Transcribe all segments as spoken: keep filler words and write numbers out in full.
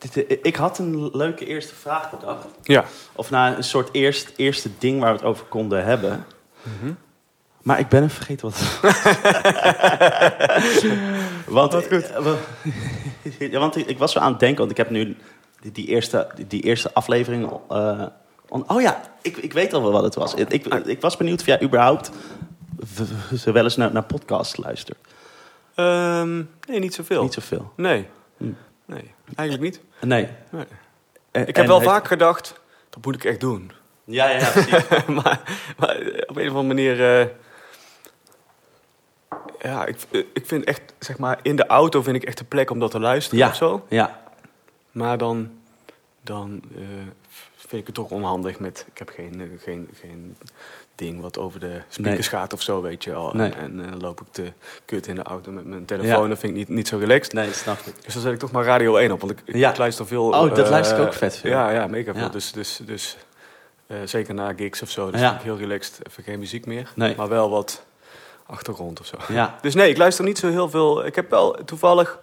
Ik had een leuke eerste vraag bedacht. Ja. Of nou, een soort eerst, eerste ding waar we het over konden hebben. Mm-hmm. Maar ik ben even vergeten wat het was. want, Wat goed. ja, want ik, ik was zo aan het denken, want ik heb nu die, die, eerste, die, die eerste aflevering... Uh, on, oh ja, ik, ik weet al wel wat het was. Ik, ik, ik was benieuwd of jij überhaupt w- wel eens naar, naar podcasts luistert. Um, nee, niet zoveel. Niet zoveel? Nee. Hm. Nee, eigenlijk niet. Nee. nee. En, ik heb wel heeft... vaak gedacht, dat moet ik echt doen. Ja, ja, ja. Precies. maar, maar op een of andere manier... Uh, ja, ik, ik vind echt, zeg maar, in de auto vind ik echt de plek om dat te luisteren ja. of zo. Ja. Maar dan, dan uh, vind ik het toch onhandig met... Ik heb geen, uh, geen, geen ding wat over de speakers nee. gaat of zo, weet je al. Nee. En, en uh, loop ik te kut in de auto met mijn telefoon. Ja. Dat vind ik niet, niet zo relaxed. Nee, snap ik. Dus dan zet ik toch maar Radio één op. Want ik, ja. ik luister veel... Oh, dat uh, luister ik ook vet veel. Ja, ja, mega veel. Ja. Dus... dus, dus uh, zeker na gigs of zo. Dus ja. vind ik heel relaxed. Even geen muziek meer. Nee. Maar wel wat achtergrond of zo. Ja. Dus nee, ik luister niet zo heel veel. Ik heb wel toevallig...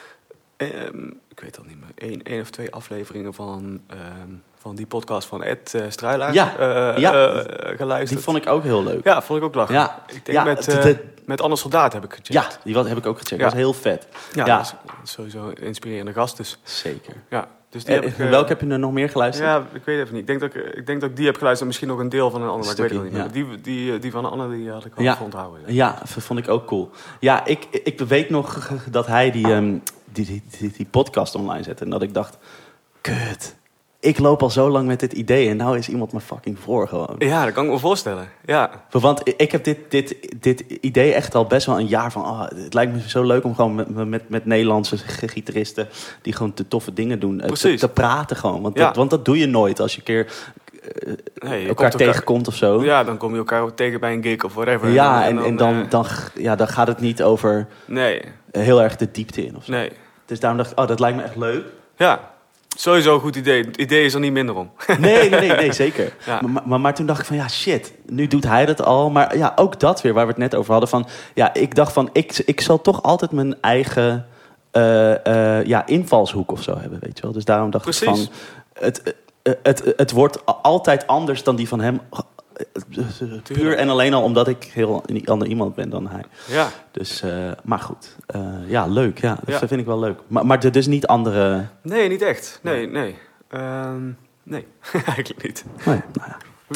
Um, ik weet al niet meer. Één, één of twee afleveringen van... Um, van die podcast van Ed uh, Struijlaar ja. uh, ja. uh, geluisterd. Die vond ik ook heel leuk. Ja, vond ik ook lachen. Ja. Ik denk ja, met, uh, de, met Anne Soldaat heb ik gecheckt. Ja, die wat, heb ik ook gecheckt. Ja. Dat was heel vet. Ja, ja. Dat is sowieso een inspirerende gast. Dus. Zeker. Ja, dus die en, heb ik, uh, welke heb je er nog meer geluisterd? Ja, ik weet even niet. Ik denk dat ik, ik, denk dat ik die heb geluisterd. Misschien nog een deel van een ander, maar ik weet het niet meer. Ja. Die, die, die van Anne die had ik wel ja. onthouden. Ja. ja, dat vond ik ook cool. Ja, ik, ik weet nog dat hij die, um, die, die, die, die podcast online zette. En dat ik dacht, kut. Ik loop al zo lang met dit idee en nou is iemand me fucking voor gewoon. Ja, dat kan ik me voorstellen. Ja. Want ik heb dit, dit, dit idee echt al best wel een jaar van... Oh, het lijkt me zo leuk om gewoon met, met, met Nederlandse gitaristen... die gewoon te toffe dingen doen, te, te praten gewoon. Want, ja. dat, want dat doe je nooit als je een keer uh, nee, je elkaar tegenkomt elkaar, of zo. Ja, dan kom je elkaar tegen bij een gig of whatever. Ja, en, en, dan, en dan, uh, dan, ja, dan gaat het niet over nee. heel erg de diepte in of zo. Nee. Dus daarom dacht ik, oh, dat lijkt me echt leuk. Ja. Sowieso een goed idee. Het idee is er niet minder om. Nee, nee, nee, nee zeker. Ja. Maar, maar, maar toen dacht ik van, ja, shit. Nu doet hij dat al. Maar ja, ook dat weer, waar we het net over hadden. Van, ja, ik dacht van, ik, ik zal toch altijd mijn eigen uh, uh, ja, invalshoek of zo hebben, weet je wel. Dus daarom dacht Precies. ik van, het, uh, het, het, het wordt altijd anders dan die van hem. Tuurlijk. Puur en alleen al omdat ik heel een ander iemand ben dan hij. Ja. Dus, uh, maar goed. Uh, ja, leuk. Ja, dat ja. vind ik wel leuk. Maar, maar dus niet andere... Nee, niet echt. Nee, nee. Um, nee, eigenlijk niet. Nee, nou ja.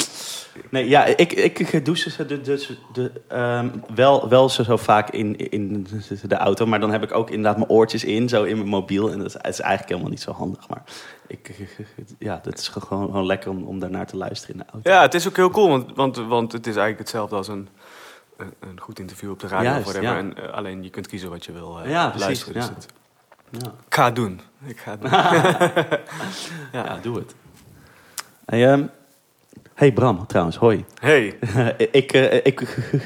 Nee, ja, ik, ik doe ze de, de, de, um, wel, wel zo, zo vaak in, in de auto. Maar dan heb ik ook inderdaad mijn oortjes in, zo in mijn mobiel. En dat is, het is eigenlijk helemaal niet zo handig. Maar ik, ja, dat is gewoon, gewoon lekker om, om daarnaar te luisteren in de auto. Ja, het is ook heel cool, want, want, want het is eigenlijk hetzelfde als een, een, een goed interview op de radio. Juist, of whatever. ja. En uh, alleen je kunt kiezen wat je wil uh, ja, precies, luisteren. Dus ja. het, ja. Ik ga het doen. Ik ga het doen. ja. ja, doe het. Hey, um, hey Bram, trouwens, hoi. Hey. ik, uh, ik,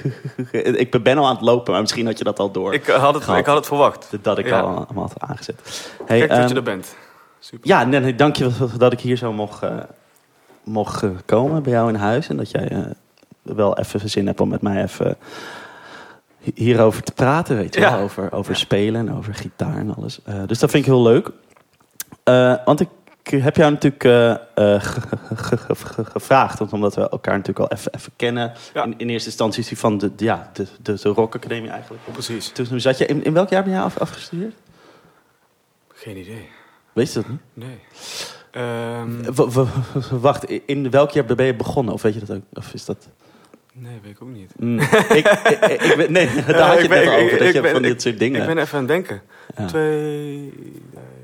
ik ben al aan het lopen, maar misschien had je dat al door. Ik had het, ik had het verwacht. Dat ik ja. al allemaal had aangezet. Hey, Kijk dat um, je er bent. Super. Ja, nee, nee, dank je dat ik hier zo mocht, uh, mocht uh, komen bij jou in huis. En dat jij uh, wel even zin hebt om met mij even hierover te praten, weet je ja. wel. Over, over ja. spelen en over gitaar en alles. Uh, dus dat vind ik heel leuk. Uh, want ik heb jou natuurlijk uh, uh, ge- ge- ge- ge- gevraagd, omdat we elkaar natuurlijk al even, even kennen. Ja. In, in eerste instantie is die van de, ja, de, de, de Rock Academie eigenlijk. Precies. Toen zat je, in, in welk jaar ben jij af, afgestudeerd? Geen idee. Weet je dat niet? Nee. Um... W- w- wacht, in welk jaar ben je begonnen? Of weet je dat ook? Of is dat... Nee, weet ik ook niet. Mm, ik, ik, ik, ik ben, nee, daar had je het net over, dat je ben, van dit soort dingen... Ik ben even aan het denken. Ja. tweeduizend...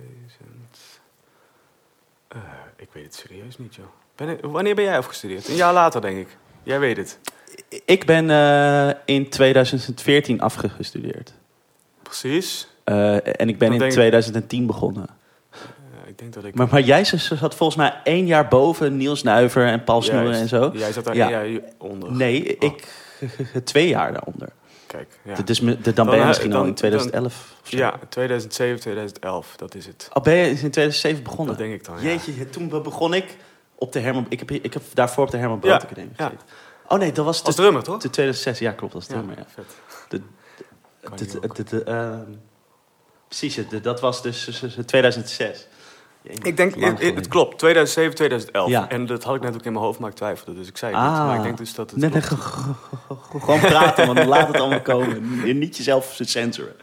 Uh, ik weet het serieus niet, joh. Ben ik, wanneer ben jij afgestudeerd? Een jaar later, denk ik. Jij weet het. Ik ben uh, in tweeduizend veertien afgestudeerd. Precies. Uh, en ik ben Dan in tweeduizend tien begonnen. Uh, ik denk dat ik... Maar, maar jij zat volgens mij één jaar boven Niels Nuiver en Paul Snoeren en zo. Jij zat daar ja. één jaar onder. Nee, oh. ik twee jaar daaronder. Kijk, ja. Dus dan, dan ben je misschien dan, al in tweeduizend elf of zo. Ja, tweeduizend zeven, tweeduizend elf, dat is het. Oh, ben je in tweeduizend zeven begonnen? Dat denk ik dan, ja. Jeetje, toen begon ik op de Herman... Ik heb, ik heb daarvoor op de Herman Brood Academie ja. gezeten. Oh nee, dat was... Als drummer, toch? De tweeduizend zes, ja klopt, als drummer, ja. Vet. De, de, de, de, de, uh, precies, de, dat was dus tweeduizend zes. Ik denk, Lang het, geleden. het klopt, tweeduizend zeven, tweeduizend elf. Ja. En dat had ik net ook in mijn hoofd, maar ik twijfelde. Dus ik zei het Ah. niet. Maar ik denk dus dat het Nee, nee, klopt. g- g- g- gewoon praten, want laat het allemaal komen. En niet jezelf censoren.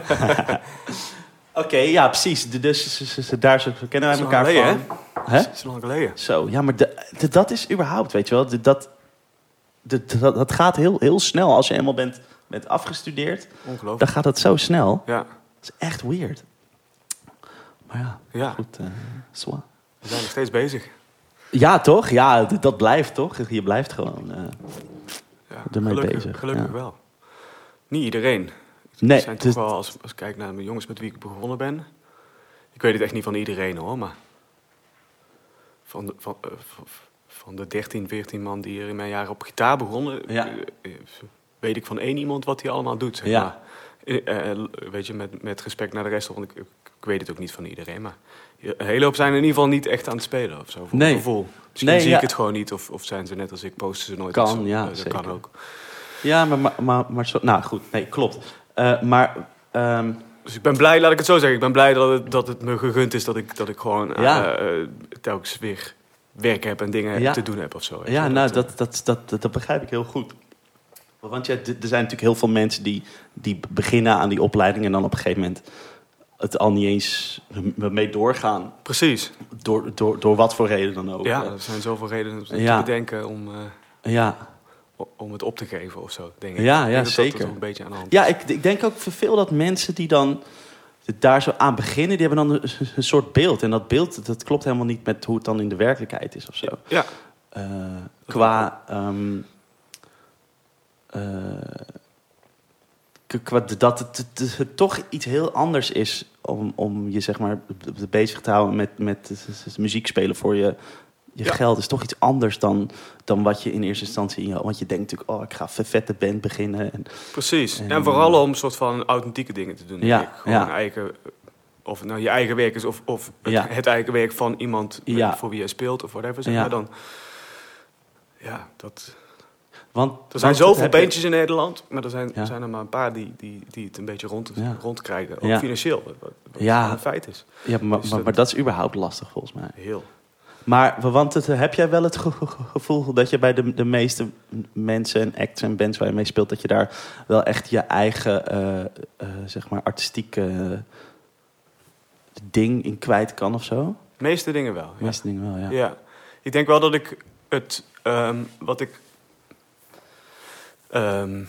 Oké, okay, ja, precies. De- Dus, dus, dus daar zo kennen wij Dat is elkaar lang geleden, van. Hè? Dat is lang geleden. Zo, ja, maar de, de- dat is überhaupt, weet je wel. De, dat, de, de- dat, dat gaat heel, heel snel. Als je eenmaal bent, bent afgestudeerd, Ongelooflijk. dan gaat dat zo snel. Ja. Dat is echt weird. Maar ja, Ja, goed. Uh, zwaar. we zijn nog steeds bezig. Ja, toch? Ja, d- dat blijft toch? Je blijft gewoon uh, Ja, ermee gelukkig, bezig. Gelukkig ja. wel. Niet iedereen. Nee, Er zijn dus- toch wel, als, als ik kijk naar mijn jongens met wie ik begonnen ben. Ik weet het echt niet van iedereen hoor, maar van de, van, uh, van, van de dertien, veertien man die er in mijn jaar op gitaar begonnen, Ja. uh, weet ik van één iemand wat hij allemaal doet. Zeg Ja. maar. Uh, uh, weet je, met, met respect naar de rest, want ik, ik, ik weet het ook niet van iedereen, maar een hele hoop zijn in ieder geval niet echt aan het spelen of zo. Voor Nee. mijn gevoel. Misschien Nee, zie ja. ik het gewoon niet, of, of zijn ze net als ik, posten ze nooit. Kan, of zo. ja, Uh, dat zeker. kan ook. Ja, maar, maar, maar, maar zo, nou goed, nee, klopt. Uh, maar ehm, Dus ik ben blij, laat ik het zo zeggen. Ik ben blij dat het, dat het me gegund is dat ik, dat ik gewoon Ja. uh, uh, telkens weer werk heb en dingen Ja. te doen heb of zo. weet ja, je. nou, uh, dat, dat, dat, dat, dat begrijp ik heel goed. Want ja, d- er zijn natuurlijk heel veel mensen die, die beginnen aan die opleiding en dan op een gegeven moment het al niet eens m- mee doorgaan. Precies. Door, door, door wat voor reden dan ook. Ja, Uh, er zijn zoveel redenen te Ja. bedenken om, uh, ja. o- om het op te geven of zo. Denk ik. Ja, Ik denk ja, dat zeker. Dat er een beetje aan de hand Ja, ik, ik denk ook veel dat mensen die dan daar zo aan beginnen, die hebben dan een, een soort beeld. En dat beeld, dat klopt helemaal niet met hoe het dan in de werkelijkheid is of zo. Ja. Uh, qua, um, uh, k- qua d- dat het, het, het, het toch iets heel anders is om, om je zeg maar b- b- bezig te houden met, met het- het muziek spelen voor je, je Ja. geld. Is toch iets anders dan, dan wat je in eerste instantie in je... Want je denkt natuurlijk, oh, ik ga een vette band beginnen. En, Precies. En- En, vooral om een soort van authentieke dingen te doen. Ja, denk ik. Gewoon ja. een eigen, of het nou je eigen werk is of, of het, Ja. het eigen werk van iemand met- Ja. voor wie je speelt of whatever. Zeg Ja. maar dan. Ja, dat... want, Er zijn want zoveel heb je- bandjes in Nederland, maar er zijn, Ja. er zijn er maar een paar die, die, die het een beetje rond, Ja. rondkrijgen. Ook Ja. financieel, wat, wat Ja. gewoon een feit is. Ja, maar, Dus maar, dat- maar dat is überhaupt lastig volgens mij. Heel. Maar want het, heb jij wel het ge- ge- gevoel dat je bij de, de meeste mensen en acts en bands waar je mee speelt, dat je daar wel echt je eigen, eh, eh, zeg maar, artistieke ding in kwijt kan of zo? De meeste dingen wel. De Ja. meeste dingen wel, ja. Ja. Ik denk wel dat ik het, ehm, wat ik, ehm,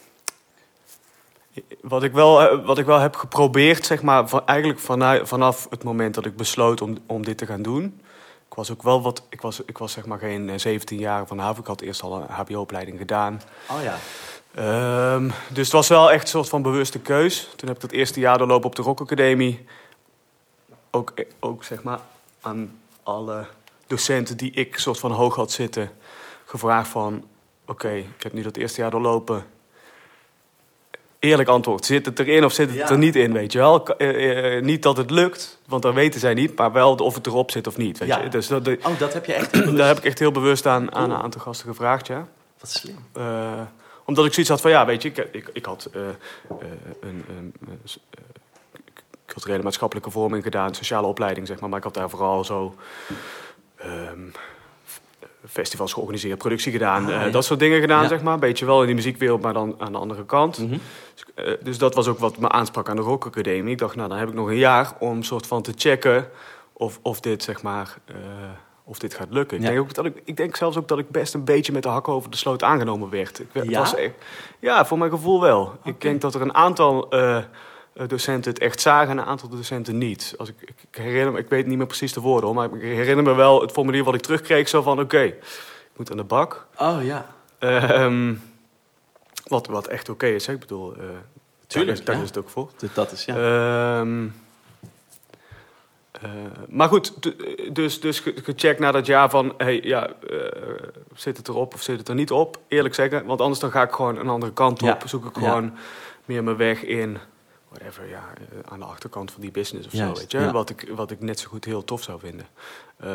wat ik wel, eh, wat ik wel heb geprobeerd, zeg maar, van, eigenlijk vanuit, vanaf het moment dat ik besloot om, om dit te gaan doen. Ik was ook wel wat, ik was, ik was zeg maar geen eh, zeventien jaar van haven. Ik had eerst al een H B O-opleiding gedaan. Oh ja. Ehm, dus het was wel echt een soort van bewuste keus. Toen heb ik dat eerste jaar doorlopen op de Rock Academie. Ook, ook zeg maar aan alle docenten die ik soort van hoog had zitten gevraagd van... Oké, ik heb nu dat eerste jaar doorlopen. Eerlijk antwoord, zit het erin of zit het Ja. er niet in, weet je wel? K- eh, eh, niet dat het lukt, want dat weten zij niet. Maar wel of het erop zit of niet, weet Ja. je. Dus dat, de- Oh, dat heb je echt. daar heb ik echt heel bewust aan, aan Cool. een aantal gasten gevraagd, ja. Wat slim. Uh, omdat ik zoiets had van, ja, weet je, ik, ik, ik had uh, uh, een, een, een uh, culturele maatschappelijke vorming gedaan, sociale opleiding, zeg maar. Maar ik had daar vooral zo um, festivals georganiseerd, productie gedaan, Ah, uh, ja. dat soort dingen gedaan, Ja. zeg maar. Een beetje wel in die muziekwereld, maar dan aan de andere kant. Mm-hmm. Dus, uh, dus dat was ook wat me aansprak aan de Rock Academie. Ik dacht, nou, dan heb ik nog een jaar om soort van te checken of, of dit, zeg maar... Uh, of dit gaat lukken. Ja. Ik, denk ook dat ik, ik denk zelfs ook dat ik best een beetje met de hakken over de sloot aangenomen werd. Ik, werd- Ja? was echt, ja, voor mijn gevoel wel. Okay. Ik denk dat er een aantal uh, docenten het echt zagen en een aantal docenten niet. Als ik, ik, ik herinner me, ik weet niet meer precies de woorden, hoor, maar ik herinner me wel het formulier wat ik terugkreeg. Zo van, oké, okay, ik moet aan de bak. Oh ja. Uh, um, wat, wat echt oké okay is, hè? Ik bedoel... Uh, Tuurlijk, daar, daar ja. is het ook voor. Dat, dat is, ja. Um, Uh, maar goed, d- dus, dus ge- gecheckt na dat jaar van... Hey, ja, uh, zit het erop of zit het er niet op? Eerlijk zeggen, want anders dan ga ik gewoon een andere kant op. Ja. Zoek ik Ja. gewoon meer mijn weg in... whatever, ja, uh, aan de achterkant van die business of Juist, zo, weet je? ja. Wat, ik, wat ik net zo goed heel tof zou vinden. Uh,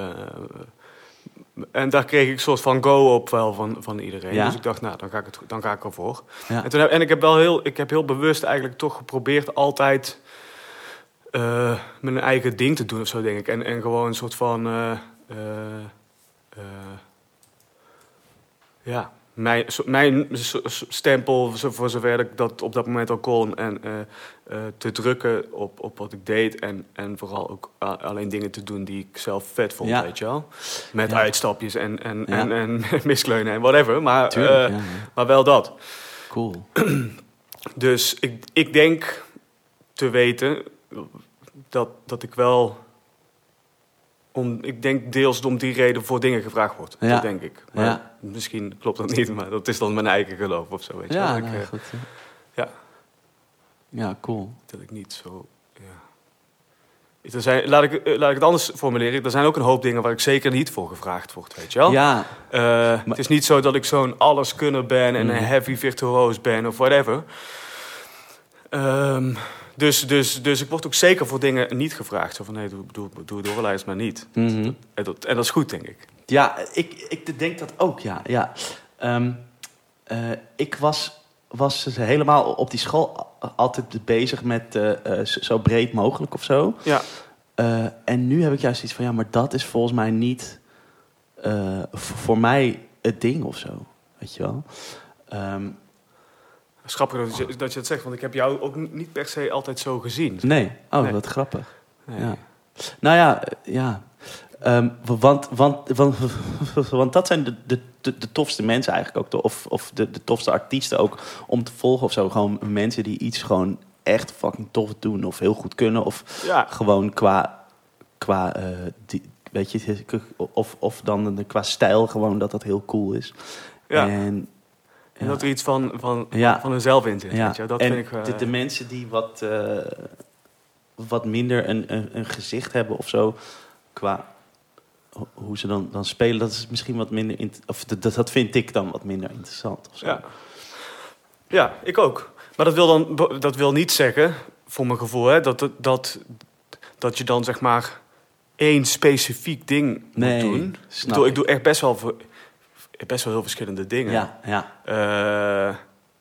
en daar kreeg ik een soort van go op wel van, van iedereen. Ja. Dus ik dacht, nou, dan ga ik, het, dan ga ik ervoor. Ja. En, toen heb, en ik heb wel heel, ik heb heel bewust eigenlijk toch geprobeerd altijd... uh, mijn eigen ding te doen of zo, denk ik. En, en gewoon een soort van... Uh, uh, uh, ja, mijn, mijn stempel, voor zover ik dat op dat moment al kon... en uh, uh, te drukken op, op wat ik deed... En, en vooral ook uh, alleen dingen te doen die ik zelf vet vond, ja. weet je wel. Met ja. uitstapjes en, en, ja. en, en miskleunen en whatever. Maar, Tuurlijk, uh, ja, ja. maar wel dat. Cool. Dus ik, ik denk te weten dat, dat ik wel... Om, ik denk deels om die reden voor dingen gevraagd wordt. Ja. Dat denk ik. Maar ja. Misschien klopt dat niet, maar dat is dan mijn eigen geloof of zo. Weet je ja, wel. Nou, ik, goed. Ja. Ja, cool. Dat ik niet zo... Ja. Er zijn, laat, ik, laat ik het anders formuleren. Er zijn ook een hoop dingen waar ik zeker niet voor gevraagd word, weet je wel. Ja. Uh, maar... Het is niet zo dat ik zo'n alleskunner ben en mm. een heavy virtuoos ben of whatever. Um, Dus, dus, dus ik word ook zeker voor dingen niet gevraagd. Zo van, nee, doe, doe, doe het doorlijst maar niet. Mm-hmm. En, dat, en dat is goed, denk ik. Ja, ik, ik denk dat ook, ja. ja. Um, uh, ik was, was helemaal op die school altijd bezig met uh, uh, zo breed mogelijk of zo. Ja. Uh, en nu heb ik juist iets van, ja, maar dat is volgens mij niet uh, voor mij het ding of zo. Weet je wel? Um, Het is grappig dat je, dat je het zegt, want ik heb jou ook niet per se altijd zo gezien. Nee, oh, nee. Wat grappig. Nee. Ja. Nou ja, ja. Um, want, want, want, want dat zijn de, de, de, de tofste mensen eigenlijk ook, of, of de, de tofste artiesten ook, om te volgen of zo. Gewoon mensen die iets gewoon echt fucking tof doen, of heel goed kunnen, of ja. gewoon qua, qua uh, die, weet je, of, of dan qua stijl gewoon dat dat heel cool is. Ja. En, En ja. dat er iets van, van, ja. van hunzelf in zit. Ja. Weet je? Dat en vind ik, uh... de, de mensen die wat, uh, wat minder een, een, een gezicht hebben of zo, qua hoe ze dan, dan spelen, dat is misschien wat minder... Of dat, dat vind ik dan wat minder interessant of zo. Ja. ja, ik ook. Maar dat wil, dan, dat wil niet zeggen, voor mijn gevoel, hè, dat, dat, dat je dan zeg maar één specifiek ding nee, moet doen. Snap ik, doe, ik doe echt best wel... Voor, best wel heel verschillende dingen. Ja, ja. Uh,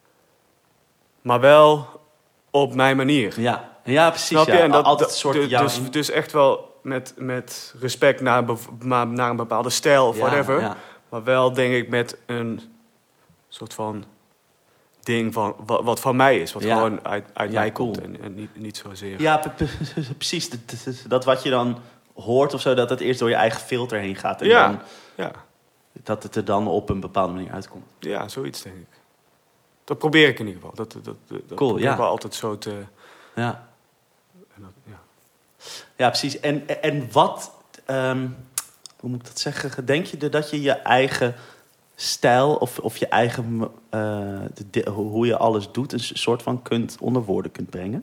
maar wel op mijn manier. Ja, ja precies. Snap je? Ja. En dat, altijd soort dus, dus, dus echt wel met, met respect naar, naar een bepaalde stijl of ja, whatever. Ja. Maar wel, denk ik, met een soort van ding van, wat, wat van mij is. Wat ja. gewoon uit, uit ja, mij cool. komt en, en niet, niet zozeer... Ja, precies. Dat, dat wat je dan hoort of zo, dat het eerst door je eigen filter heen gaat. En ja, dan... ja. Dat het er dan op een bepaalde manier uitkomt. Ja, zoiets denk ik. Dat probeer ik in ieder geval. Dat, dat, dat, dat cool, probeer ja. ik wel altijd zo te... Ja. En dat, ja. ja, precies. En, en wat... Um, hoe moet ik dat zeggen? Denk je dat je je eigen stijl... of, of je eigen... Uh, de, de, hoe je alles doet... een soort van kunt onder woorden kunt brengen?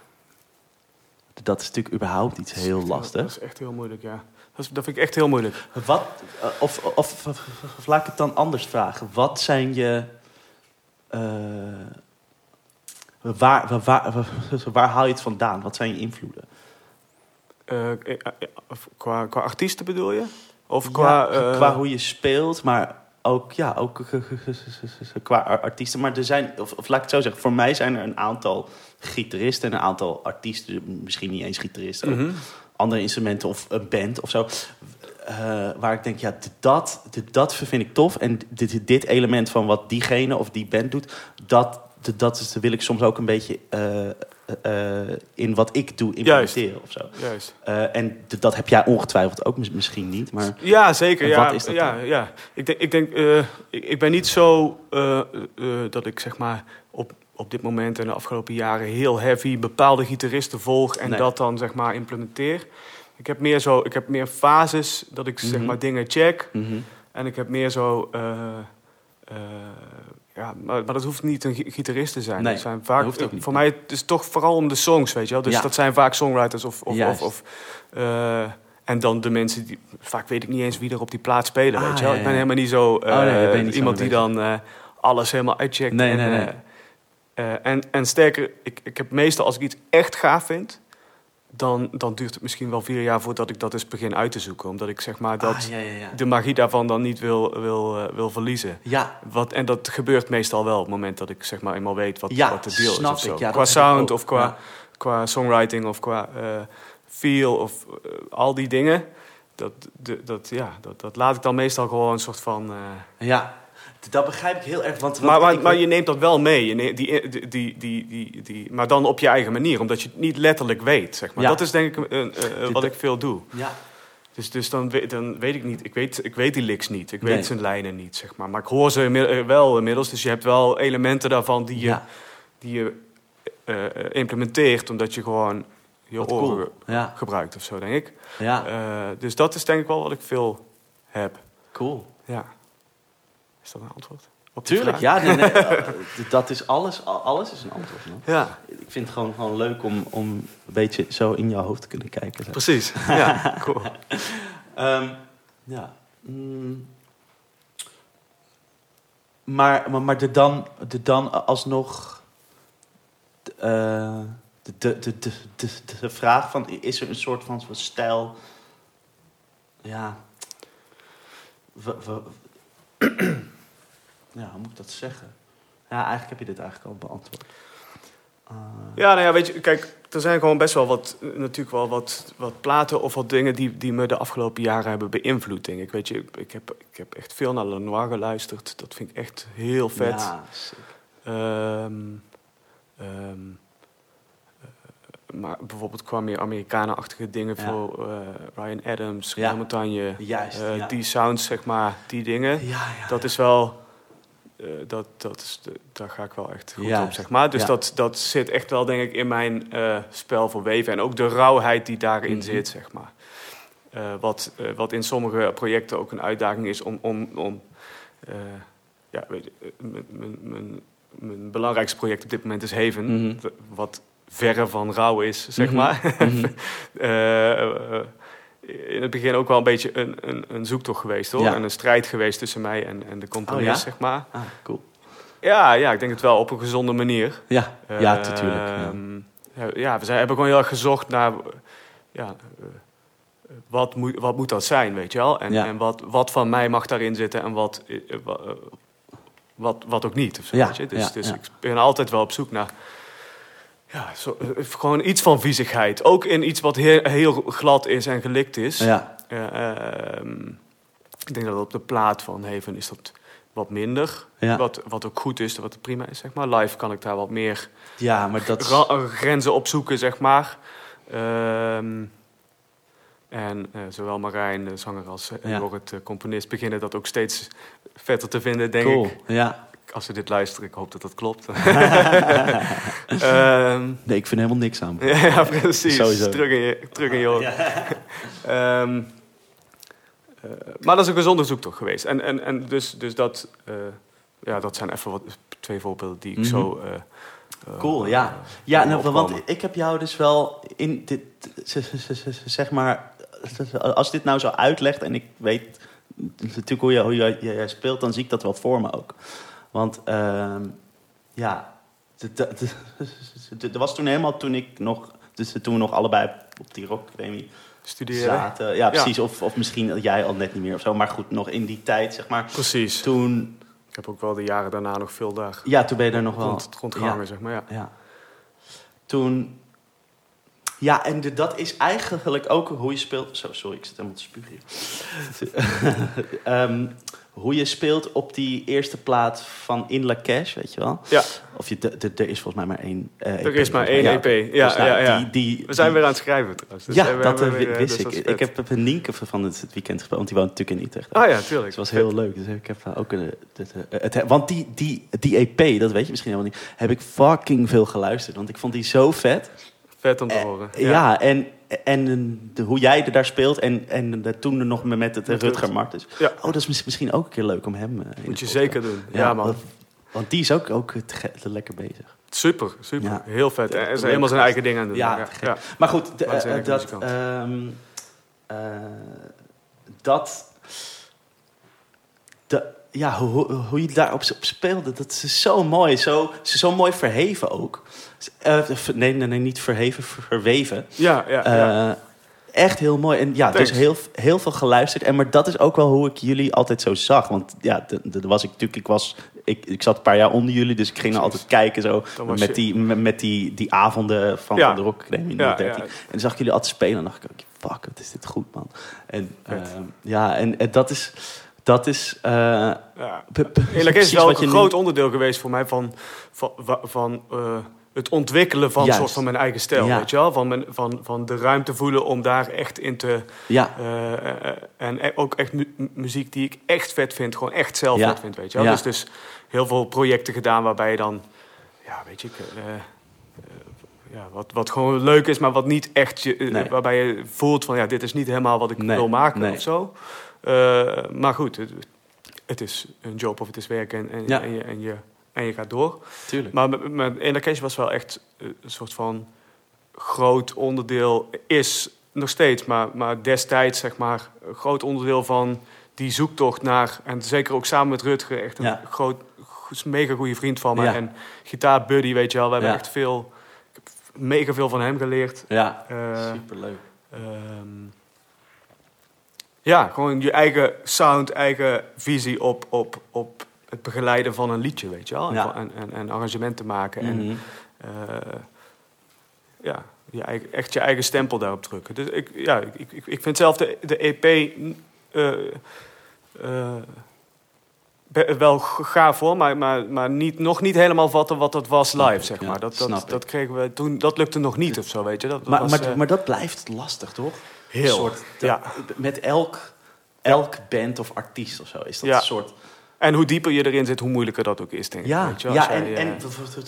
Dat is natuurlijk überhaupt iets heel lastig. Dat is echt heel moeilijk, ja. Dat, is, dat vind ik echt heel moeilijk. Wat, of, of, of, of, of laat ik het dan anders vragen. Wat zijn je... Uh, waar, waar, waar, waar haal je het vandaan? Wat zijn je invloeden? Uh, qua, qua artiesten bedoel je? Of qua, ja, uh... qua hoe je speelt, maar ook, ja, ook qua artiesten. Maar er zijn, of, of laat ik het zo zeggen, voor mij zijn er een aantal gitaristen en een aantal artiesten, misschien niet eens gitaristen, mm-hmm. andere instrumenten of een band of zo. Uh, waar ik denk, ja, dat, dat vind ik tof. En dit, dit element van wat diegene of die band doet, dat, dat is, wil ik soms ook een beetje uh, uh, in wat ik doe implementeren. Juist. Of zo. Juist. Uh, en d- dat heb jij ongetwijfeld ook misschien niet. Maar ja, zeker. Ja, wat is dat ja, dan? ja. Ik denk, ik, denk uh, ik, ik ben niet zo uh, uh, dat ik zeg maar op, op dit moment en de afgelopen jaren heel heavy bepaalde gitaristen volg en nee. dat dan zeg maar implementeer. Ik heb meer zo, ik heb meer fases dat ik mm-hmm. zeg maar dingen check. Mm-hmm. En ik heb meer zo, uh, uh, ja, maar, maar dat hoeft niet een gitarist te zijn. Nee, dat zijn vaak, dat hoeft ook niet. Voor mij het is toch vooral om de songs, weet je wel. Dus ja. dat zijn vaak songwriters of, of, of, of uh, en dan de mensen die, vaak weet ik niet eens wie er op die plaat spelen, ah, weet je wel. Ja, ja. Ik ben helemaal niet zo uh, oh, nee, niet iemand die dan uh, alles helemaal uitcheckt. Nee, en, nee, nee. Uh, uh, en, en sterker, ik, ik heb meestal als ik iets echt gaaf vind, Dan, dan duurt het misschien wel vier jaar voordat ik dat eens begin uit te zoeken. Omdat ik zeg maar dat ah, ja, ja, ja. de magie daarvan dan niet wil, wil, uh, wil verliezen. Ja. Wat, en dat gebeurt meestal wel op het moment dat ik zeg maar eenmaal weet wat, ja, wat de deal is. Of zo. Ik, ja, qua sound of qua, ja. qua songwriting of qua uh, feel of uh, al die dingen. Dat, de, dat, ja, dat, dat laat ik dan meestal gewoon een soort van... Uh... Ja, dat begrijp ik heel erg. Want, want maar, maar, ik... maar je neemt dat wel mee. Je neemt die, die, die, die, die, die, maar dan op je eigen manier. Omdat je het niet letterlijk weet, zeg maar. Ja. Dat is denk ik uh, uh, wat ik veel doe. Ja. Dus, dus dan, dan weet ik niet. Ik weet, ik weet die licks niet. Ik weet nee. zijn lijnen niet, zeg maar. Maar ik hoor ze wel inmiddels. Dus je hebt wel elementen daarvan die je, ja. die je uh, implementeert. Omdat je gewoon je wat oren cool. ja. gebruikt of zo, denk ik. Ja. Uh, dus dat is denk ik wel wat ik veel heb. Cool. Ja. Is dat een antwoord? Tuurlijk, ja. Nee, nee, dat is alles. Alles is een antwoord. Man. Ja. Ik vind het gewoon, gewoon leuk om, om een beetje zo in jouw hoofd te kunnen kijken. Zo. Precies, ja, cool. um, ja. Mm. Maar, maar, maar de dan, de dan alsnog... Uh, de, de, de, de, de, de vraag van... Is er een soort van stijl... Ja... We, we, ja, hoe moet ik dat zeggen? Ja, eigenlijk heb je dit eigenlijk al beantwoord. Uh... Ja, nou ja, weet je, kijk, er zijn gewoon best wel wat, natuurlijk wel wat, wat platen of wat dingen die, die me de afgelopen jaren hebben beïnvloed. Denk ik. Weet je, ik heb, ik heb echt veel naar Lenoir geluisterd. Dat vind ik echt heel vet. Ja, sick. Um, um, maar bijvoorbeeld kwam meer Amerikanen-achtige dingen ja. voor uh, Ryan Adams, ja. Montagne, Juist, uh, ja. die sounds, zeg maar, die dingen. Ja, ja, dat ja. is wel, uh, dat, dat is de, daar ga ik wel echt goed Juist. op, zeg maar. Dus ja. dat, dat zit echt wel, denk ik, in mijn uh, spel verweven. En ook de rauwheid die daarin mm-hmm. zit, zeg maar. Uh, wat, uh, wat in sommige projecten ook een uitdaging is om, om, om uh, ja, weet je, mijn, mijn, mijn belangrijkste project op dit moment is Haven, mm-hmm. wat verre van rauw is, zeg mm-hmm. maar. Mm-hmm. uh, uh, in het begin ook wel een beetje een, een, een zoektocht geweest, hoor. Ja. En een strijd geweest tussen mij en, en de componist, oh, ja? zeg maar. Ah, cool. Ja, ja, ik denk het wel op een gezonde manier. Ja, uh, ja natuurlijk. Ja. Ja, ja, we zijn, hebben gewoon heel erg gezocht naar... Ja, uh, wat, moet, wat moet dat zijn, weet je wel? En, ja. en wat, wat van mij mag daarin zitten en wat, uh, wat, wat ook niet. Of zo, ja, weet je? Dus, ja, dus ja. ik ben altijd wel op zoek naar... Ja, zo, gewoon iets van viezigheid. Ook in iets wat heel, heel glad is en gelikt is. Ja. Uh, uh, ik denk dat op de plaat van Haven is dat wat minder. Ja. Wat, wat ook goed is, wat prima is, zeg maar. Live kan ik daar wat meer ja, maar dat... ra- grenzen opzoeken, zeg maar. Um, en uh, zowel Marijn, de zanger, als uh, ja. Jorrit, de componist, beginnen dat ook steeds vetter te vinden, denk cool. ik. Ja. Als ze dit luisteren, ik hoop dat dat klopt. um, nee, ik vind helemaal niks aan. Ja, precies. Sowieso. Terug in je, terug in je hoofd. Ja. um, uh, maar dat is een gezonde zoektocht geweest. En, en, en dus, dus dat, uh, ja, dat zijn even wat, twee voorbeelden die ik mm-hmm. zo... Uh, uh, cool, ja. Ja, nou, want ik heb jou dus wel in dit... Zeg maar, als dit nou zo uitlegt en ik weet natuurlijk hoe jij, hoe jij, jij speelt, dan zie ik dat wel voor me ook. Want uh, ja, er was toen helemaal toen ik nog, dus toen we nog allebei op die Rock Academy studeren zaten. Ja, precies. Ja. Of, of misschien jij al net niet meer of zo. Maar goed, nog in die tijd, zeg maar. Precies. Toen... Ik heb ook wel de jaren daarna nog veel daar... Ja, toen ben je er nog wel... Rond, rondgehangen, ja. zeg maar, ja. ja. Toen... Ja, en de, dat is eigenlijk ook hoe je speelt... Zo, sorry, ik zit helemaal te spugen hier. um, hoe je speelt op die eerste plaat van In La Cash, weet je wel? Ja. Of je, de, de, er is volgens mij maar één uh, E P. Er is maar één ja. E P, ja. Dus, nou, ja, ja. Die, die, we zijn die, weer aan het schrijven trouwens. Dus ja, dat weer, weer, wist dus ik. Ik heb een Nienke van het weekend gespeeld, want die woont natuurlijk in Utrecht. Ah ja, tuurlijk. Dus het was heel leuk. Dus ik heb ook een, het, het, het, want die, die, die E P, dat weet je misschien helemaal niet, heb ik fucking veel geluisterd. Want ik vond die zo vet. Vet om te horen. Ja, ja en... En de, hoe jij er daar speelt en, en de, toen er nog met het met Rutger Martens. Ja. Oh, dat is misschien ook een keer leuk om hem... Uh, Moet je zeker doen. Ja, ja man. Want, want die is ook, ook te, te lekker bezig. Super, super. Ja. Heel vet. En hij is helemaal zijn eigen ding aan het doen. Ja, ja. ja. Maar goed, de, uh, dat... Um, uh, dat... De, ja, hoe, hoe je daarop op speelde, dat is zo mooi. Zo, zo mooi verheven ook. Uh, nee, nee, nee, niet verheven, verweven. Ja, ja, ja. Uh, echt heel mooi. En ja, Thanks. dus heel, heel veel geluisterd. En maar dat is ook wel hoe ik jullie altijd zo zag. Want ja, dat was ik natuurlijk. Ik was, ik, ik zat een paar jaar onder jullie, dus ik ging er altijd kijken zo met je... die, met, met die, die avonden van, ja. van de Rock Academy in ja, dertien. ja. En dan zag ik jullie altijd spelen en dacht ik ook, fuck, wat is dit goed, man. En uh, Vet. ja, en, en dat is, dat is. Uh, ja. Eerlijk is wel een groot nu... onderdeel geweest voor mij van, van, van uh, het ontwikkelen van, soort van mijn eigen stijl. Ja. Weet je wel? Van, mijn, van, van de ruimte voelen om daar echt in te... Ja. Uh, uh, en ook echt mu- muziek die ik echt vet vind. Gewoon echt zelf ja. vet vind, weet je wel? Ja. Dus, dus heel veel projecten gedaan waarbij je dan... Ja, weet je... Uh, uh, ja, wat, wat gewoon leuk is, maar wat niet echt... Je, uh, nee. waarbij je voelt van... Ja, dit is niet helemaal wat ik nee. wil maken nee. of zo. Uh, maar goed... Het, het is een job of het is werken en, en, ja. en, je, en, je, en je gaat door. Tuurlijk. Maar met Inlacation was wel echt een soort van groot onderdeel, is nog steeds, maar, maar destijds zeg maar een groot onderdeel van die zoektocht naar, en zeker ook samen met Rutger, echt een ja. groot, mega goede vriend van me. Ja. En gitaarbuddy, weet je wel. We hebben ja. echt veel, ik heb mega veel van hem geleerd. Ja, uh, superleuk. Um, Ja, gewoon je eigen sound, eigen visie op, op, op het begeleiden van een liedje, weet je wel. Ja. En, en, en arrangementen maken. Mm-hmm. En uh, ja, je eigen, echt je eigen stempel daarop drukken. Dus ik, ja, ik, ik, ik vind zelf de, de E P uh, uh, wel gaaf hoor, maar, maar, maar niet, nog niet helemaal vatten wat dat was live, zeg maar. Ja, dat, dat, dat kregen we toen, dat lukte nog niet of zo, weet je. Dat, dat maar, was, maar, uh, maar dat blijft lastig, toch? Heel. Soort, ja. Met elk, elk band of artiest of zo is dat ja. een soort... En hoe dieper je erin zit, hoe moeilijker dat ook is, denk ik. Ja, weet je wel? ja jij, en, uh... en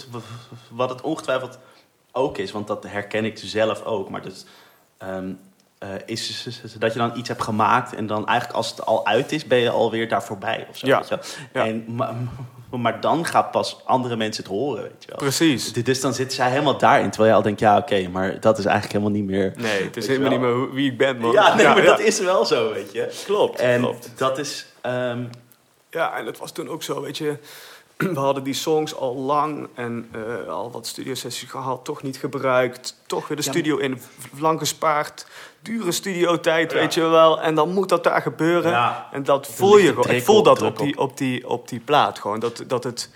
wat het ongetwijfeld ook is, want dat herken ik zelf ook, maar dus, um, uh, is dat je dan iets hebt gemaakt en dan eigenlijk als het al uit is, ben je alweer daar voorbij of zo. Ja. Weet je wel? Ja. En, maar, maar dan gaat pas andere mensen het horen, weet je wel. Precies. Dus dan zitten zij helemaal daarin, terwijl je al denkt, ja oké, okay, maar dat is eigenlijk helemaal niet meer... Nee, het is helemaal niet meer wie ik ben, man. Ja, nee, ja, maar ja. dat is wel zo, weet je. Klopt, en klopt. dat is... Um... Ja, en het was toen ook zo, weet je... We hadden die songs al lang en uh, al wat studiosessies gehad, toch niet gebruikt. Toch weer de ja, studio in, lang gespaard. Dure studiotijd, ja. weet je wel. En dan moet dat daar gebeuren. Ja. En dat voel je gewoon. Ik voel dat op die, op, die, op die plaat gewoon. Dat, dat het...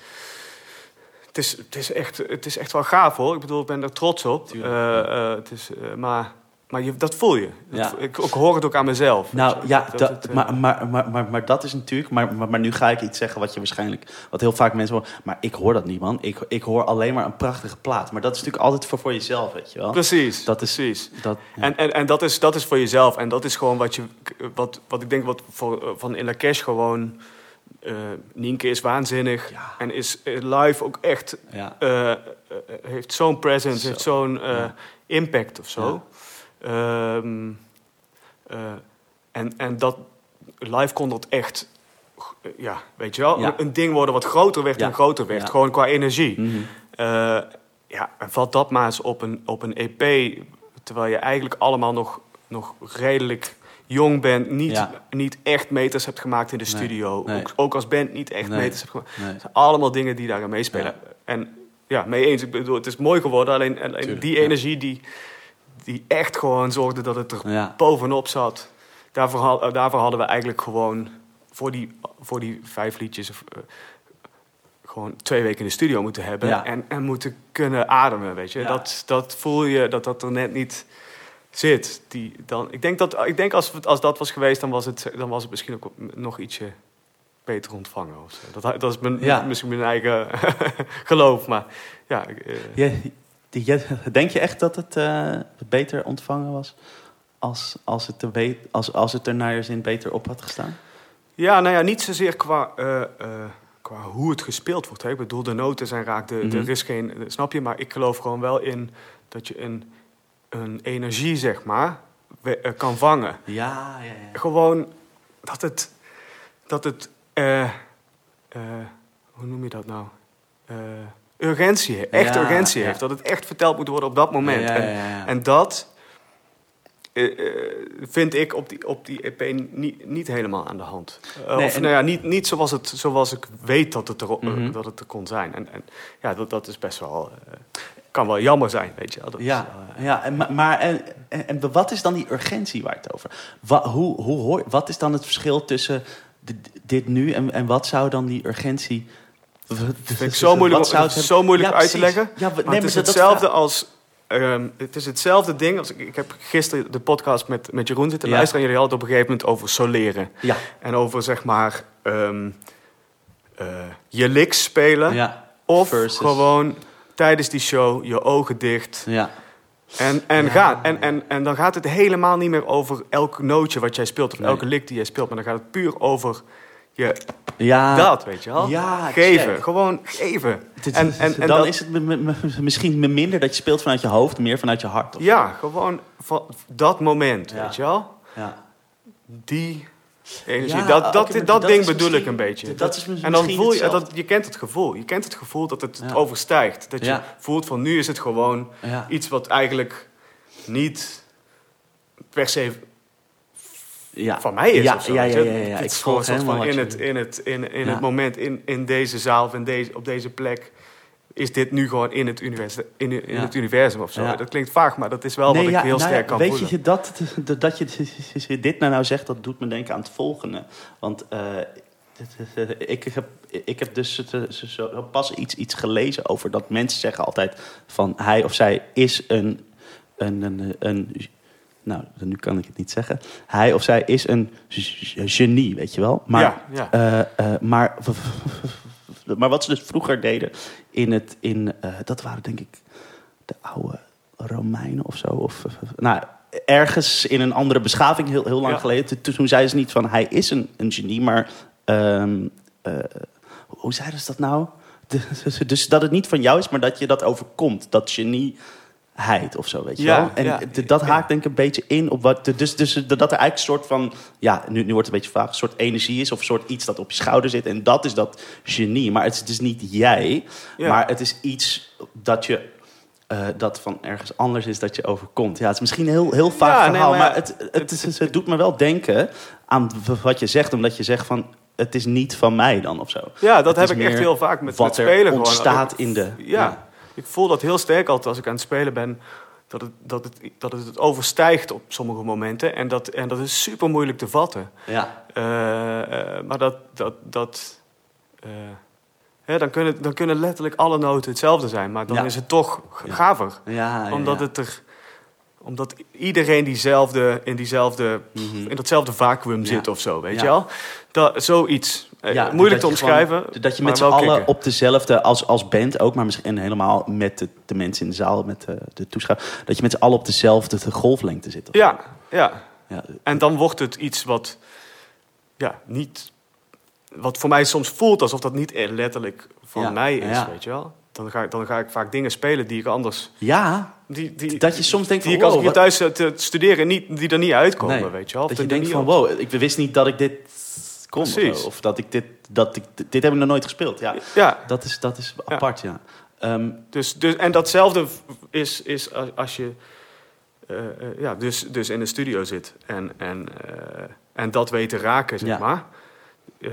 Het is, het, is echt, het is echt wel gaaf, hoor. Ik bedoel, ik ben er trots op. Uh, uh, het is, uh, maar... Maar je, dat voel je. Dat, ja. ik, ik hoor het ook aan mezelf. Nou dus, ja, dat, dat, het, uh... maar, maar, maar, maar, maar dat is natuurlijk... Maar, maar, maar nu ga ik iets zeggen wat je waarschijnlijk... Wat heel vaak mensen horen. Maar ik hoor dat niet, man. Ik, ik hoor alleen maar een prachtige plaat. Maar dat is natuurlijk altijd voor, voor jezelf, weet je wel. Precies. Dat is, precies. Dat, ja. En, en, en dat, is, dat is voor jezelf. En dat is gewoon wat je... Wat, wat ik denk wat voor, van In La Cash gewoon... Uh, Nienke is waanzinnig. Ja. En is live ook echt... Ja. Uh, uh, heeft zo'n presence. Zo. Heeft zo'n uh, ja. impact of zo. Ja. Um, uh, en, en dat live kon dat echt, uh, ja, weet je wel, ja. een ding worden wat groter werd ja. en groter werd. Ja. Gewoon qua energie. Mm-hmm. Uh, ja, en valt dat maar eens op een, op een E P, terwijl je eigenlijk allemaal nog, nog redelijk jong bent. Niet, ja. niet echt meters hebt gemaakt in de nee. studio. Nee. Ook, ook als band niet echt nee. meters hebt gemaakt. Nee. Het zijn allemaal dingen die daarin meespelen. Ja. En ja, mee eens. Ik bedoel, het is mooi geworden. Alleen, alleen die energie die... die echt gewoon zorgde dat het er ja. bovenop zat. Daarvoor, daarvoor hadden we eigenlijk gewoon... voor die, voor die vijf liedjes... Uh, gewoon twee weken in de studio moeten hebben... Ja. En, en moeten kunnen ademen, weet je. Ja. Dat, dat voel je, dat dat er net niet zit. Die, dan, ik denk, dat, ik denk als, als dat was geweest... Dan was, het, dan was het misschien ook nog ietsje beter ontvangen. Of zo. Dat, dat is mijn, ja. misschien mijn eigen geloof, maar... ja. Uh, ja. Denk je echt dat het uh, beter ontvangen was als, als, het er be- als, als het er naar je zin beter op had gestaan? Ja, nou ja, niet zozeer qua, uh, uh, qua hoe het gespeeld wordt. Hè. Ik bedoel, de noten zijn raak, de, mm-hmm. er is geen, snap je? Maar ik geloof gewoon wel in dat je een, een energie, zeg maar, we, uh, kan vangen. Ja, ja, ja. Gewoon dat het, dat het, uh, uh, hoe noem je dat nou? Uh, urgentie, echt ja, urgentie ja. heeft. Dat het echt verteld moet worden op dat moment. Ja, ja, ja, en, ja. en dat uh, vind ik op die, op die E P niet, niet helemaal aan de hand. Uh, nee, of en... nou ja, niet, niet zoals, het, zoals ik weet dat het er, mm-hmm. uh, dat het er kon zijn. En, en ja, dat, dat is best wel... Uh... kan wel jammer zijn, weet je wel. Dat Ja, is, uh, ja en, maar- maar en, en, en wat is dan die urgentie waar het over? Wat, hoe, hoe hoor, wat is dan het verschil tussen d- dit nu en, en wat zou dan die urgentie... vind ik zo moeilijk, Wat zou het het is zo moeilijk Ja, uit te precies. leggen. Ja, we- Maar nee, het is maar dat- hetzelfde dat- als... Um, het is hetzelfde ding als... Ik, ik heb gisteren de podcast met, met Jeroen zitten Ja. luisteren... en jullie hadden het op een gegeven moment over soleren. Ja, En over, zeg maar... Um, uh, je licks spelen. ja, Of versus- gewoon tijdens die show je ogen dicht... ja. En, en, Ja. gaan. En, en, en dan gaat het helemaal niet meer over elk nootje wat jij speelt... of Nee. elke lick die jij speelt... maar dan gaat het puur over je, ja. dat, weet je wel. Ja, geven, check. gewoon geven. Dit- En, en, en dan dat, is het m- m- m- misschien minder dat je speelt vanuit je hoofd, meer vanuit je hart. Of ja, gewoon van dat moment, Ja. weet je wel. ja. Die energie, Ja, dat, dat, oké, maar dat, dat ding is bedoel ik misschien- een beetje. dat is en dan misschien voel je, hetzelfde. dat, je kent het gevoel. Je kent het gevoel dat het, het Ja. overstijgt. Dat je Ja. voelt van nu is het gewoon Ja. iets wat eigenlijk niet per se Ja. van mij is Ja, of zo. ja, weet ja, je. ja, ja, ja. Het Ik is gewoon volg een soort van helemaal in wat het, je- in het, in, in Ja. het moment, in, in deze zaal of in deze, op deze plek... is dit nu gewoon in het universum, in, in Ja. het universum of zo. Ja. Dat klinkt vaag, maar dat is wel wat ik ja, heel nou ja, sterk kan weet voelen. je, dat, dat, dat je dit nou, nou zegt, dat doet me denken aan het volgende. Want uh, ik, heb, ik heb dus zo pas iets, iets gelezen over dat mensen zeggen altijd van hij of zij is een, een, een, een nou, nu kan ik het niet zeggen. Hij of zij is een genie, weet je wel. Maar, ja, ja. Uh, uh, maar, maar wat ze dus vroeger deden in het, in, uh, dat waren denk ik de oude Romeinen of zo. Of, nou, ergens in een andere beschaving, heel, heel lang ja. geleden. Toen zeiden ze niet van hij is een, een genie, maar um, uh, hoe zeiden ze dat nou? Dus, dus dat het niet van jou is, maar dat je dat overkomt. Dat genie... heid of zo, weet je ja, wel. En ja, d- dat haakt ja. denk ik een beetje in op wat... Dus, dus dat er eigenlijk een soort van... Ja, nu, nu wordt het een beetje vaag. Een soort energie is of een soort iets dat op je schouder zit. En dat is dat genie. Maar het is dus niet jij. Ja. Maar het is iets dat je... Uh, dat van ergens anders is dat je overkomt. Ja, het is misschien een heel, heel vaag ja, verhaal. nee, maar, maar het, het, het, het, het doet me wel denken aan wat je zegt. Omdat je zegt van... Het is niet van mij dan of zo. Ja, dat het heb ik echt heel vaak met, wat met spelen. er ontstaat gewoon. in de... Ja. ja. Ik voel dat heel sterk altijd als ik aan het spelen ben. Dat het, dat het, dat het, het overstijgt op sommige momenten. En dat, en dat is super moeilijk te vatten. Ja. Uh, uh, maar dat... dat, dat uh, ja, dan, kunnen, dan kunnen letterlijk alle noten hetzelfde zijn. Maar dan ja. is het toch gaver. Ja. Ja, ja, omdat ja. het er... Omdat iedereen diezelfde, in, diezelfde, mm-hmm. in datzelfde vacuüm ja. zit of zo, weet ja. je wel? Dat, zoiets. Ja, moeilijk te omschrijven. Gewoon, dat je met z'n allen kicken. op dezelfde, als, als band ook, maar misschien helemaal met de, de mensen in de zaal, met de, de toeschouwers, dat je met z'n allen op dezelfde de golflengte zit. Ja, ja, ja. En dan wordt het iets wat, ja, niet, wat voor mij soms voelt alsof dat niet letterlijk van ja. mij is, ja. weet je wel? Dan ga, ik, dan ga ik vaak dingen spelen die ik anders... Ja, die, die, dat je soms denkt die van... Die wow, ik als ik hier thuis te studeren niet, die er niet uitkomen, nee, weet je wel. Dat je denkt van, wow, ik wist niet dat ik dit kon. Of, of dat ik dit... Dat ik, dit heb ik nog nooit gespeeld. Ja, ja. Dat, is, dat is apart, ja. ja. Um, dus, dus, en datzelfde is, is als je... Uh, uh, ja, dus, dus in de studio zit en, en, uh, en dat weet te raken, zeg ja. maar. Uh,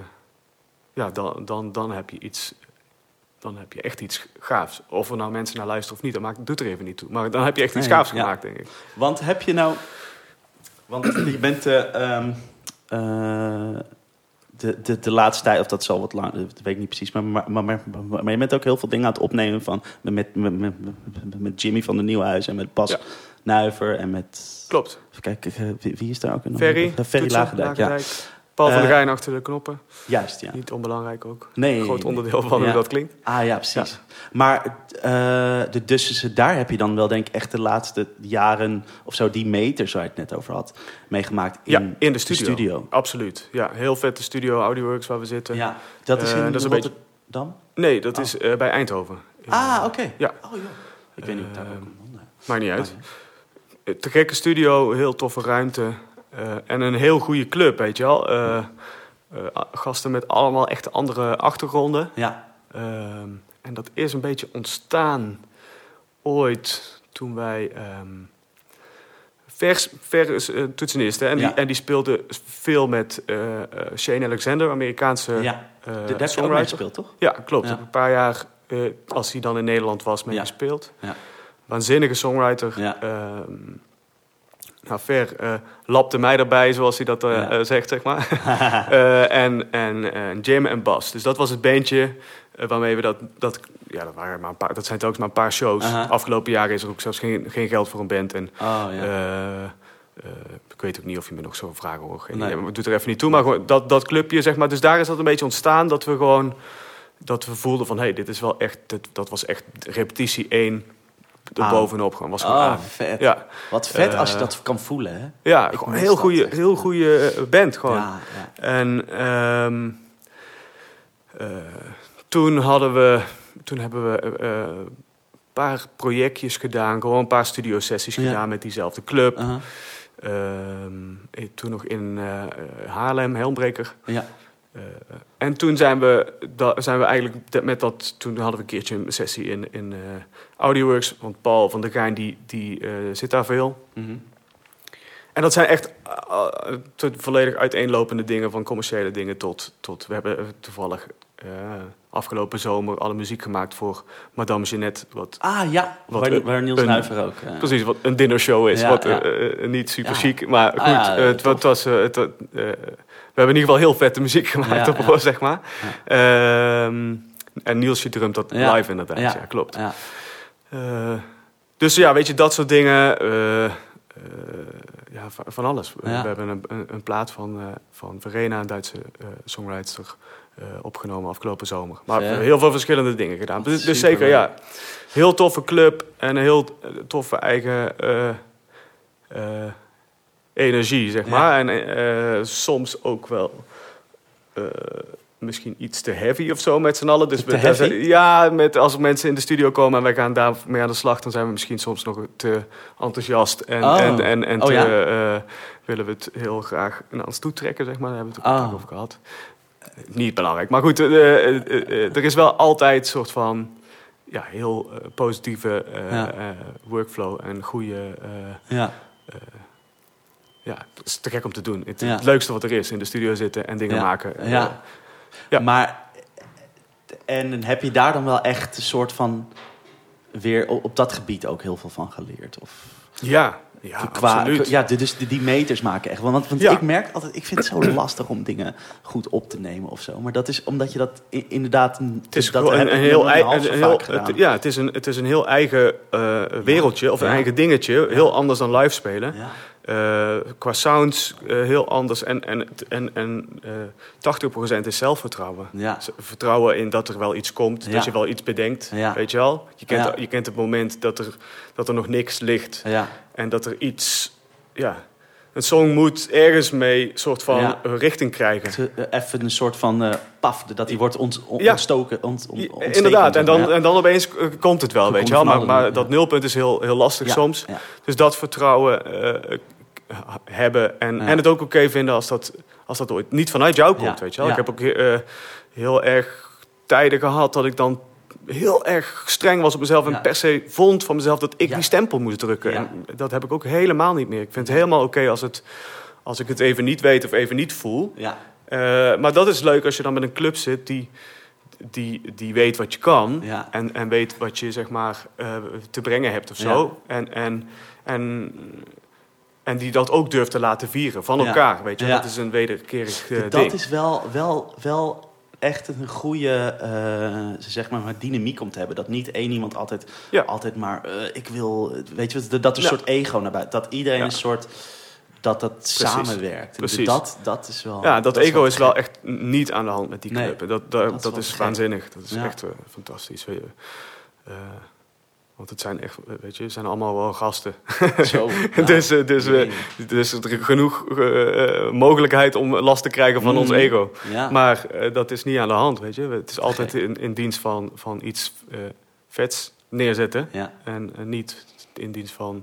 ja, dan, dan, dan heb je iets... Dan heb je echt iets gaafs. Of er nou mensen naar luisteren of niet, dat maakt, doet er even niet toe. Maar dan heb je echt iets nee, gaafs ja. gemaakt, denk ik. Want heb je nou... Want je bent uh, um, uh, de, de, de laatste tijd... Of dat zal wat lang... Dat weet ik niet precies. Maar, maar, maar, maar, maar je bent ook heel veel dingen aan het opnemen... Van, met, met, met, met Jimmy van de Nieuwhuis en met Bas ja. Nuiver en met... Klopt. Even kijken, wie, wie is daar ook? Een Ferry. Ferry Lagedijk, ja. Paul van der Rijn achter de knoppen. Juist, ja. Niet onbelangrijk ook. Nee. Een groot onderdeel van ja. hoe dat klinkt. Ah ja, precies. Ja. Maar uh, de, dus daar heb je dan wel denk ik echt de laatste jaren... of zo die meters waar je het net over had... meegemaakt in, ja, in de studio. de studio. Absoluut. Ja, heel vette studio, Audioworks waar we zitten. Ja, dat is in uh, dat is een beetje... Dan? Nee, dat oh. is uh, bij Eindhoven. In, ah, oké. Okay. Ja. Oh joh. Ik uh, weet niet of daar ook kon. Maakt niet uit. Maar, te gekke studio, heel toffe ruimte... Uh, en een heel goede club, weet je wel. Uh, uh, gasten met allemaal echt andere achtergronden. Ja. Uh, en dat is een beetje ontstaan ooit toen wij... Um, vers, vers uh, toetsenist, hè, en, ja. die, en die speelde veel met uh, uh, Shane Alexander, Amerikaanse ja. uh, de, daar heb je ook mee gespeeld, toch? Ja, klopt. Ja. Ik heb een paar jaar uh, als hij dan in Nederland was, mee Ja. gespeeld. Ja. Waanzinnige songwriter. Ja. Uh, nou, Ver uh, lapte mij erbij, zoals hij dat uh, Ja. uh, zegt, zeg maar. uh, en, en, en Jim en Bas. Dus dat was het bandje uh, waarmee we dat... dat ja, dat, waren maar een paar, dat zijn telkens maar een paar shows. Uh-huh. Afgelopen jaren is er ook zelfs geen, geen geld voor een band. En, Oh, ja. uh, uh, ik weet ook niet of je me nog zo vragen hoor. Geen Nee. idee, maar het doet er even niet toe. Maar gewoon dat, dat clubje, zeg maar. Dus daar is dat een beetje ontstaan. Dat we gewoon... Dat we voelden van... Hé, hey, dit is wel echt... Dit, dat was echt repetitie één... er Aan. bovenop gaan. Was gewoon Oh, aan. vet. Ja. Wat vet als je Uh, dat kan voelen, hè? Ja, Ik gewoon mis heel dat goede, echt. heel goede uh, band gewoon. Ja, ja. En um, uh, toen hadden we... Toen hebben we uh, een paar projectjes gedaan. Gewoon een paar studiosessies Ja. gedaan met diezelfde club. Uh-huh. Um, toen nog in uh, Haarlem, Helmbreker. Ja. Uh, en toen zijn we, da, zijn we eigenlijk met dat... Toen hadden we een keertje een sessie in, in uh, Audioworks. Want Paul van der Geijn, die, die uh, zit daar veel. Mm-hmm. En dat zijn echt uh, uh, volledig uiteenlopende dingen. Van commerciële dingen tot... tot we hebben uh, toevallig uh, afgelopen zomer alle muziek gemaakt voor Madame Jeannette. Wat, Ah, ja. Wat waar, een- waar Niels een- Nuiver ook... uh, Precies, wat een dinnershow is. Ja, wat uh, ja. uh, niet super Ja. chic. Maar goed, Ah, ja, uh, het, tof. het was... Uh, het, uh, we hebben in ieder geval heel vette muziek gemaakt Ja, op, ja. zeg maar. Um, en Nielsje drumt dat Ja. live inderdaad. Ja, Ja. klopt. Ja. Uh, dus ja, weet je, dat soort dingen. Uh, uh, ja, van, van alles. Ja. We hebben een, een, een plaat van, uh, van Verena, een Duitse uh, songwriter, uh, opgenomen afgelopen zomer. Maar we Fair. hebben heel veel verschillende dingen gedaan. Dus, dus Super zeker, leuk. ja. Heel toffe club en een heel toffe eigen uh, uh, energie, zeg Ja. maar. En uh, soms ook wel... Uh, misschien iets te heavy of zo met z'n allen. Dus Te we, heavy? ja, met, als mensen in de studio komen en wij gaan daarmee aan de slag... dan zijn we misschien soms nog te enthousiast. En, Oh. en, en, en Oh, te, ja? uh, willen we het heel graag naar ons toe trekken, zeg maar. Daar hebben we het ook Oh. een paar over gehad. Niet belangrijk. Maar goed, uh, uh, uh, uh, er is wel altijd een soort van... ja, heel uh, positieve uh, Ja. uh, workflow en goede... Uh, Ja. uh, ja, het is te gek om te doen. Het, Ja. het leukste wat er is, in de studio zitten en dingen Ja. maken. Ja. Uh, Ja. Maar... En heb je daar dan wel echt een soort van... weer op, op dat gebied ook heel veel van geleerd? Of Ja, ja, qua, absoluut. ja, dus die, die meters maken echt. Want, want Ja. ik merk altijd, ik vind het zo lastig om dingen goed op te nemen of zo. Maar dat is omdat je dat i- inderdaad... Het is dat gewoon heb een, ik een heel, nog ei- half een zo heel vaak gedaan. het, ja, het is een, het is een heel eigen uh, wereldje of een Ja. eigen dingetje, heel anders dan live spelen. Ja. Uh, qua sounds uh, heel anders en, en, en, en uh, tachtig procent is zelfvertrouwen. Ja. Z- Vertrouwen in dat er wel iets komt, Ja. dat je wel iets bedenkt, Ja. weet je wel. Je kent, Ja. je kent het moment dat er, dat er nog niks ligt Ja. en dat er iets, ja, een song moet ergens mee soort van Ja. uh, richting krijgen. Te- eh, Even een soort van uh, paf, dat die wordt ont, on- Ja. ontstoken. Ont, on, Ja, ontstekend, inderdaad, en dan, ja. en dan opeens uh, komt het wel, Dan weet komt je wel. het Maar, van alle- maar dat ja. nulpunt is heel, heel lastig Ja. soms. Ja. Dus dat vertrouwen uh, hebben en, Ja. en het ook oké vinden als dat, als dat ooit niet vanuit jou komt, Ja. weet je wel. Ja. Ik heb ook uh, heel erg tijden gehad dat ik dan heel erg streng was op mezelf en Ja. per se vond van mezelf dat ik Ja. die stempel moest drukken. Ja. En dat heb ik ook helemaal niet meer. Ik vind het helemaal oké als, het, als ik het even niet weet of even niet voel. Ja. Uh, maar dat is leuk als je dan met een club zit die, die, die weet wat je kan. Ja. En, en weet wat je zeg maar uh, te brengen hebt of Ja. zo. En, en, en, en die dat ook durft te laten vieren van Ja. elkaar. Weet je? Ja. Dat is een wederkerig uh, Dat ding. is wel, wel, wel echt een goede uh, zeg maar, dynamiek om te hebben. Dat niet één iemand altijd, Ja. altijd maar... Uh, ik wil... Weet je, wat, dat er een Ja. soort ego naar buiten... Dat iedereen Ja. een soort... Dat dat samenwerkt. En Precies. Dat, dat is wel... Ja, dat, is ego is wel gek. echt niet aan de hand met die Nee, club. Dat, dat, dat dat, is wel is gek. waanzinnig. Dat is Ja. echt uh, fantastisch. Weet je. Uh, want het zijn echt, weet je, het zijn allemaal wel gasten. Zo, ja. dus, uh, dus, uh, Nee. dus er is genoeg uh, uh, mogelijkheid om last te krijgen van Mm. ons ego. Ja. Maar uh, dat is niet aan de hand, weet je. Het is altijd Gek. in, in dienst van, van iets uh, vets neerzetten. Ja. En uh, niet in dienst van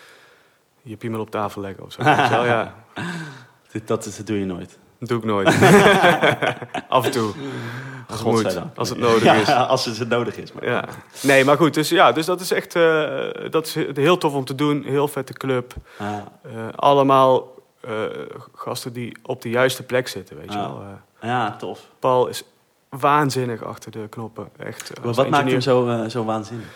je piemel op tafel leggen of zo. Weet je wel? Ja, Dit- Dat, is, dat doe je nooit. dat doe ik nooit. Af en toe. Als het moet, Godzijdank. als het nodig Ja, is. als het nodig is. Maar. Ja. Nee, maar goed, dus ja, dus dat is echt uh, dat is heel tof om te doen. Heel vette club. Ah, Uh, allemaal uh, gasten die op de juiste plek zitten, weet je Ah. wel. Uh, ja, tof. Paul is waanzinnig achter de knoppen. Echt, Maar wat maakt hem zo, uh, zo waanzinnig?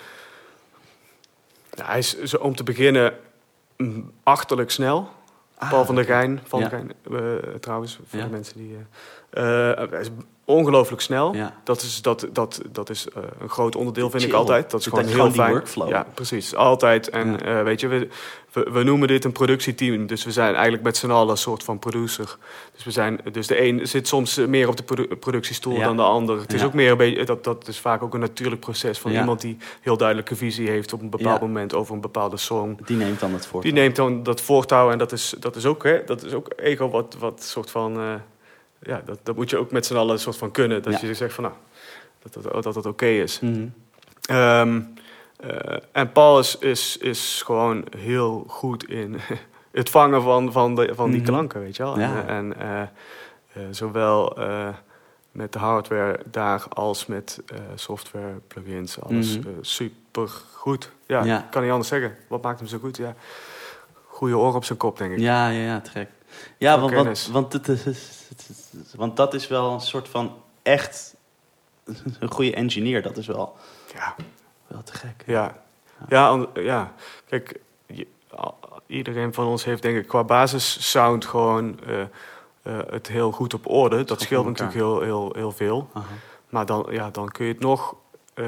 Ja, hij is zo, om te beginnen mm, achterlijk snel. Ah, Paul van der Geijn, van ja. der Geijn uh, trouwens, voor ja. de mensen die... Uh, uh, hij is ongelooflijk snel. Ja. Dat is, dat, dat, dat is uh, een groot onderdeel, vind Chill. ik altijd. Dat is gewoon heel fijn. Workflow. Ja, precies. Altijd. En ja. uh, weet je, we, we, we noemen dit een productieteam. Dus we zijn eigenlijk met z'n allen een soort van producer. Dus, we zijn, dus de een zit soms meer op de produ- productiestoel ja. dan de ander. Het is ja. ook meer een beetje, dat, dat is vaak ook een natuurlijk proces van ja. iemand die heel duidelijke visie heeft op een bepaald ja. moment over een bepaalde song. Die neemt dan het voortouw. Die neemt dan dat voortouw. En dat is, dat is ook, hè, dat is ook ego wat, wat soort van... Uh, Ja, dat, dat moet je ook met z'n allen een soort van kunnen. Dat ja. je zegt van, nou, dat dat, dat, dat oké is. Mm-hmm. Um, uh, en Paul is, is, is gewoon heel goed in het vangen van, van, de, van die mm-hmm. klanken, weet je wel. Ja. En, en uh, uh, zowel uh, met de hardware daar als met uh, software, plugins, alles mm-hmm. uh, super goed. Ja, ja, kan niet anders zeggen. Wat maakt hem zo goed? Ja, goede oor op zijn kop, denk ik. Ja, ja, ja, te gek. Ja, want, want, want, het is, het is, want dat is wel een soort van echt een goede engineer. Dat is wel, ja. wel te gek. Ja, ja. ja, ja. Kijk, je, iedereen van ons heeft denk ik qua basis sound gewoon uh, uh, het heel goed op orde. Dat scheelt natuurlijk heel, heel, heel veel. Uh-huh. Maar dan, ja, dan kun je het nog... Uh,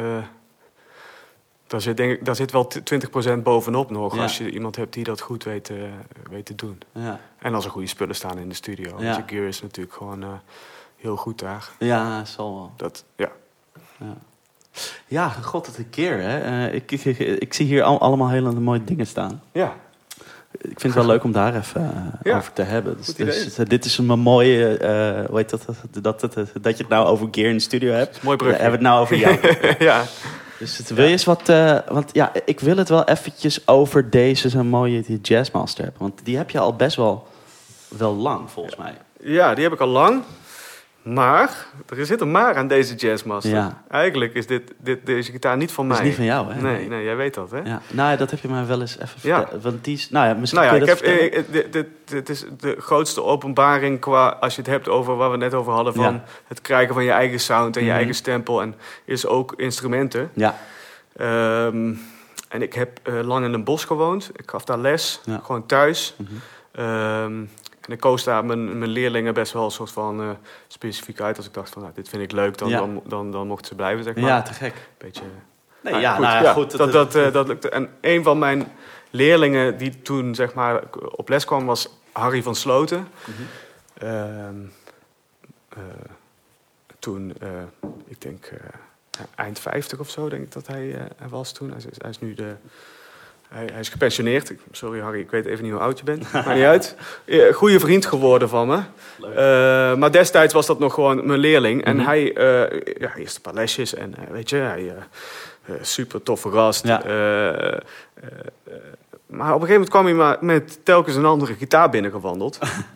Daar zit, denk ik, daar zit wel twintig procent bovenop nog. Ja. Als je iemand hebt die dat goed weet, uh, weet te doen. Ja. En als er goede spullen staan in de studio. Ja. Want je gear is natuurlijk gewoon uh, heel goed daar. Ja, zal wel. Dat, ja. Ja, ja god, het een keer. Hè. Uh, ik, ik, ik, ik zie hier al, allemaal hele mooie dingen staan. Ja. Ik vind het wel leuk om daar even uh, ja. over te hebben. Dus, dus, uh, dit is een mooie... Uh, hoe heet dat, dat, dat, dat, dat je het nou over gear in de studio hebt. Mooi brugje. We hebben het nou over jou. Ja. Dus het, wil je eens wat... Uh, want ja, ik wil het wel eventjes over deze zo'n mooie die Jazzmaster hebben. Want die heb je al best wel, wel lang, volgens mij. Ja, die heb ik al lang. Maar, er zit een maar aan deze Jazzmaster. Ja. Eigenlijk is dit, dit, deze gitaar niet van mij. Dat is niet van jou, hè? Nee, nee jij weet dat, hè? Ja. Nou ja, dat heb je mij wel eens even verteld. Ja. Want die is... Nou ja, misschien nou ja, kun je ik heb, ik, dit, dit, dit is de grootste openbaring qua... Als je het hebt over waar we het net over hadden... van ja. het krijgen van je eigen sound en mm-hmm. je eigen stempel. En is ook instrumenten. Ja. Um, en ik heb uh, lang in een bos gewoond. Ik gaf daar les, ja. gewoon thuis. Mm-hmm. Um, en ik koos daar mijn, mijn leerlingen best wel een soort van uh, specifiek uit. Als ik dacht van, nou, dit vind ik leuk, dan, ja. dan, dan, dan mochten ze blijven, zeg maar. Ja, te gek. Beetje... Nee, nou, ja, goed, nou ja, goed. Dat, dat, uh, dat lukte. En een van mijn leerlingen die toen, zeg maar, op les kwam, was Harry van Sloten. Mm-hmm. Uh, uh, toen, uh, ik denk... Uh, eind vijftig of zo, denk ik dat hij, uh, hij was toen. Hij is, hij is nu de... Hij, hij is gepensioneerd. Sorry Harry, ik weet even niet hoe oud je bent. Maakt niet uit. Goeie vriend geworden van me. Uh, maar destijds was dat nog gewoon mijn leerling. En mm-hmm. hij... Uh, ja, eerst een paar lesjes. En uh, weet je, hij... Uh, uh, super toffe gast. Ja. Uh, uh, uh, maar op een gegeven moment kwam hij maar met telkens een andere gitaar binnengewandeld.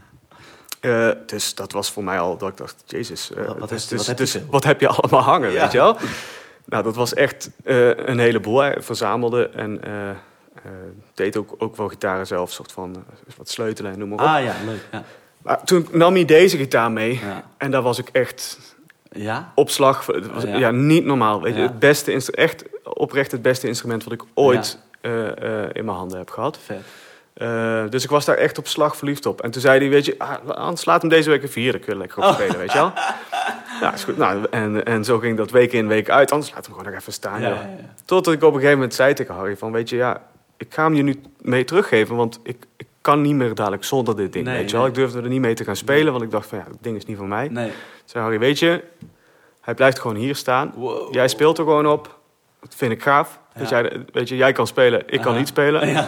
Uh, dus dat was voor mij al dat ik dacht, jezus, uh, wat, dus, dus, wat, heb dus, wat heb je allemaal hangen, ja. weet je wel? Nou, dat was echt uh, een heleboel. Hij verzamelde en uh, uh, deed ook, ook wel gitaren zelf, soort van uh, wat sleutelen en noem maar op. Ah ja, leuk. Ja. Maar toen nam hij deze gitaar mee ja. en daar was ik echt ja? op slag. Het was ja. Ja, niet normaal. Weet je, ja. het beste instru- echt oprecht het beste instrument wat ik ooit ja. uh, uh, in mijn handen heb gehad. Vet. Uh, dus ik was daar echt op slag verliefd op. En toen zei hij, weet je, ah, Hans, laat hem deze week een vier. Ik wil lekker op spelen, oh. weet je wel. Ja, is goed. Nou, en, en zo ging dat week in, week uit. Anders laat hem gewoon nog even staan. Ja, ja, ja. Totdat ik op een gegeven moment zei tegen Harry van, weet je, ja, ik ga hem je nu mee teruggeven, want ik, ik kan niet meer dadelijk zonder dit ding, nee, weet je wel. Nee. Ik durfde er niet mee te gaan spelen, nee. want ik dacht van, ja, dat ding is niet van mij. Nee. Zei Harry, weet je, hij blijft gewoon hier staan. Wow. Jij speelt er gewoon op. Dat vind ik gaaf. Ja. Dus jij, weet je, jij kan spelen, ik kan uh-huh. niet spelen. Ja.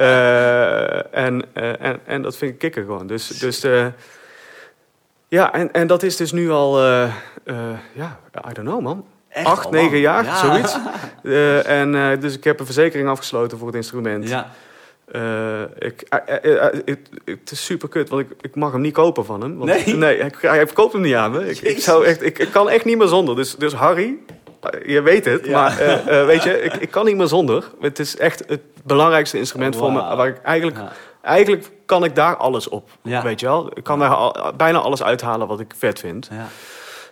Uh, en, uh, en, en dat vind ik kicken gewoon. Dus, dus uh, ja, en, en dat is dus nu al, uh, uh, ja, I don't know man. Echt Acht, al negen jaar, ja. zoiets. Uh, en uh, dus ik heb een verzekering afgesloten voor het instrument. Ja. Uh, ik, uh, uh, uh, uh, het, het is super kut, want ik, ik mag hem niet kopen van hem. Want, nee? Nee, hij, hij verkoopt hem niet aan me. Ik, ik, zou echt, ik, ik kan echt niet meer zonder. Dus, dus Harry, je weet het, ja. maar uh, uh, weet je, ik, ik kan niet meer zonder. Het is echt het belangrijkste instrument wow. voor me, waar ik eigenlijk... Ja. Eigenlijk kan ik daar alles op, ja. weet je wel. Ik kan ja. daar al, bijna alles uithalen wat ik vet vind.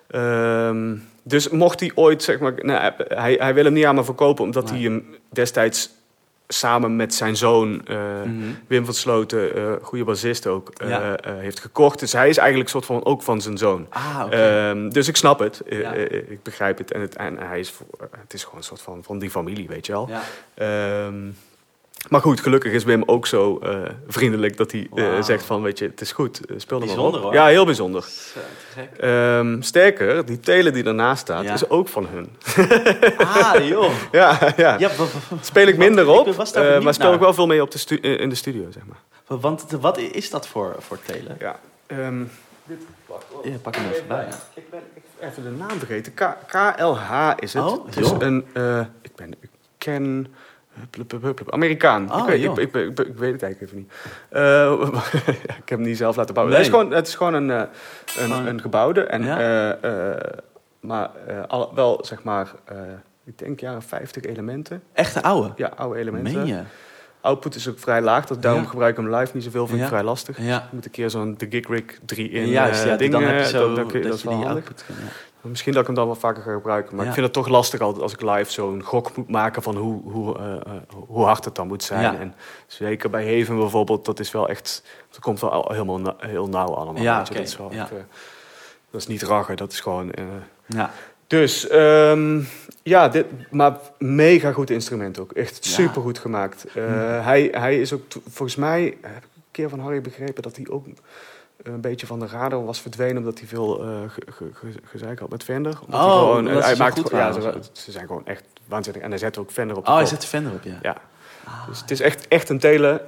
Um, dus mocht hij ooit, zeg maar... Nou, hij, hij wil hem niet aan me verkopen, omdat Nee. hij hem destijds samen met zijn zoon... Uh, Mm-hmm. Wim van Sloten, uh, goede bassist ook, uh, Ja. uh, heeft gekocht. Dus hij is eigenlijk soort van ook van zijn zoon. Ah, oké. Okay. Um, dus ik snap het. Ja. Uh, uh, ik begrijp het. En, het, en hij is, uh, het is gewoon een soort van, van die familie, weet je wel. Ja. Um, maar goed, gelukkig is Wim ook zo uh, vriendelijk dat hij uh, Wow. zegt van, weet je, het is goed, uh, speel er maar op. Bijzonder, hoor. Ja, heel bijzonder. Zo, te gek. Um, sterker, die tele die ernaast staat, Ja. is ook van hun. Ah, joh. ja, ja. Ja, w- w- w- Speel ik minder wat- op, ik was daar uh, benieuwd maar speel naar. ik wel veel mee op de stu- uh, in de studio, zeg maar. Want wat is dat voor, voor telen? Ja, um, dit, Ja, pak hem even bij. Ja. Ik ben ik ben even de naam vergeten. K- KLH is het. Oh, het is joh. een... Uh, ik ben... Ik ken... Plup, plup, plup, plup, Amerikaan. Oh, ik, weet, joh. ik, ik, ik, ik weet het eigenlijk even niet. Uh, ik heb hem niet zelf laten bouwen. Nee. Het, is gewoon, het is gewoon een, uh, een, Oh. een gebouwde. En, Ja. uh, uh, maar uh, al, wel, zeg maar... Uh, ik denk jaren vijftig elementen. Echte oude? Ja, oude elementen. Meen je? Output is ook vrij laag. Dus daarom Ja. gebruik ik hem live niet zoveel. Vind ik Ja. vrij lastig. Ja. Je moet een keer zo'n de Gig Rig drie in Juist, ja, uh, ding, dan heb je uh, zo dan- dan kun je- dat, dat is je wel die handig. output kan, ja. Misschien dat ik hem dan wel vaker ga gebruiken. Maar Ja. ik vind het toch lastig altijd als ik live zo'n gok moet maken van hoe, hoe, uh, uh, hoe hard het dan moet zijn. Ja. En zeker bij Heaven bijvoorbeeld, dat is wel echt... Dat komt wel al- helemaal na- heel nauw allemaal. Ja, weet je. oké, Dat is wel ja. echt, uh, dat is niet raggen, dat is gewoon... Uh, Ja. dus, um, ja, dit, maar mega goed instrument ook. Echt Ja. super goed gemaakt. Uh, Hm. hij, hij is ook, to- volgens mij, heb ik een keer van Harry begrepen dat hij ook een beetje van de radar was verdwenen omdat hij veel uh, ge, ge, ge, gezeik had met Fender. Omdat hij Oh, gewoon, omdat hij ze zo maakt, goed ja, waren ze, of zo. ze zijn gewoon echt waanzinnig. En hij zet ook Fender op de Oh, hij kop. zet de Fender op, ja. Ja, Ah, dus het is echt, echt een tele,